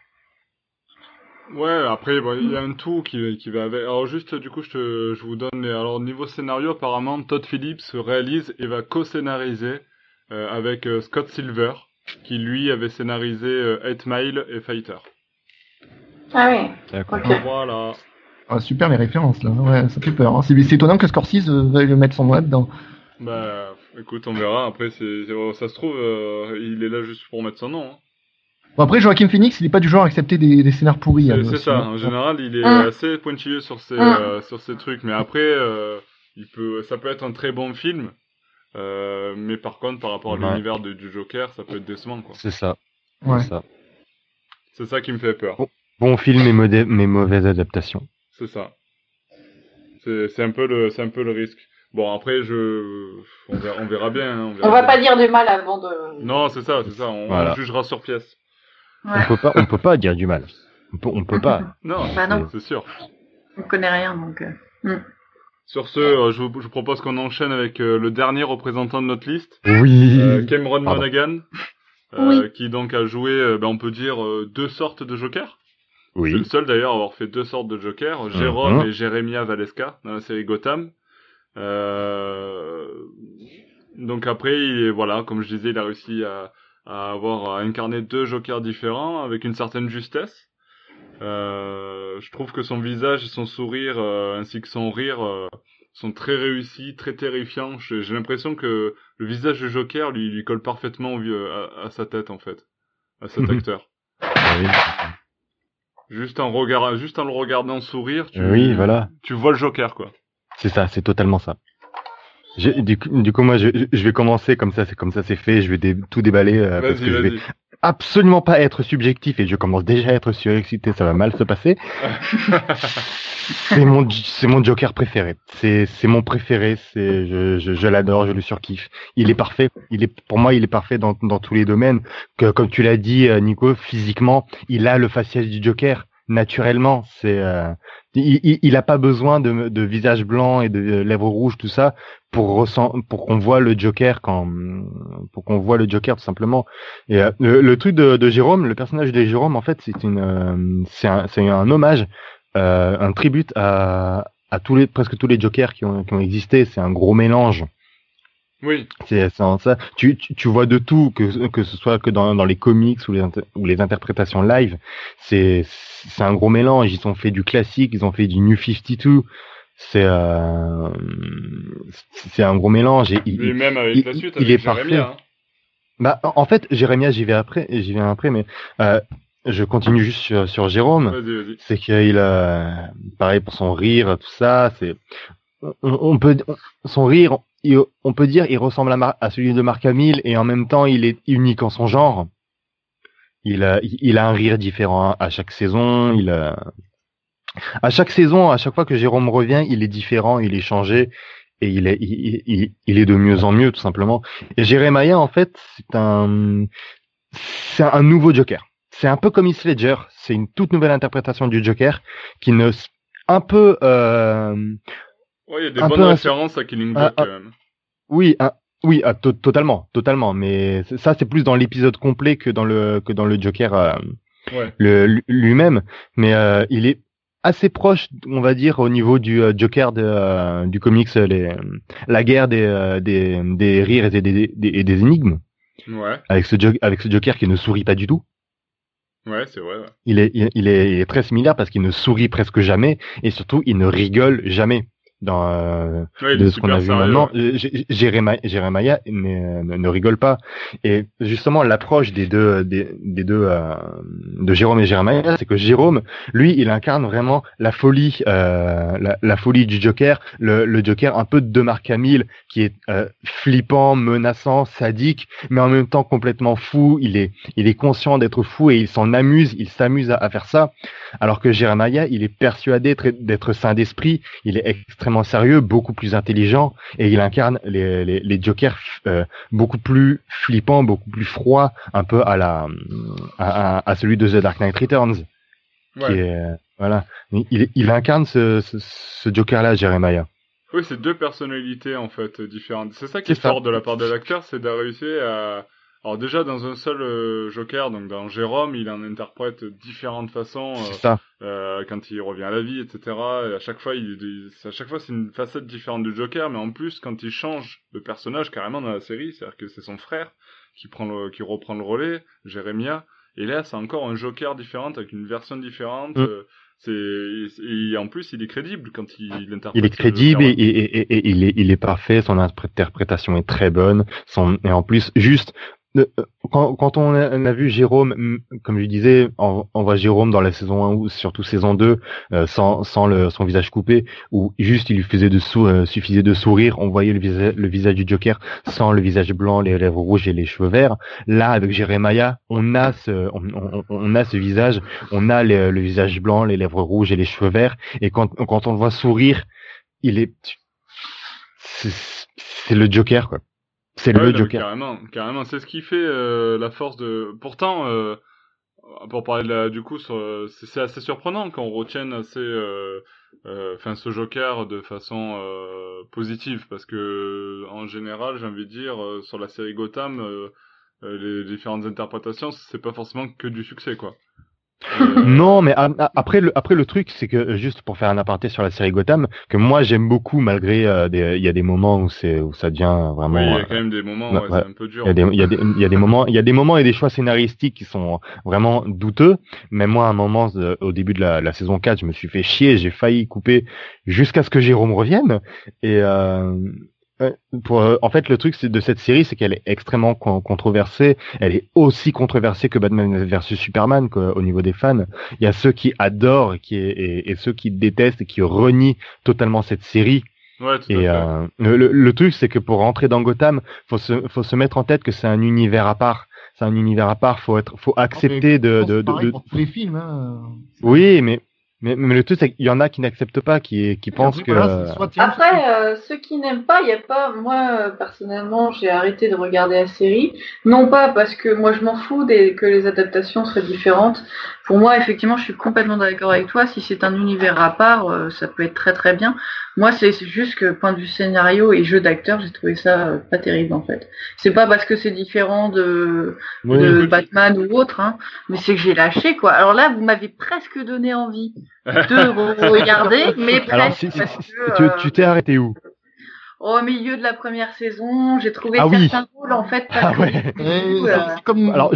Ouais, après, bon, il y a un tout qui va avec. Alors, juste, du coup, je vous donne alors, niveau scénario, apparemment, Todd Phillips réalise et va co-scénariser avec Scott Silver, qui lui avait scénarisé 8 Mile et Fighter. Ah oui. D'accord. Ok. Voilà. Ah, super les références là, ouais, ça fait peur. Hein. C'est étonnant que Scorsese veuille mettre son doigt dedans. Bah, écoute, on verra. Après, ça se trouve, il est là juste pour mettre son nom. Hein. Bon, après, Joaquin Phoenix, il est pas du genre à accepter des scénars pourris. C'est ça. En général, il est Mm. assez pointilleux sur ses trucs. Mais après, ça peut être un très bon film. Mais par contre, par rapport à l'univers du Joker, ça peut être décevant, quoi. C'est ça. Ouais. C'est ça. C'est ça qui me fait peur. Bon film mais mauvaise adaptation. C'est ça. C'est un peu le risque. Bon, après, on verra bien. Hein, on va pas dire du mal avant de... Non, c'est ça. On jugera sur pièce. Ouais. On peut pas dire du mal. On peut pas. Non, non. C'est sûr. On connaît rien, donc... Sur ce, je vous propose qu'on enchaîne avec le dernier représentant de notre liste. Oui. Cameron Monaghan. Oui. Qui donc a joué, on peut dire, 2 sortes de Joker. Oui. C'est le seul d'ailleurs à avoir fait 2 sortes de Joker, Jérôme et Jeremiah Valeska dans la série Gotham. Donc après, voilà, comme je disais, il a réussi à incarner 2 Jokers différents avec une certaine justesse. Je trouve que son visage et son sourire ainsi que son rire sont très réussis, très terrifiants. J'ai l'impression que le visage du Joker lui colle parfaitement à sa tête en fait, à cet acteur. Oui. Juste en le regardant sourire, tu vois le Joker quoi. C'est ça, c'est totalement ça. Du coup moi je vais commencer comme ça c'est fait, je vais tout déballer parce que je vais absolument pas être subjectif et je commence déjà à être surexcité, ça va mal se passer. c'est mon Joker préféré. C'est mon préféré, je l'adore, je le surkiffe. Il est parfait, pour moi il est parfait dans tous les domaines. Comme tu l'as dit Nico, physiquement, il a le faciès du Joker naturellement, il a pas besoin de visage blanc et de lèvres rouges tout ça pour qu'on voit le Joker tout simplement. Et le truc de Jérôme, le personnage de Jérôme en fait c'est un hommage, un tribute à presque tous les Jokers qui ont existé. C'est un gros mélange. Oui. C'est ça. Tu vois de tout, que ce soit que dans les comics ou les interprétations live. C'est un gros mélange. Ils ont fait du classique, ils ont fait du New 52. C'est un gros mélange. Mais même avec la suite, il est parfait. Hein. Bah, en fait, Jérémia, j'y viens après, mais je continue juste sur Jérôme. Vas-y. C'est qu'il pareil pour son rire, tout ça. Son rire, on peut dire, il ressemble à celui de Mark Hamill et en même temps, il est unique en son genre. Il a un rire différent à chaque saison. À chaque saison, à chaque fois que Jérôme revient, il est différent, il est changé et il est de mieux en mieux tout simplement. Et Jeremiah, en fait, c'est un nouveau Joker. C'est un peu comme Heath Ledger. C'est une toute nouvelle interprétation du Joker qui il y a des bonnes références à Killing Joke quand même. Oui, totalement. Mais ça, c'est plus dans l'épisode complet que dans le Joker lui-même. Mais il est assez proche, on va dire, au niveau du Joker du comics, la guerre des rires et des énigmes. Ouais. Avec ce Joker qui ne sourit pas du tout. Ouais, c'est vrai. Ouais. Il est très similaire parce qu'il ne sourit presque jamais et surtout il ne rigole jamais. De ce qu'on a vu maintenant, Jeremiah ne rigole pas. Et justement, l'approche des deux de Jérôme et Jeremiah, c'est que Jérôme, lui, il incarne vraiment la folie, la folie du Joker, le Joker un peu de Mark Hamill, qui est flippant, menaçant, sadique, mais en même temps complètement fou. Il est conscient d'être fou et il s'amuse à faire ça. Alors que Jeremiah, il est persuadé d'être sain d'esprit. Il est extrêmement sérieux, beaucoup plus intelligent, et il incarne les Jokers beaucoup plus flippants, beaucoup plus froids, un peu à celui de The Dark Knight Returns. Ouais. Qui est, voilà. Il incarne ce Joker-là, Jeremiah. Oui, c'est 2 personnalités en fait différentes. C'est ça qui est fort de la part de l'acteur, c'est de réussir à... Alors déjà dans un seul Joker, donc dans Jérôme, il en interprète différentes façons. C'est ça. Quand il revient à la vie, etc. Et à chaque fois, c'est une facette différente du Joker, mais en plus, quand il change de personnage carrément dans la série, c'est-à-dire que c'est son frère qui reprend le relais, Jeremiah, et là, c'est encore un Joker différent avec une version différente. Et en plus, il est crédible quand il interprète. Il est crédible et il est parfait. Son interprétation est très bonne. Et en plus, juste Quand on a vu Jérôme, comme je disais, on voit Jérôme dans la saison 1 ou surtout saison 2, sans son visage coupé, où juste il lui suffisait de sourire, on voyait le visage du Joker sans le visage blanc, les lèvres rouges et les cheveux verts. Là, avec Jeremiah, on a ce visage, on a le visage blanc, les lèvres rouges et les cheveux verts, et quand on le voit sourire, c'est le Joker, quoi. C'est le Joker. Carrément. C'est ce qui fait la force de. Pourtant, pour parler du coup, c'est assez surprenant qu'on retienne assez, ce Joker de façon positive, parce que en général, j'ai envie de dire, sur la série Gotham, les différentes interprétations, c'est pas forcément que du succès, quoi. Non, mais après le truc, c'est que juste pour faire un aparté sur la série Gotham, que moi j'aime beaucoup malgré il y a des moments où ça devient vraiment. Oui, il y a quand même des moments où c'est un peu dur. Il y a des moments et des choix scénaristiques qui sont vraiment douteux. Mais moi, à un moment au début de la saison 4, je me suis fait chier, j'ai failli couper jusqu'à ce que Jérôme revienne. Et en fait, le truc de cette série, c'est qu'elle est extrêmement controversée. Elle est aussi controversée que Batman versus Superman, au niveau des fans. Il y a ceux qui adorent et ceux qui détestent et qui renient totalement cette série. Ouais, tout à fait. Le truc, c'est que pour rentrer dans Gotham, faut se mettre en tête que c'est un univers à part. C'est un univers à part. Faut accepter pour tous les films, hein. Oui, mais le truc, c'est qu'il y en a qui n'acceptent pas, qui pensent que. Après, ceux qui n'aiment pas, il y a pas. Moi, personnellement, j'ai arrêté de regarder la série. Non pas parce que moi, je m'en fous que les adaptations seraient différentes. Pour moi, effectivement, je suis complètement d'accord avec toi. Si c'est un univers à part, ça peut être très très bien. Moi, c'est juste que point de vue scénario et jeu d'acteur, j'ai trouvé ça pas terrible en fait. C'est pas parce que c'est différent de Batman ou autre, hein, mais c'est que j'ai lâché quoi. Alors là, vous m'avez presque donné envie de regarder, mais presque. Alors, tu t'es arrêté où? Au milieu de la première saison, j'ai trouvé certains rôles en fait pas Alors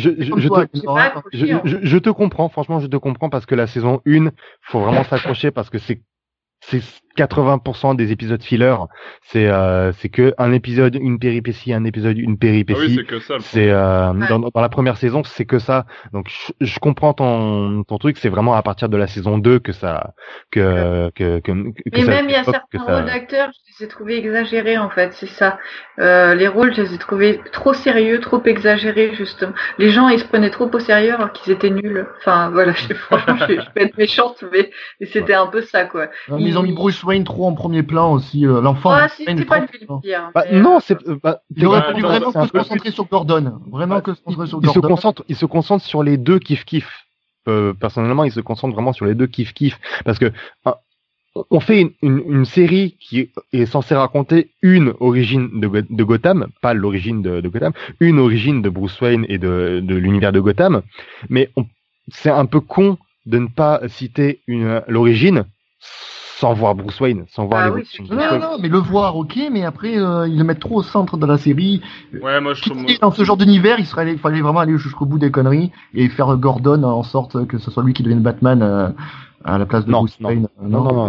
je te comprends, franchement je te comprends, parce que la saison 1, faut vraiment s'accrocher parce que c'est 80% des épisodes filler, c'est que un épisode une péripétie, un épisode une péripétie. Ah oui, c'est que ça. C'est dans la première saison, c'est que ça. Donc je comprends ton truc, c'est vraiment à partir de la saison 2 que ça mais même il y a certains rôles d'acteurs, je les ai trouvés exagérés en fait, c'est ça. Les rôles, je les ai trouvés trop sérieux, trop exagérés justement. Les gens ils se prenaient trop au sérieux alors qu'ils étaient nuls. Enfin voilà, franchement je peux être méchante, mais c'était un peu ça quoi. Ils ont mis Bruce Wayne trop en premier plan aussi, l'enfant. Ah si, c'est pas lui le pire. Non, c'est il aurait pu vraiment se concentrer sur Gordon. Vraiment que se concentrer sur Gordon. Il se concentre sur les deux kiff. Personnellement, il se concentre vraiment sur les deux kiff parce que on fait une série qui est censée raconter une origine de Gotham, pas l'origine de Gotham, une origine de Bruce Wayne et de l'univers de Gotham, mais c'est un peu con de ne pas citer l'origine sans voir Bruce Wayne, sans voir l'évolution. Non, mais le voir, ok, mais après, ils le mettent trop au centre de la série. Ouais, moi, je trouve. Dans ce genre d'univers, il fallait vraiment aller jusqu'au bout des conneries et faire Gordon en sorte que ce soit lui qui devienne Batman à la place de Bruce Wayne. Non.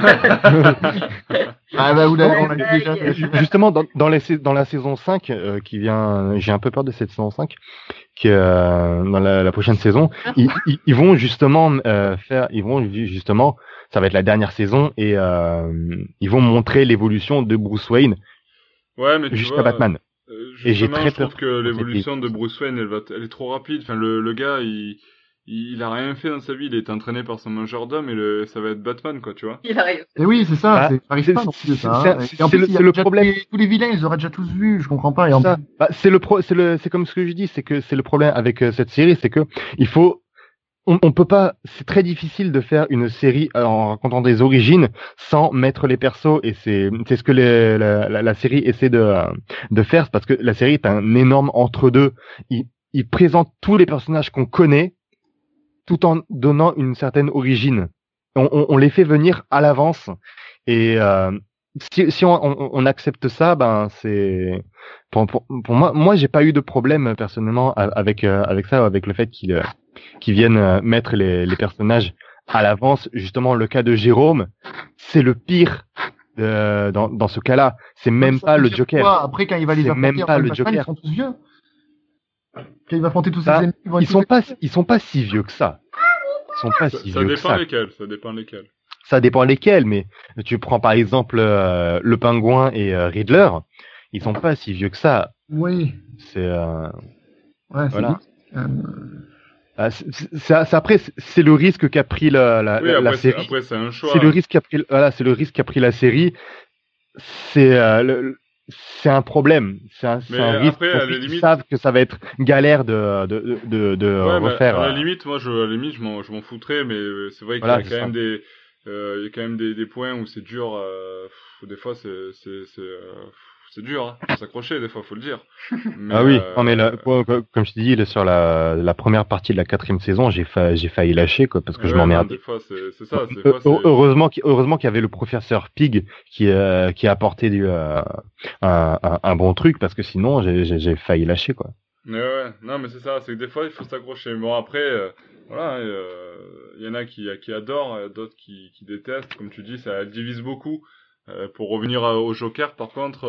Ah bah, on l'a déjà. Justement, dans la saison 5, qui vient, j'ai un peu peur de cette saison 5, dans la prochaine saison, ils vont justement ça va être la dernière saison et ils vont montrer l'évolution de Bruce Wayne jusqu'à Batman. Et j'ai très peur que l'évolution de Bruce Wayne, elle est trop rapide. Enfin, le gars, il a rien fait dans sa vie, il est entraîné par son majordome et ça va être Batman, quoi, tu vois. Il a rien. Et oui, c'est ça, ça arrive pas non plus, ça. C'est le problème. Tous les vilains, ils auraient déjà tous vu, je comprends pas. C'est comme ce que je dis, c'est que c'est le problème avec cette série, c'est que on peut pas, c'est très difficile de faire une série en racontant des origines sans mettre les persos, et c'est ce que la série essaie de faire, parce que la série est un énorme entre-deux. Il présente tous les personnages qu'on connaît tout en donnant une certaine origine. On les fait venir à l'avance, et si on accepte ça, ben c'est pour moi j'ai pas eu de problème personnellement avec ça, avec le fait qu'ils viennent mettre les personnages à l'avance. Justement, le cas de Jérôme, c'est le pire dans ce cas-là. C'est même pas le Joker. Après, quand il va les même pas le Joker. Ils sont tous vieux. Quand il va affronter tous ses Bah, ennemis, ils sont pas si vieux que ça. Ils sont pas si Ça vieux que dépend ça. lesquels, ça dépend lesquels. Ça dépend lesquels, mais tu prends par exemple le Pingouin et Riddler, ils sont pas si vieux que ça. Oui, C'est ouais, c'est voilà. vite. Après, c'est le risque qu'a pris Oui, la après, série. après c'est un choix. C'est le risque qu'a pris, voilà, c'est le risque qu'a pris la série. C'est c'est un problème. C'est Mais un risque. après, Parce à la qu'ils limite- savent que ça va être galère de Ouais, mais refaire. à la limite, moi, à la limite, je m'en foutrais, mais c'est vrai qu'il Voilà, y a c'est quand ça. même il y a quand même des points où c'est dur, des fois, c'est dur, hein. Faut s'accrocher, des fois, faut le dire. Mais, Ah oui, non mais comme je te dis, sur la première partie de la 4e saison, j'ai failli lâcher quoi, parce que je ouais, non, m'emmerdais. des fois, c'est ça, des fois, c'est, Heureusement qu'il y avait le professeur Pig qui a apporté un bon truc, parce que sinon j'ai failli lâcher quoi. ouais, non, mais c'est ça, c'est que des fois, il faut s'accrocher. Bon, après, voilà, il y en a qui adorent, d'autres qui détestent. Comme tu dis, ça divise beaucoup. Pour revenir au Joker, par contre,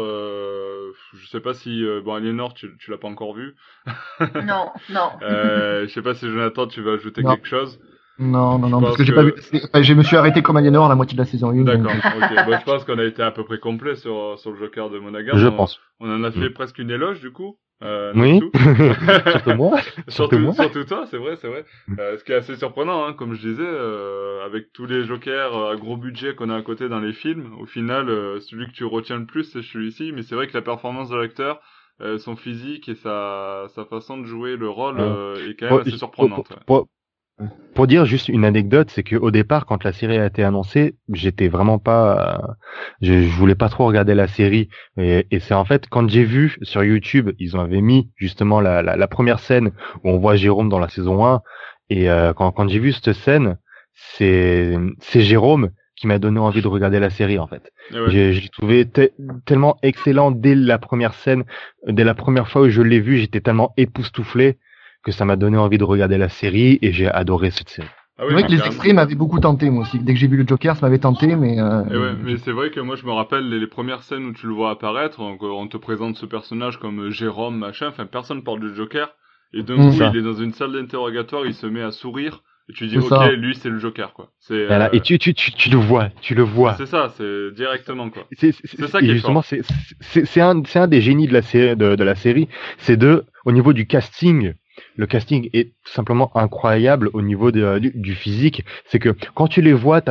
je sais pas si, bon, Aliénor, tu l'as pas encore vu. Non, non. Je sais pas si Jonathan, tu vas ajouter Non. quelque chose. Non, Je parce pense que j'ai pas vu. Enfin, je me suis arrêté comme Aliénor à la moitié de la saison 1. D'accord, donc, ok. Bah, je pense qu'on a été à peu près complet sur le Joker de Monaghan. Je pense. On en a fait presque une éloge, du coup. Oui. Natsu. Surtout moi. Surtout toi, c'est vrai. Ce qui est assez surprenant, hein, comme je disais, avec tous les jokers à gros budget qu'on a à côté dans les films, au final, celui que tu retiens le plus, c'est celui-ci. Mais c'est vrai que la performance de l'acteur, son physique et sa façon de jouer le rôle est quand même assez surprenante. Ouais. Pour dire juste une anecdote, c'est que au départ, quand la série a été annoncée, j'étais vraiment pas, je voulais pas trop regarder la série. Et c'est en fait quand j'ai vu sur YouTube, ils avaient mis justement la première scène où on voit Jérôme dans la saison 1. Et quand j'ai vu cette scène, c'est Jérôme qui m'a donné envie de regarder la série en fait. Et ouais. J'ai trouvé tellement excellent dès la première scène, dès la première fois où je l'ai vu, j'étais tellement époustouflé que ça m'a donné envie de regarder la série et j'ai adoré cette série. Ah oui, c'est vrai que les carrément. extraits m'avaient beaucoup tenté, moi aussi. Dès que j'ai vu le Joker, ça m'avait tenté, mais. Et ouais, mais c'est vrai que moi je me rappelle les premières scènes où tu le vois apparaître, donc, on te présente ce personnage comme Jérôme, machin, enfin personne parle du Joker, et d'un coup ça. il est dans une salle d'interrogatoire, il se met à sourire, et tu dis C'est ok, ça. lui c'est le Joker quoi. C'est Voilà, et tu le vois. c'est ça, c'est directement quoi. C'est ça qui est justement, fort. c'est un des génies de la série, c'est au niveau du casting. Le casting est tout simplement incroyable au niveau du physique. C'est que quand tu les vois,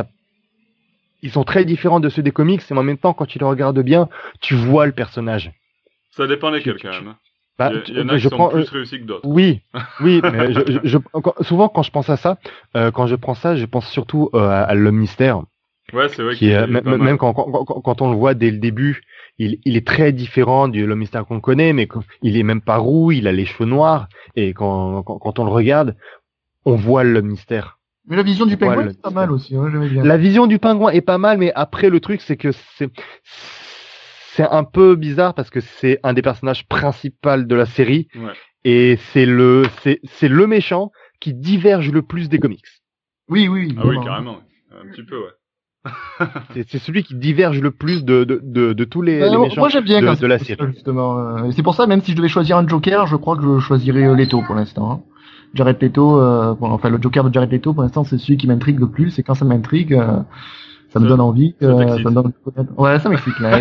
ils sont très différents de ceux des comics, et en même temps, quand tu les regardes bien, tu vois le personnage. Ça dépend lesquels quand même. Hein. Bah, Il y en a qui sont plus réussis que d'autres. Oui, mais souvent quand je pense à ça, je pense surtout à l'homme mystère. Ouais, c'est vrai Qui qu'il est, est pas mal. même quand on le voit dès le début, il est très différent du l'homme mystère qu'on connaît, mais il est même pas roux, il a les cheveux noirs, et quand on le regarde, on voit l'homme mystère. Mais la vision du Voilà, pingouin, c'est pas mal aussi, hein, j'aimais bien. La vision du pingouin est pas mal, mais après le truc c'est que c'est un peu bizarre parce que c'est un des personnages principaux de la série, Ouais. et c'est le méchant qui diverge le plus des comics. Oui. Ah oui, vraiment. carrément. Ouais. Un petit peu, ouais. C'est celui qui diverge le plus de tous les méchants moi j'aime bien quand de la c'est série. justement. Et c'est pour ça, même si je devais choisir un Joker, je crois que je choisirais Leto pour l'instant. Hein. Jared Leto, enfin le Joker de Jared Leto pour l'instant c'est celui qui m'intrigue le plus. Et quand ça m'intrigue, ça me donne envie. Ça t'excite. Ça me donne... Ouais, ça m'excite là.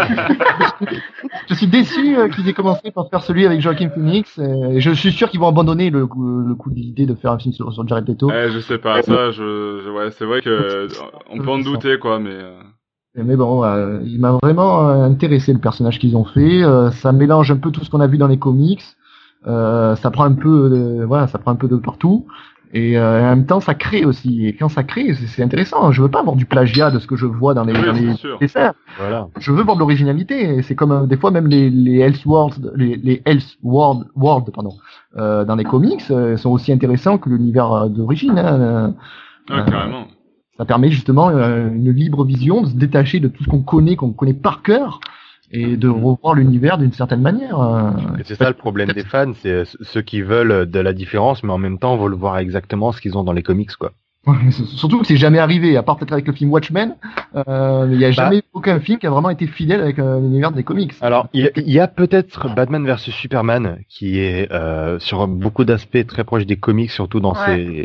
Je suis déçu qu'ils aient commencé par faire celui avec Joaquin Phoenix. Et je suis sûr qu'ils vont abandonner le coup de l'idée de faire un film sur Jared Leto. Je sais pas, ça, ouais, c'est vrai que on peut en douter quoi, mais. Mais bon, il m'a vraiment intéressé le personnage qu'ils ont fait. Ça mélange un peu tout ce qu'on a vu dans les comics. Ça prend un peu, ça prend un peu de partout. Et en même temps, ça crée aussi. Et quand ça crée, c'est intéressant. Je veux pas avoir du plagiat de ce que je vois dans les Oui, c'est sûr. desserts. Voilà. Je veux voir de l'originalité. Et c'est comme des fois même les Elseworlds, les Elseworlds, pardon, dans les comics sont aussi intéressants que l'univers d'origine. Hein. Carrément. Ça permet justement une libre vision, de se détacher de tout ce qu'on connaît par cœur, et de revoir l'univers d'une certaine manière. Et c'est ça le problème des fans, c'est ceux qui veulent de la différence, mais en même temps veulent voir exactement ce qu'ils ont dans les comics, quoi. Ouais, mais surtout que c'est jamais arrivé, à part peut-être avec le film Watchmen, il n'y a jamais aucun film qui a vraiment été fidèle avec l'univers des comics. Alors, il y a peut-être Batman versus Superman qui est sur beaucoup d'aspects très proche des comics, surtout dans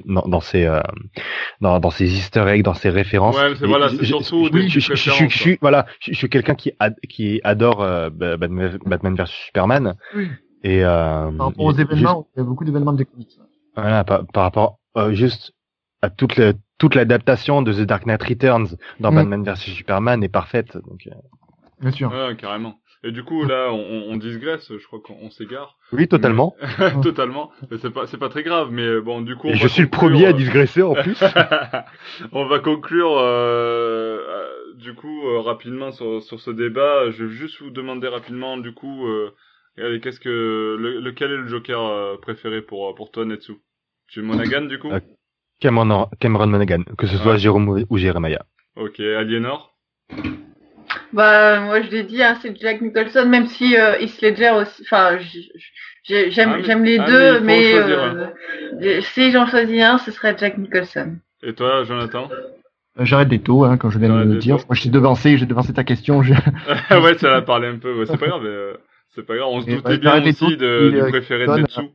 dans ses Easter eggs, dans ses références. Ouais, c'est voilà, c'est surtout des petites références. Je suis quelqu'un qui adore Batman versus Superman. Oui. Et par rapport aux événements, il y a beaucoup d'événements des comics. Voilà, par rapport juste à toute l'adaptation de The Dark Knight Returns dans Batman vs Superman est parfaite. Donc, bien sûr. Ouais, carrément. Et du coup, là, on digresse, je crois qu'on s'égare. Oui, totalement. Mais... totalement. Mais c'est pas très grave, mais bon, du coup... Je suis le premier à digresser, en plus. On va conclure, du coup, rapidement sur ce débat. Je vais juste vous demander rapidement, du coup, allez, lequel est le Joker préféré pour toi, Netsu? Tu es Monaghan, du coup? Cameron Monaghan, que ce soit Jérôme ou Jeremiah. Ok, Aliénor? Bah, moi je l'ai dit, hein, c'est Jack Nicholson, même si Heath Ledger aussi, enfin, j'aime les deux, mais si j'en choisis un, ce serait Jack Nicholson. Et toi, Jonathan? J'arrête des taux, hein, quand je viens de le dire. Moi, j'ai devancé ta question. Ouais, ça a parlé un peu. Ouais, c'est pas grave, c'est pas grave. On se doutait bien aussi du préféré de Netsu.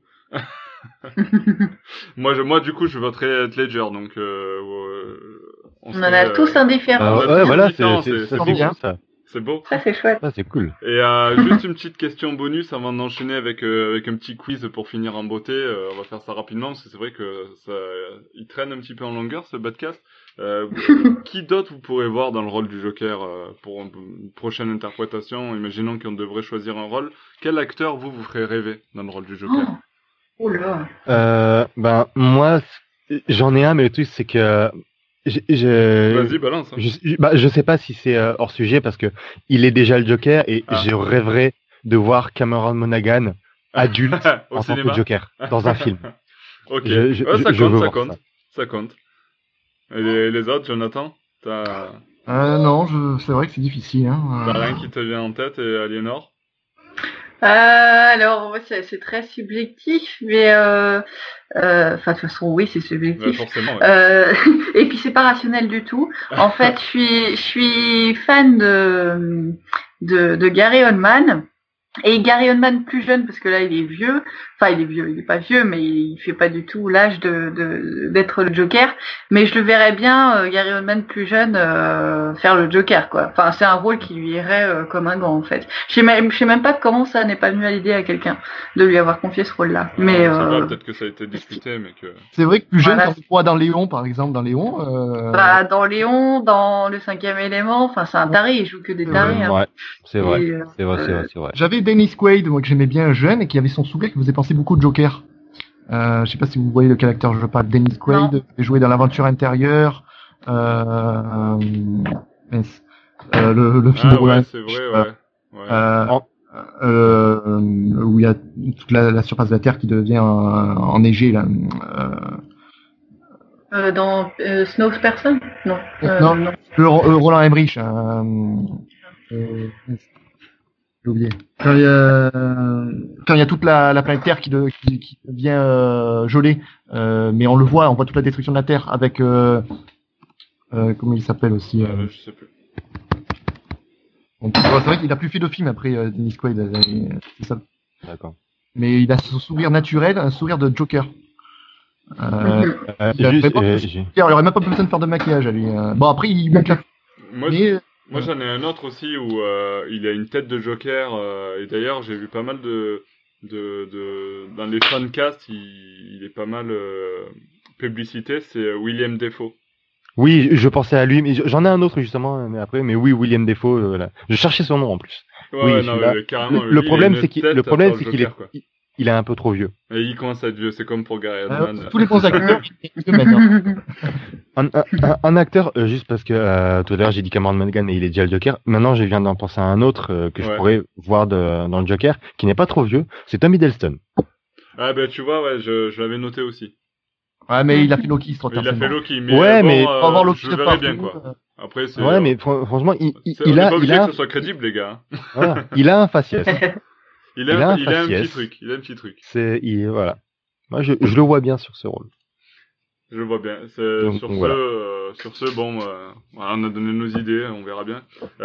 moi, du coup, je voterai Heath Ledger, donc on en a tous un différent. Ouais, voilà, c'est bien ça. C'est beau. Ça, c'est chouette. Ça, c'est cool. Et juste une petite question bonus avant d'enchaîner avec un petit quiz pour finir en beauté. On va faire ça rapidement parce que c'est vrai que il traîne un petit peu en longueur ce podcast. Qui d'autre vous pourrez voir dans le rôle du Joker pour une prochaine interprétation? Imaginons qu'on devrait choisir un rôle. Quel acteur vous ferez rêver dans le rôle du Joker? Oh là. Ben moi, j'en ai un, mais le truc c'est que vas-y, balance. Hein. Je sais pas si c'est hors sujet parce que il est déjà le Joker et je rêverais de voir Cameron Monaghan adulte en tant que Joker dans un film. Ok. Ça compte. Et les autres, Jonathan, non, c'est vrai que c'est difficile. Hein. T'as rien qui te vient en tête, et Aliénor? Alors, c'est très subjectif, mais de toute façon, oui, c'est subjectif. Ouais, forcément. Ouais. Et puis c'est pas rationnel du tout. En fait, je suis fan de Gary Oldman. Et Gary Oldman plus jeune, parce que là il est vieux, enfin il est pas vieux, mais il fait pas du tout l'âge d'être le Joker, mais je le verrais bien, Gary Oldman plus jeune, faire le Joker, quoi. Enfin c'est un rôle qui lui irait comme un gant en fait. Je sais même pas comment ça n'est pas venu à l'idée à quelqu'un de lui avoir confié ce rôle-là. Mais peut-être que ça a été discuté, mais que... C'est vrai que plus jeune, quand on voit dans Léon par exemple, dans Léon... dans Léon, dans le 5e élément, enfin c'est un taré, il joue que des tarés. Ouais, c'est vrai. C'est vrai. J'avais Dennis Quaid, moi que j'aimais bien jeune et qui avait son sourire qui faisait penser beaucoup de Joker. Je sais pas si vous voyez de quel acteur je parle. Dennis Quaid, qui jouait dans l'Aventure intérieure. Le film de ouais, c'est vrai, où il y a toute la surface de la Terre qui devient enneigée là. Dans Snowpiercer? Non. Non. Roland Emmerich. J'ai oublié. Quand il y a toute la planète Terre qui devient gelée, mais on le voit, on voit toute la destruction de la Terre avec comment il s'appelle aussi. Je sais plus. C'est vrai qu'il a plus fait de films après Dennis Quaid. C'est ça. D'accord. Mais il a son sourire naturel, un sourire de Joker. Il aurait même pas besoin de faire de maquillage à lui. Bon après il met Moi j'en ai un autre aussi où il a une tête de Joker et d'ailleurs j'ai vu pas mal de dans les fancasts il est pas mal publicité, c'est William Dafoe. Oui, je pensais à lui, mais j'en ai un autre justement, mais oui, William Dafoe, là. Je cherchais son nom en plus. Ouais, non, carrément. Le problème c'est qu'il est un peu trop vieux. Et il commence à être vieux, c'est comme pour Gary Oldman. Tous les bons acteurs, un acteur, juste parce que tout à l'heure j'ai dit Cameron Monaghan et il est déjà le Joker. Maintenant, je viens d'en penser à un autre que je pourrais voir dans le Joker, qui n'est pas trop vieux. C'est Tom Hiddleston. Ah ben tu vois, ouais, je l'avais noté aussi. Ouais, mais il a fait Loki, il a fait Loki, mais pour avoir Loki je le verrais bien quoi. Après c'est. Ouais, mais franchement, il a que ce soit crédible les gars. Voilà. Il a un faciès. Il a un petit truc. Voilà. Moi, je le vois bien sur ce rôle. Je vois bien. Donc, Sur voilà. sur ce, bon, voilà, on a donné nos idées, on verra bien.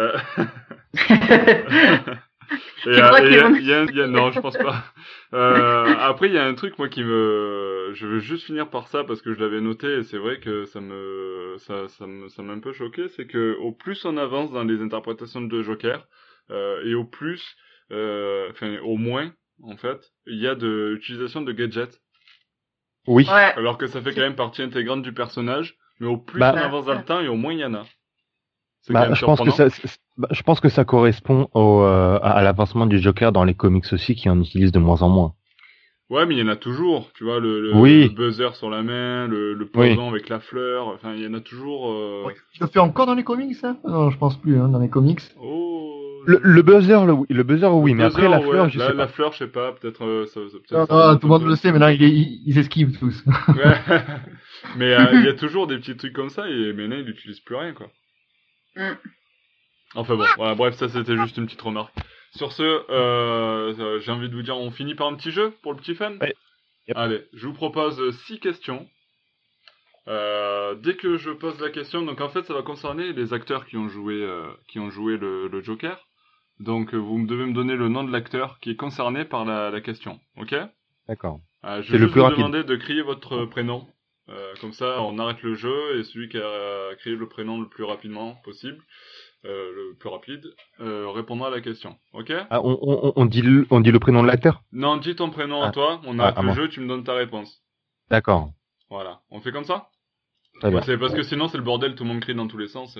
Tu crois qu'ils vont Non, je pense pas. Après, il y a un truc, moi, je veux juste finir par ça parce que je l'avais noté et c'est vrai que ça m'a un peu choqué. C'est que au plus on avance dans les interprétations de Joker, et au plus, enfin, au moins, en fait, il y a de l'utilisation de gadgets. Oui. Ouais. Alors que ça fait quand même partie intégrante du personnage, mais au plus Bah, on avance dans le temps et au moins il y en a. C'est quand Bah, même je pense que surprenant. je pense que ça correspond à l'avancement du Joker dans les comics aussi, qui en utilisent de moins en moins. Ouais, mais il y en a toujours. Tu vois, le Oui, buzzer sur la main, le oui. poison avec la fleur. Enfin, il y en a toujours. Tu le fais encore dans les comics, ça? Non, je pense plus, hein, dans les comics. Oh. Le buzzer, le buzzer, Le oui, mais après la buzzer, fleur, ouais. je sais La pas. fleur, je sais pas. Peut-être peut-être ça Ah, remonte tout le un monde peu. le sait, maintenant ils esquivent tous. Ouais. Mais il y a toujours des petits trucs comme ça et maintenant il n'utilise plus rien, quoi. Mm. Enfin bon, voilà, bref, ça c'était juste une petite remarque. Sur ce, j'ai envie de vous dire, on finit par un petit jeu pour le petit fun. Ouais. Yep. Allez, je vous propose 6 questions. Dès que je pose la question, donc en fait ça va concerner les acteurs qui ont joué le Joker. Donc vous devez me donner le nom de l'acteur qui est concerné par la question, ok? D'accord. Je C'est vais le juste plus vous rapide. demander de crier votre prénom. Comme ça, on arrête le jeu et celui qui a crié le prénom le plus rapidement possible, le plus rapide, répondra à la question. Ok? Ah, on dit le prénom de l'acteur? Non, dis ton prénom à Ah, toi, on à arrête le moi. jeu, tu me donnes ta réponse. D'accord. Voilà. On fait comme ça? Très bien. C'est parce que sinon c'est le bordel, tout le monde crie dans tous les sens.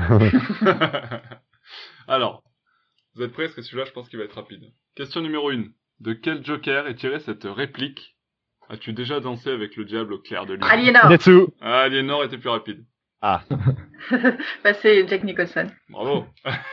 Alors, vous êtes prêts? Parce que celui-là, je pense qu'il va être rapide. Question numéro 1. De quel Joker est tirée cette réplique? As-tu déjà dansé avec le diable au clair de lune? Aliénor. Netsu. Ah, Aliénor était plus rapide. Ah. Bah, c'est Jack Nicholson. Bravo.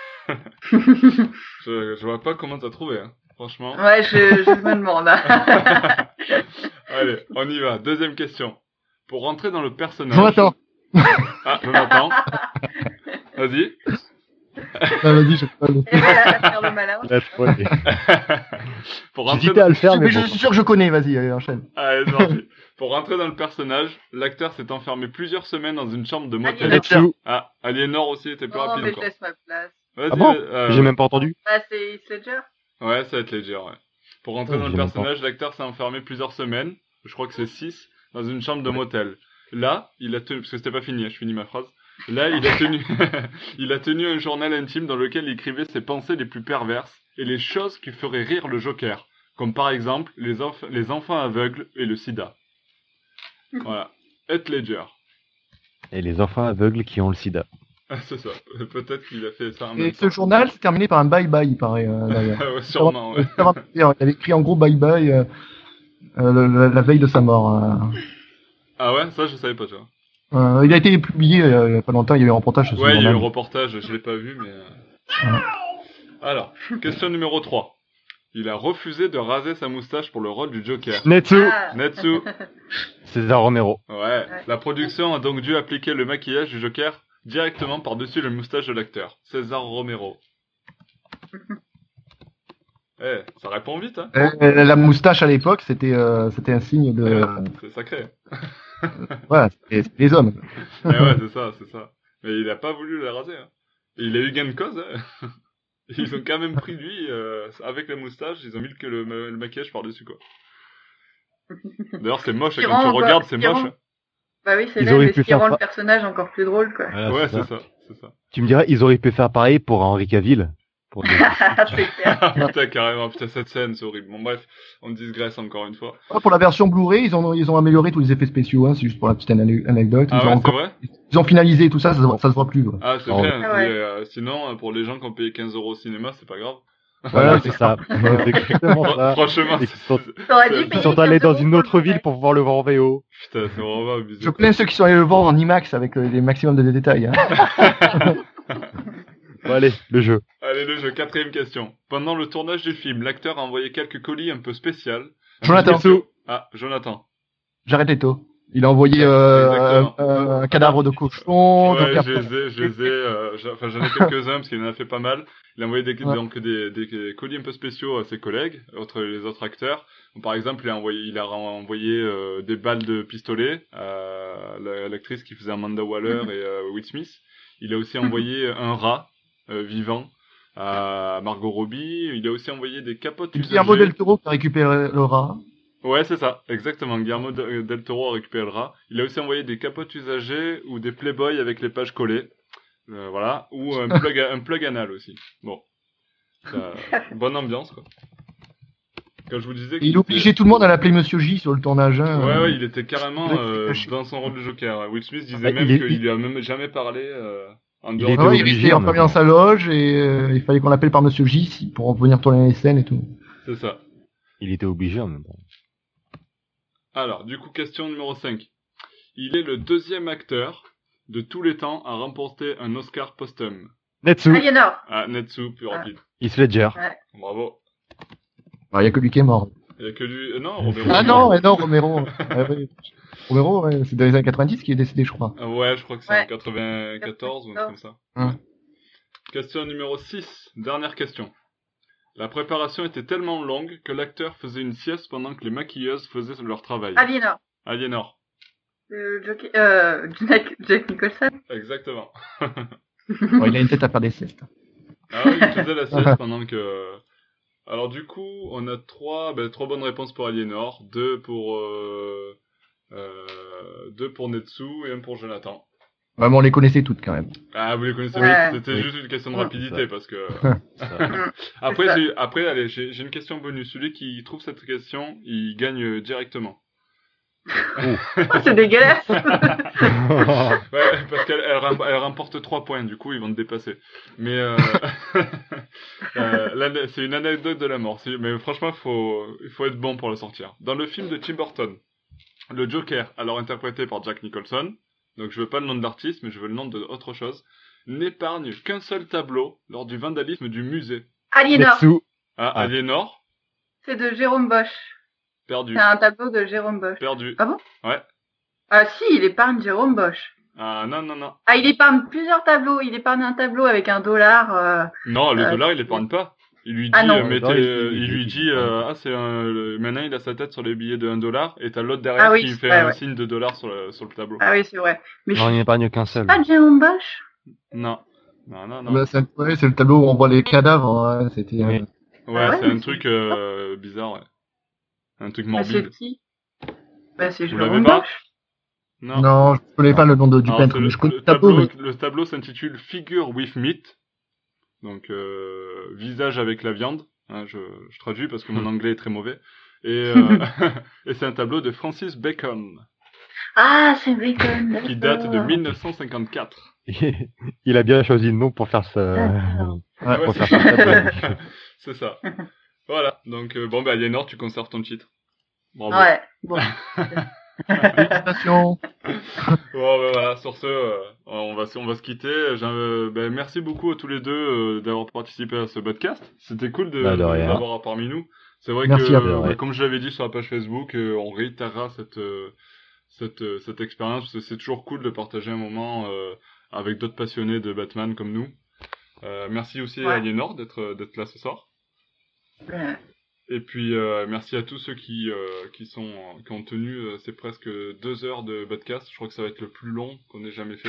Je vois pas comment t'as trouvé, hein. Franchement. Ouais, je me demande. Allez, on y va. Deuxième question. Pour rentrer dans le personnage. Jonathan. Ah, Jonathan. Vas-y. Ah, vas-y, je sais pas. Et voilà, la terre de malin. Il a trouvé. Pour rentrer J'hésitais à le faire, mais Mais je bon. suis sûr que je connais, vas-y, allez, enchaîne. Allez, c'est parti. Pour rentrer dans le personnage, l'acteur s'est enfermé plusieurs semaines dans une chambre de motel. Aliénor. Netsu. Ah, Aliénor aussi était plus Oh, rapide mais je encore. laisse ma place. Vas-y. Ah bon? J'ai même pas entendu. Bah, c'est Heath Ledger. Ouais, ça va être léger, ouais. Pour rentrer Oh, dans le j'ai même personnage, l'acteur s'est enfermé plusieurs semaines, je crois que c'est 6, dans une chambre de motel. Là, il a tenu, parce que c'était pas fini, hein, je finis ma phrase. Là, il a tenu, il a tenu un journal intime dans lequel il écrivait ses pensées les plus perverses et les choses qui feraient rire le Joker, comme par exemple les enfants aveugles et le sida. Voilà. Heath Ledger. Et les enfants aveugles qui ont le sida. Ah, c'est ça. Peut-être qu'il a fait ça en Et même ce temps. journal s'est terminé par un bye-bye, il paraît, d'ailleurs. Ouais, sûrement, ouais. Il avait écrit en gros bye-bye la veille de sa mort. Ah ouais, ça je savais pas, tu vois. Il a été publié il y a pas longtemps, il y a eu un reportage sur ce Ouais, il y a eu journal. un reportage, je l'ai pas vu, mais... Ouais. Alors, question numéro 3. Il a refusé de raser sa moustache pour le rôle du Joker. Netsu. Ah. Netsu. César Romero. Ouais. La production a donc dû appliquer le maquillage du Joker directement par-dessus la moustache de l'acteur. César Romero. Eh, ça répond vite, hein. La moustache à l'époque, c'était un signe de... C'est sacré. Voilà, c'est les hommes. Eh ouais, c'est ça, c'est ça. Mais il a pas voulu la raser, hein. Et il a eu gain de cause, hein. Ils ont quand même pris lui, avec la moustache, ils ont mis le maquillage par-dessus, quoi. D'ailleurs, c'est moche, Qui quand rend tu encore- regardes, c'est qui moche. rend- hein. Bah oui, c'est Ils là, auraient mais pu ce qui faire rend le pas- personnage encore plus drôle, quoi. Voilà, Ouais, c'est c'est ça. ça, c'est ça. Tu me dirais, ils auraient pu faire pareil pour Henri Cavill. Pour des- C'est clair. Ah putain, carrément, putain, cette scène, c'est horrible. Bon, bref, on digresse encore une fois. Pour la version Blu-ray, ils ont amélioré tous les effets spéciaux, hein, c'est juste pour la petite anecdote. Ah Ils ont ouais, c'est encore- vrai? ils ont finalisé tout ça, ça se voit plus. Quoi. Ah, c'est Oh. bien. Ah ouais. Et, sinon, pour les gens qui ont payé 15 € au cinéma, c'est pas grave. Voilà, c'est ça. C'est exactement ça. Franchement, Ils sont, T'aurais dû Ils payer ils sont allés 15 dans € une pour autre le ville pour pouvoir le voir en VO. putain, c'est vraiment abusé. Je plains ceux qui sont allés le voir en IMAX avec les maximums de détails. Hein. Bon, allez, le jeu. Allez, le jeu, 4ème question. Pendant le tournage du film, l'acteur a envoyé quelques colis un peu spéciaux. Jonathan. Ah, Jonathan. J'arrête les taux. Il a envoyé Exactement. un cadavre de cochon. Ouais, donc après- j'en ai quelques-uns parce qu'il en a fait pas mal. Il a envoyé Ouais. donc des colis un peu spéciaux à ses collègues, les autres acteurs. Donc, par exemple, il a envoyé des balles de pistolet à l'actrice qui faisait Amanda Waller et Will Smith. Il a aussi envoyé un rat vivant à Margot Robbie. Il a aussi envoyé des capotes C'est Guillermo usagées. del Toro qui a récupéré le rat. Ouais, c'est ça, exactement. Guillermo del Toro a récupéré le rat. Il a aussi envoyé des capotes usagées ou des Playboy avec les pages collées. Voilà. Ou un plug anal aussi. Bon. Bonne ambiance, quoi. Quand je vous disais Et il obligeait tout le monde à l'appeler Monsieur J sur le tournage. Hein. Ouais, il était carrément caché. dans son rôle de Joker. Will Smith disait Ah, même il est- qu'il lui a même jamais parlé en Il dehors était Ah ouais, il obligé, restait en enfermé même dans sa loge et il fallait qu'on l'appelle par Monsieur J pour venir tourner les scènes et tout. C'est ça. Il était obligé en même temps. Alors, du coup, question numéro 5. Il est le deuxième acteur de tous les temps à remporter un Oscar posthume. Netsu, Aliénor. Ah, Netsu, plus rapide. Heath Ledger. Bravo. Il y a que lui qui est mort. Il y a que lui. Non, Romero. Ah non, mais non, Romero. Oui. Romero, ouais, c'est dans les années 90 qu'il est décédé, je crois. Ah ouais, je crois que c'est Ouais. en 94 ou un truc comme ça. Ouais. Question numéro 6. Dernière question. La préparation était tellement longue que l'acteur faisait une sieste pendant que les maquilleuses faisaient leur travail. Aliénor. Aliénor. Jack Nicholson. Exactement. Bon, il a une tête à faire des siestes. Ah oui, il faisait la sieste pendant que... Alors du coup, on a trois bonnes réponses pour Aliénor, deux pour Netsu et un pour Jonathan. Ouais, mais on les connaissait toutes quand même. Ah, vous les connaissez, Ouais. oui, c'était Oui. juste une question de Ouais. rapidité parce que... Ça. Après, C'est ça. allez, j'ai une question bonus. Celui qui trouve cette question, il gagne directement. C'est dégueulasse. Ouais, parce elle remporte 3 points, du coup, ils vont te dépasser. Mais c'est une anecdote de la mort. Mais franchement, il faut être bon pour la sortir. Dans le film de Tim Burton, le Joker, alors interprété par Jack Nicholson, donc je veux pas le nom de l'artiste, mais je veux le nom de autre chose, n'épargne qu'un seul tableau lors du vandalisme du musée. Aliénor. Netsu. Ah, Ah. Aliénor, C'est de Jérôme Bosch. perdu. C'est un tableau de Jérôme Bosch. Perdu. Ah bon? Ouais. Ah si, il épargne Jérôme Bosch. Ah, non. Ah, il épargne plusieurs tableaux. Il épargne un tableau avec un dollar. Non, le dollar, il l'épargne pas. Il lui dit, Ah non. il lui dit, maintenant il a sa tête sur les billets de $1, et t'as l'autre derrière Ah oui, qui fait ouais, un ouais. signe de dollar sur le tableau. Ah oui, c'est vrai. Mais Non, il je n'épargne qu'un seul. suis pas de Jérôme Bosch. Non. Non. Bah, c'est le tableau où on voit les cadavres. Hein. C'était. Oui. Ouais, Ah ouais, c'est un mais truc bizarre, ouais. Un truc Mais c'est morbide. qui? Bah, c'est Vous l'avez Jérôme pas? Bosch. Non. Non, je connais pas le nom du Alors, peintre, c'est mais je connais le tableau. le tableau s'intitule Figure with Meat. Donc, visage avec la viande. Hein, je traduis parce que mon anglais est très mauvais. Et, et c'est un tableau de Francis Bacon, Ah, c'est Bacon. qui date de d'accord. 1954. Il a bien choisi le nom pour faire ça. D'accord. Ouais, pour c'est faire ça. son tableau. C'est ça. Voilà. Donc, Aliénor, tu conserves ton titre. Bravo. Ouais. Bon. Félicitations. Bon, voilà. Sur ce, on va se quitter. Merci beaucoup à tous les deux d'avoir participé à ce podcast. C'était cool de Bah, de vous rien. avoir parmi nous. C'est vrai Merci que, à vous. Ouais. comme je l'avais dit sur la page Facebook, on réitérera cette expérience parce que c'est toujours cool de partager un moment avec d'autres passionnés de Batman comme nous. Merci aussi Ouais. à Aliénor d'être là ce soir. Ouais. Et puis merci à tous ceux qui ont tenu ces presque 2 heures de podcast. Je crois que ça va être le plus long qu'on ait jamais fait.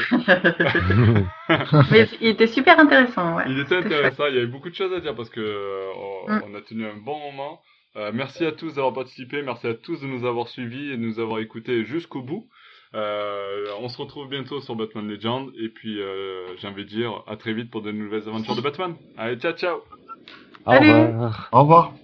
Mais il était super intéressant, ouais. Il était C'était intéressant, il y avait beaucoup de choses à dire parce que Mm. on a tenu un bon moment. Merci à tous d'avoir participé, merci à tous de nous avoir suivis et de nous avoir écoutés jusqu'au bout. On se retrouve bientôt sur Batman Legend et puis j'ai envie de dire à très vite pour de nouvelles aventures de Batman. Allez, ciao ciao. Au Salut. revoir. Au revoir.